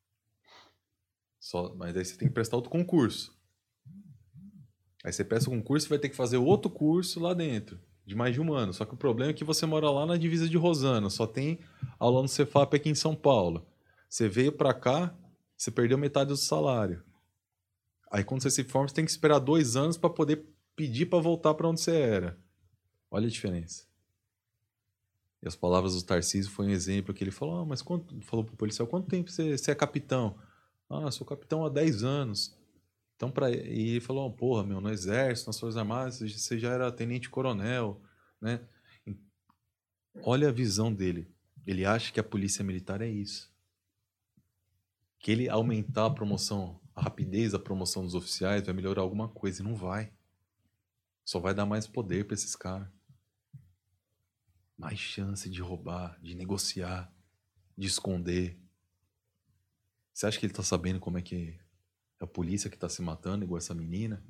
Mas aí você tem que prestar outro concurso. Aí você presta o concurso e vai ter que fazer outro curso lá dentro, de mais de 1 ano. Só que o problema é que você mora lá na divisa de Rosana, só tem aula no Cefap aqui em São Paulo. Você veio pra cá, você perdeu metade do salário. Aí quando você se forma, você tem que esperar 2 anos para poder pedir para voltar para onde você era. Olha a diferença. E as palavras do Tarcísio foi um exemplo que ele falou, mas falou pro policial, quanto tempo você é capitão? Ah, sou capitão há 10 anos. Então, e ele falou, porra, meu, no exército, nas Forças Armadas, você já era tenente-coronel, né? Olha a visão dele. Ele acha que a polícia militar é isso. Que ele aumentar a promoção, a rapidez da promoção dos oficiais vai melhorar alguma coisa. E não vai. Só vai dar mais poder para esses caras. Mais chance de roubar, de negociar, de esconder. Você acha que ele tá sabendo como é que é a polícia que tá se matando, igual essa menina?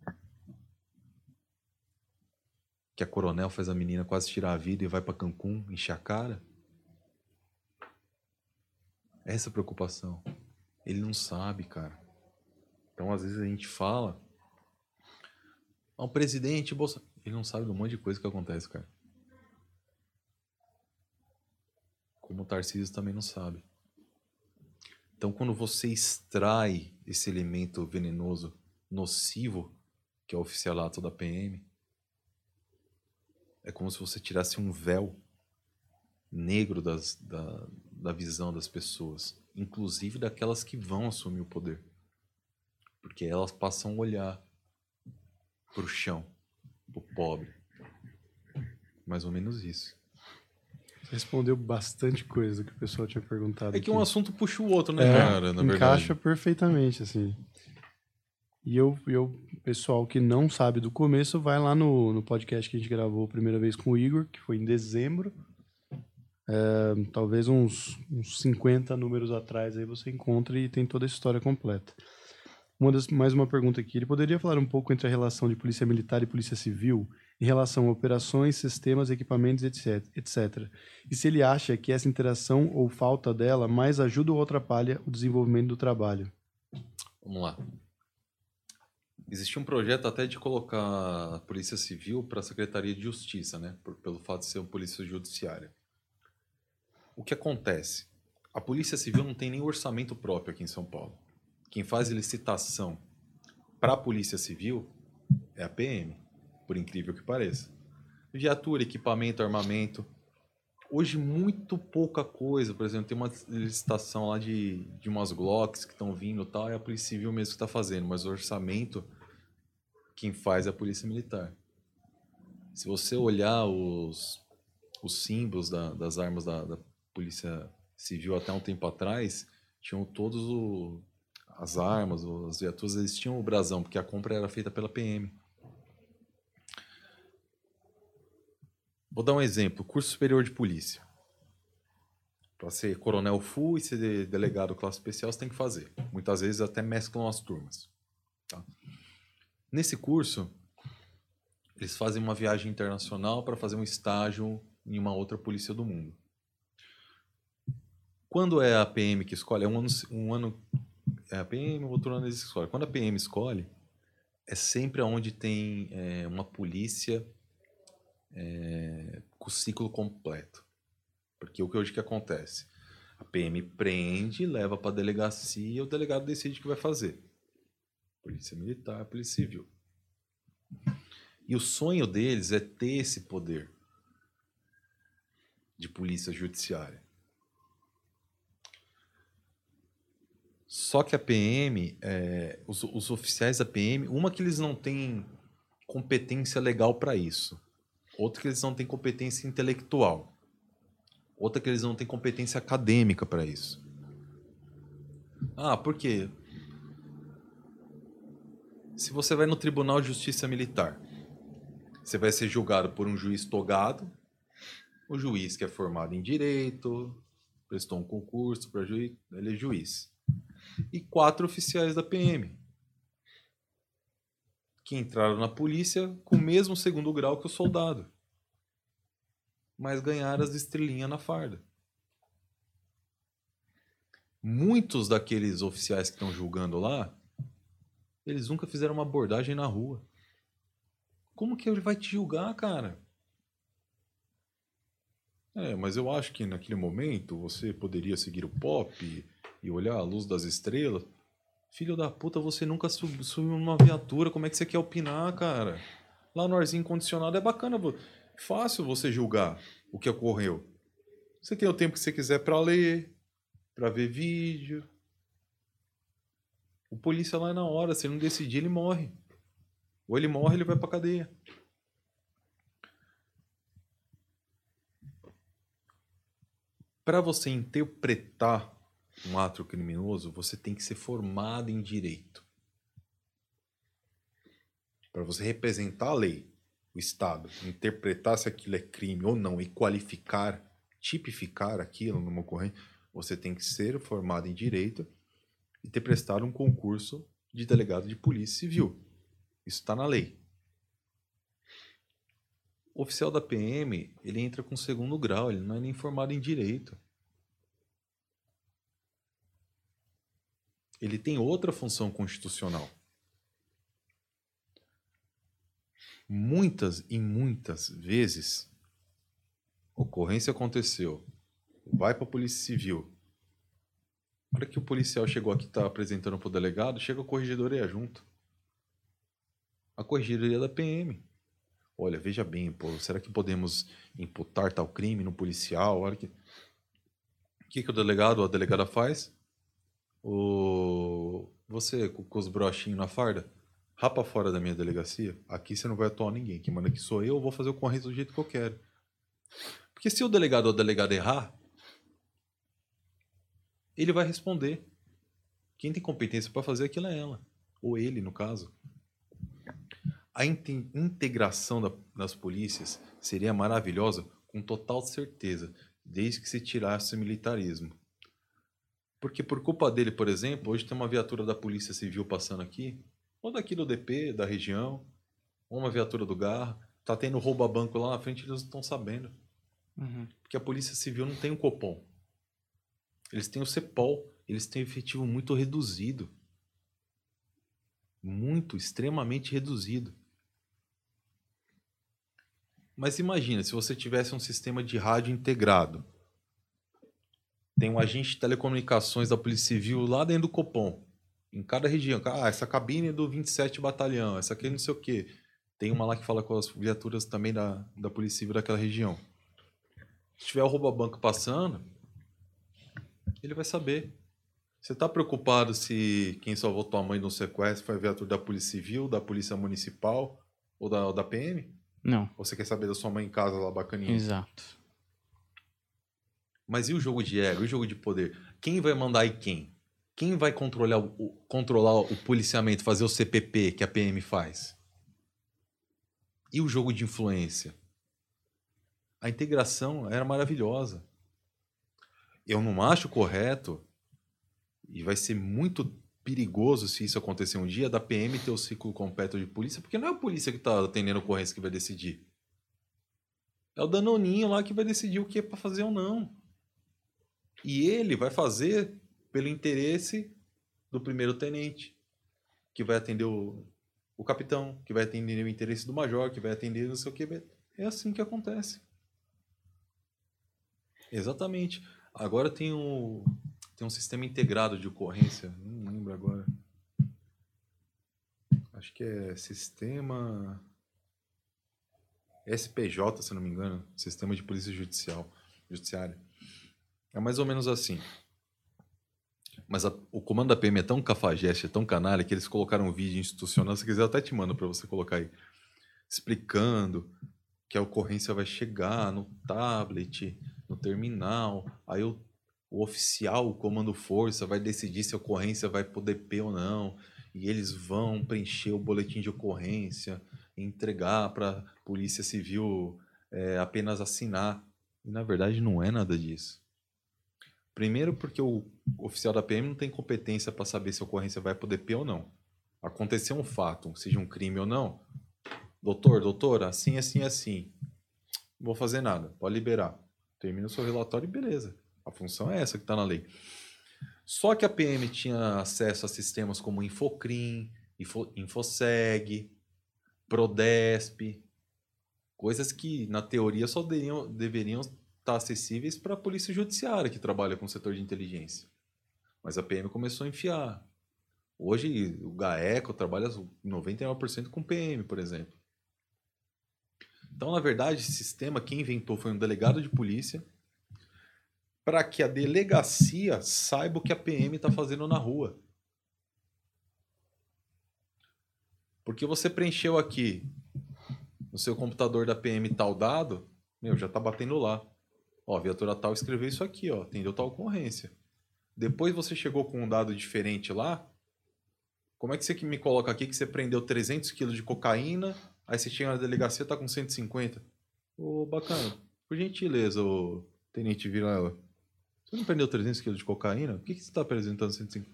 Que a coronel faz a menina quase tirar a vida e vai para Cancún encher a cara? Essa é a preocupação. Ele não sabe, cara. Então, às vezes a gente fala, o presidente Bolsonaro... Ele não sabe de um monte de coisa que acontece, cara. Como o Tarcísio também não sabe. Então, quando você extrai esse elemento venenoso, nocivo, que é o oficialato da PM, é como se você tirasse um véu negro da visão das pessoas, inclusive daquelas que vão assumir o poder. Porque elas passam a olhar pro chão, pro pobre. Mais ou menos isso. Você respondeu bastante coisa que o pessoal tinha perguntado. É que aqui. Um assunto puxa o outro, né, cara? Na encaixa verdade. Perfeitamente, assim. E pessoal que não sabe do começo, vai lá no podcast que a gente gravou a primeira vez com o Igor, que foi em dezembro. Talvez uns 50 números atrás aí você encontra e tem toda a história completa. Mais uma pergunta aqui. Ele poderia falar um pouco entre a relação de polícia militar e polícia civil em relação a operações, sistemas, equipamentos, etc. E se ele acha que essa interação ou falta dela mais ajuda ou atrapalha o desenvolvimento do trabalho? Vamos lá. Existe um projeto até de colocar a Polícia Civil para a Secretaria de Justiça, né? Pelo fato de ser uma polícia judiciária. O que acontece? A Polícia Civil não tem nem orçamento próprio aqui em São Paulo. Quem faz licitação para a Polícia Civil é a PM, por incrível que pareça. Viatura, equipamento, armamento. Hoje, muito pouca coisa. Por exemplo, tem uma licitação lá de umas Glocks que estão vindo e tal, é a Polícia Civil mesmo que está fazendo, mas o orçamento, quem faz é a Polícia Militar. Se você olhar os símbolos das armas Polícia Civil até um tempo atrás, tinham todos as armas, as viaturas, eles tinham o brasão, porque a compra era feita pela PM. Vou dar um exemplo, curso superior de polícia. Para ser coronel full e ser delegado classe especial, você tem que fazer. Muitas vezes até mesclam as turmas. Tá? Nesse curso, eles fazem uma viagem internacional para fazer um estágio em uma outra polícia do mundo. Quando é a PM que escolhe, um ano é a PM, outro ano eles escolhem. Quando a PM escolhe, é sempre onde tem uma polícia com o ciclo completo. Porque o que hoje que acontece? A PM prende, leva para a delegacia e o delegado decide o que vai fazer. Polícia Militar, Polícia Civil. E o sonho deles é ter esse poder de polícia judiciária. Só que a PM, os oficiais da PM, uma que eles não têm competência legal para isso. Outra que eles não têm competência intelectual. Outra que eles não têm competência acadêmica para isso. Ah, por quê? Se você vai no Tribunal de Justiça Militar, você vai ser julgado por um juiz togado, o juiz que é formado em Direito, prestou um concurso para juiz, ele é juiz. E 4 oficiais da PM, que entraram na polícia com o mesmo segundo grau que o soldado, mas ganharam as estrelinhas na farda. Muitos daqueles oficiais que estão julgando lá, eles nunca fizeram uma abordagem na rua. Como que ele vai te julgar, cara? Mas eu acho que naquele momento você poderia seguir o pop e olhar a luz das estrelas. Filho da puta, você nunca subiu numa viatura, como é que você quer opinar, cara? Lá no arzinho condicionado é bacana, fácil você julgar o que ocorreu. Você tem o tempo que você quiser para ler, para ver vídeo. O polícia lá é na hora, se ele não decidir, ele morre. Ou ele morre, ele vai pra cadeia. Para você interpretar um ato criminoso, você tem que ser formado em direito. Para você representar a lei, o Estado, interpretar se aquilo é crime ou não e qualificar, tipificar aquilo numa ocorrência, você tem que ser formado em direito e ter prestado um concurso de delegado de polícia civil. Isso está na lei. O oficial da PM, ele entra com segundo grau, ele não é nem formado em direito. Ele tem outra função constitucional. Muitas e muitas vezes, ocorrência aconteceu, vai para a Polícia Civil. Na hora que o policial chegou aqui e está apresentando para o delegado, chega a corregedoria junto. A corregedoria da PM. Olha, veja bem, pô, será que podemos imputar tal crime no policial? O que o delegado ou a delegada faz? Você com os brochinhos na farda, rapa fora da minha delegacia, aqui você não vai atuar ninguém, quem manda aqui sou eu vou fazer o ocorrência do jeito que eu quero. Porque se o delegado ou a delegada errar, ele vai responder. Quem tem competência para fazer aquilo é ela, ou ele no caso. A integração das polícias seria maravilhosa, com total certeza, desde que se tirasse o militarismo. Porque por culpa dele, por exemplo, hoje tem uma viatura da Polícia Civil passando aqui, ou daqui do DP, da região, ou uma viatura do GAR, tá tendo rouba-banco lá na frente, eles não estão sabendo. Uhum. Porque a Polícia Civil não tem o Copom. Eles têm o CEPOL, eles têm um efetivo muito reduzido. Muito, extremamente reduzido. Mas imagina, se você tivesse um sistema de rádio integrado. Tem um agente de telecomunicações da Polícia Civil lá dentro do Copom. Em cada região. Essa cabine é do 27 Batalhão, essa aqui não sei o quê. Tem uma lá que fala com as viaturas também da Polícia Civil daquela região. Se tiver o rouba-banco passando, ele vai saber. Você está preocupado se quem salvou tua mãe no sequestro foi a viatura da Polícia Civil, da Polícia Municipal ou da PM? Não. Ou você quer saber da sua mãe em casa lá bacaninha? Exato. Mas e o jogo de ego, e o jogo de poder? Quem vai mandar e quem? Quem vai controlar o policiamento, fazer o CPP que a PM faz? E o jogo de influência? A integração era maravilhosa. Eu não acho correto, e vai ser muito perigoso se isso acontecer um dia, da PM ter o ciclo completo de polícia, porque não é a polícia que está atendendo a ocorrência que vai decidir. É o Danoninho lá que vai decidir o que é para fazer ou não. E ele vai fazer pelo interesse do primeiro-tenente, que vai atender o capitão, que vai atender o interesse do major, que vai atender não sei o que. É assim que acontece. Exatamente. Agora tem um sistema integrado de ocorrência, não lembro agora. Acho que é sistema SPJ, se não me engano, Sistema de Polícia Judiciária. É mais ou menos assim. Mas o comando da PM é tão cafajeste, é tão canalha, que eles colocaram um vídeo institucional, se quiser eu até te mando para você colocar aí, explicando que a ocorrência vai chegar no tablet, no terminal, aí o oficial, o comando força, vai decidir se a ocorrência vai poder P ou não, e eles vão preencher o boletim de ocorrência e entregar para a Polícia Civil apenas assinar. E na verdade não é nada disso. Primeiro porque o oficial da PM não tem competência para saber se a ocorrência vai poder P ou não. Aconteceu um fato, seja um crime ou não, doutora, assim, assim, assim, não vou fazer nada, pode liberar. Termina o seu relatório e beleza. A função é essa que está na lei. Só que a PM tinha acesso a sistemas como Infocrim, Infoseg, Prodesp, coisas que, na teoria, só deveriam estar acessíveis para a Polícia Judiciária, que trabalha com o setor de inteligência. Mas a PM começou a enfiar. Hoje, o GAECO trabalha 99% com PM, por exemplo. Então, na verdade, esse sistema, quem inventou foi um delegado de polícia, para que a delegacia saiba o que a PM está fazendo na rua. Porque você preencheu aqui no seu computador da PM tal dado, já está batendo lá. Ó, a viatura tal escreveu isso aqui, ó, atendeu tal ocorrência. Depois você chegou com um dado diferente lá, como é que você me coloca aqui que você prendeu 300 quilos de cocaína, aí você chega na delegacia e tá com 150? Ô, bacana. Por gentileza, ô Tenente Vilela, você não prendeu 300 quilos de cocaína? Por que você está apresentando 150?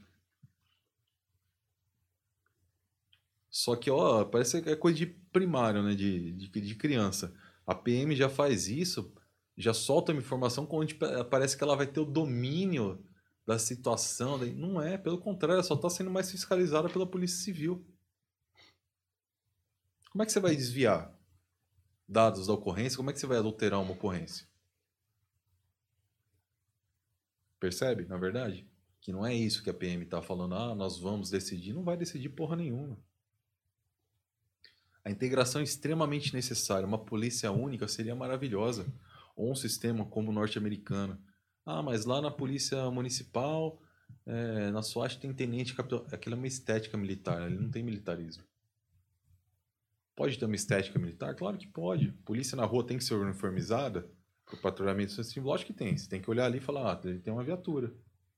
Só que, ó, parece que é coisa de primário, né? De criança. A PM já faz isso, já solta uma informação onde parece que ela vai ter o domínio da situação. Não é, pelo contrário, ela só está sendo mais fiscalizada pela Polícia Civil. Como é que você vai desviar dados da ocorrência? Como é que você vai adulterar uma ocorrência? Percebe, na verdade? Que não é isso que a PM está falando. Ah, nós vamos decidir. Não vai decidir porra nenhuma. A integração é extremamente necessária. Uma polícia única seria maravilhosa. Ou um sistema como o norte-americano. Ah, mas lá na polícia municipal, na SWAT tem tenente, capitão. Aquilo é uma estética militar, ele não tem militarismo. Pode ter uma estética militar? Claro que pode. Polícia na rua tem que ser uniformizada? O patrulhamento assim, lógico que tem. Você tem que olhar ali e falar, ele tem uma viatura.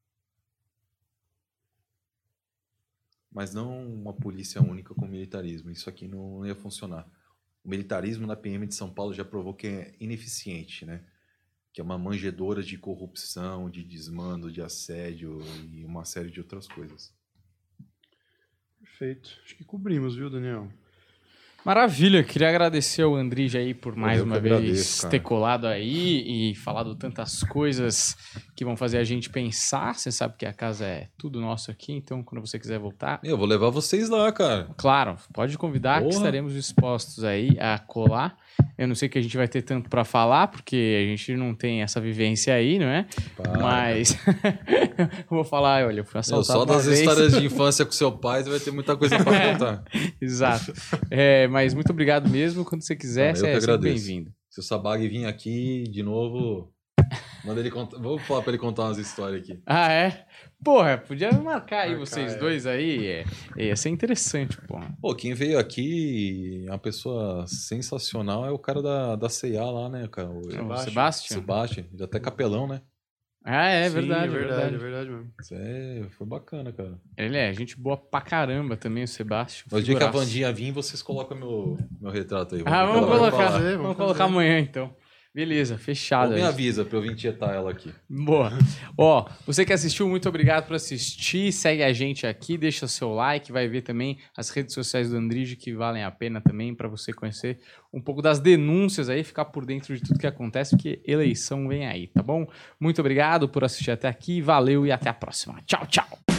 Mas não uma polícia única com militarismo. Isso aqui não ia funcionar. O militarismo na PM de São Paulo já provou que é ineficiente, né? Que é uma manjedoura de corrupção, de desmando, de assédio e uma série de outras coisas. Perfeito. Acho que cobrimos, viu, Daniel? Maravilha, queria agradecer ao Andrija aí por mais uma vez agradeço, ter colado aí e falado tantas coisas que vão fazer a gente pensar. Você sabe que a casa é tudo nosso aqui, então quando você quiser voltar... Eu vou levar vocês lá, cara. Claro, pode convidar. Porra. Que estaremos dispostos aí a colar. Eu não sei que a gente vai ter tanto para falar, porque a gente não tem essa vivência aí, não é? Mas vou falar, olha, eu fui assaltado só das histórias de infância com seu pai, você vai ter muita coisa para contar. Exato. Mas muito obrigado mesmo. Quando você quiser, você é sempre bem-vindo. Se o Sabag vir aqui de novo, manda ele contar. Vou falar para ele contar umas histórias aqui. Ah, é? Porra, podia marcar aí vocês dois aí. Ia ser interessante, porra. Pô, quem veio aqui, uma pessoa sensacional, é o cara da C&A lá, né, cara? O Sebastião. Já até capelão, né? É Sim, verdade, é verdade mesmo. Isso foi bacana, cara. Ele é gente boa pra caramba também, o Sebastião. No dia que a Figuraça. Vandinha vir, vocês colocam meu retrato aí. Vamos ver o que ela vai colocar. falar. Vamos colocar amanhã, então. Beleza, fechado. Ou me aí. avisa pra eu vir tietar ela aqui. Boa. Ó, você que assistiu, muito obrigado por assistir. Segue a gente aqui, deixa seu like, vai ver também as redes sociais do Andrige que valem a pena também para você conhecer um pouco das denúncias aí, ficar por dentro de tudo que acontece, porque eleição vem aí, tá bom? Muito obrigado por assistir até aqui, valeu e até a próxima. Tchau, tchau.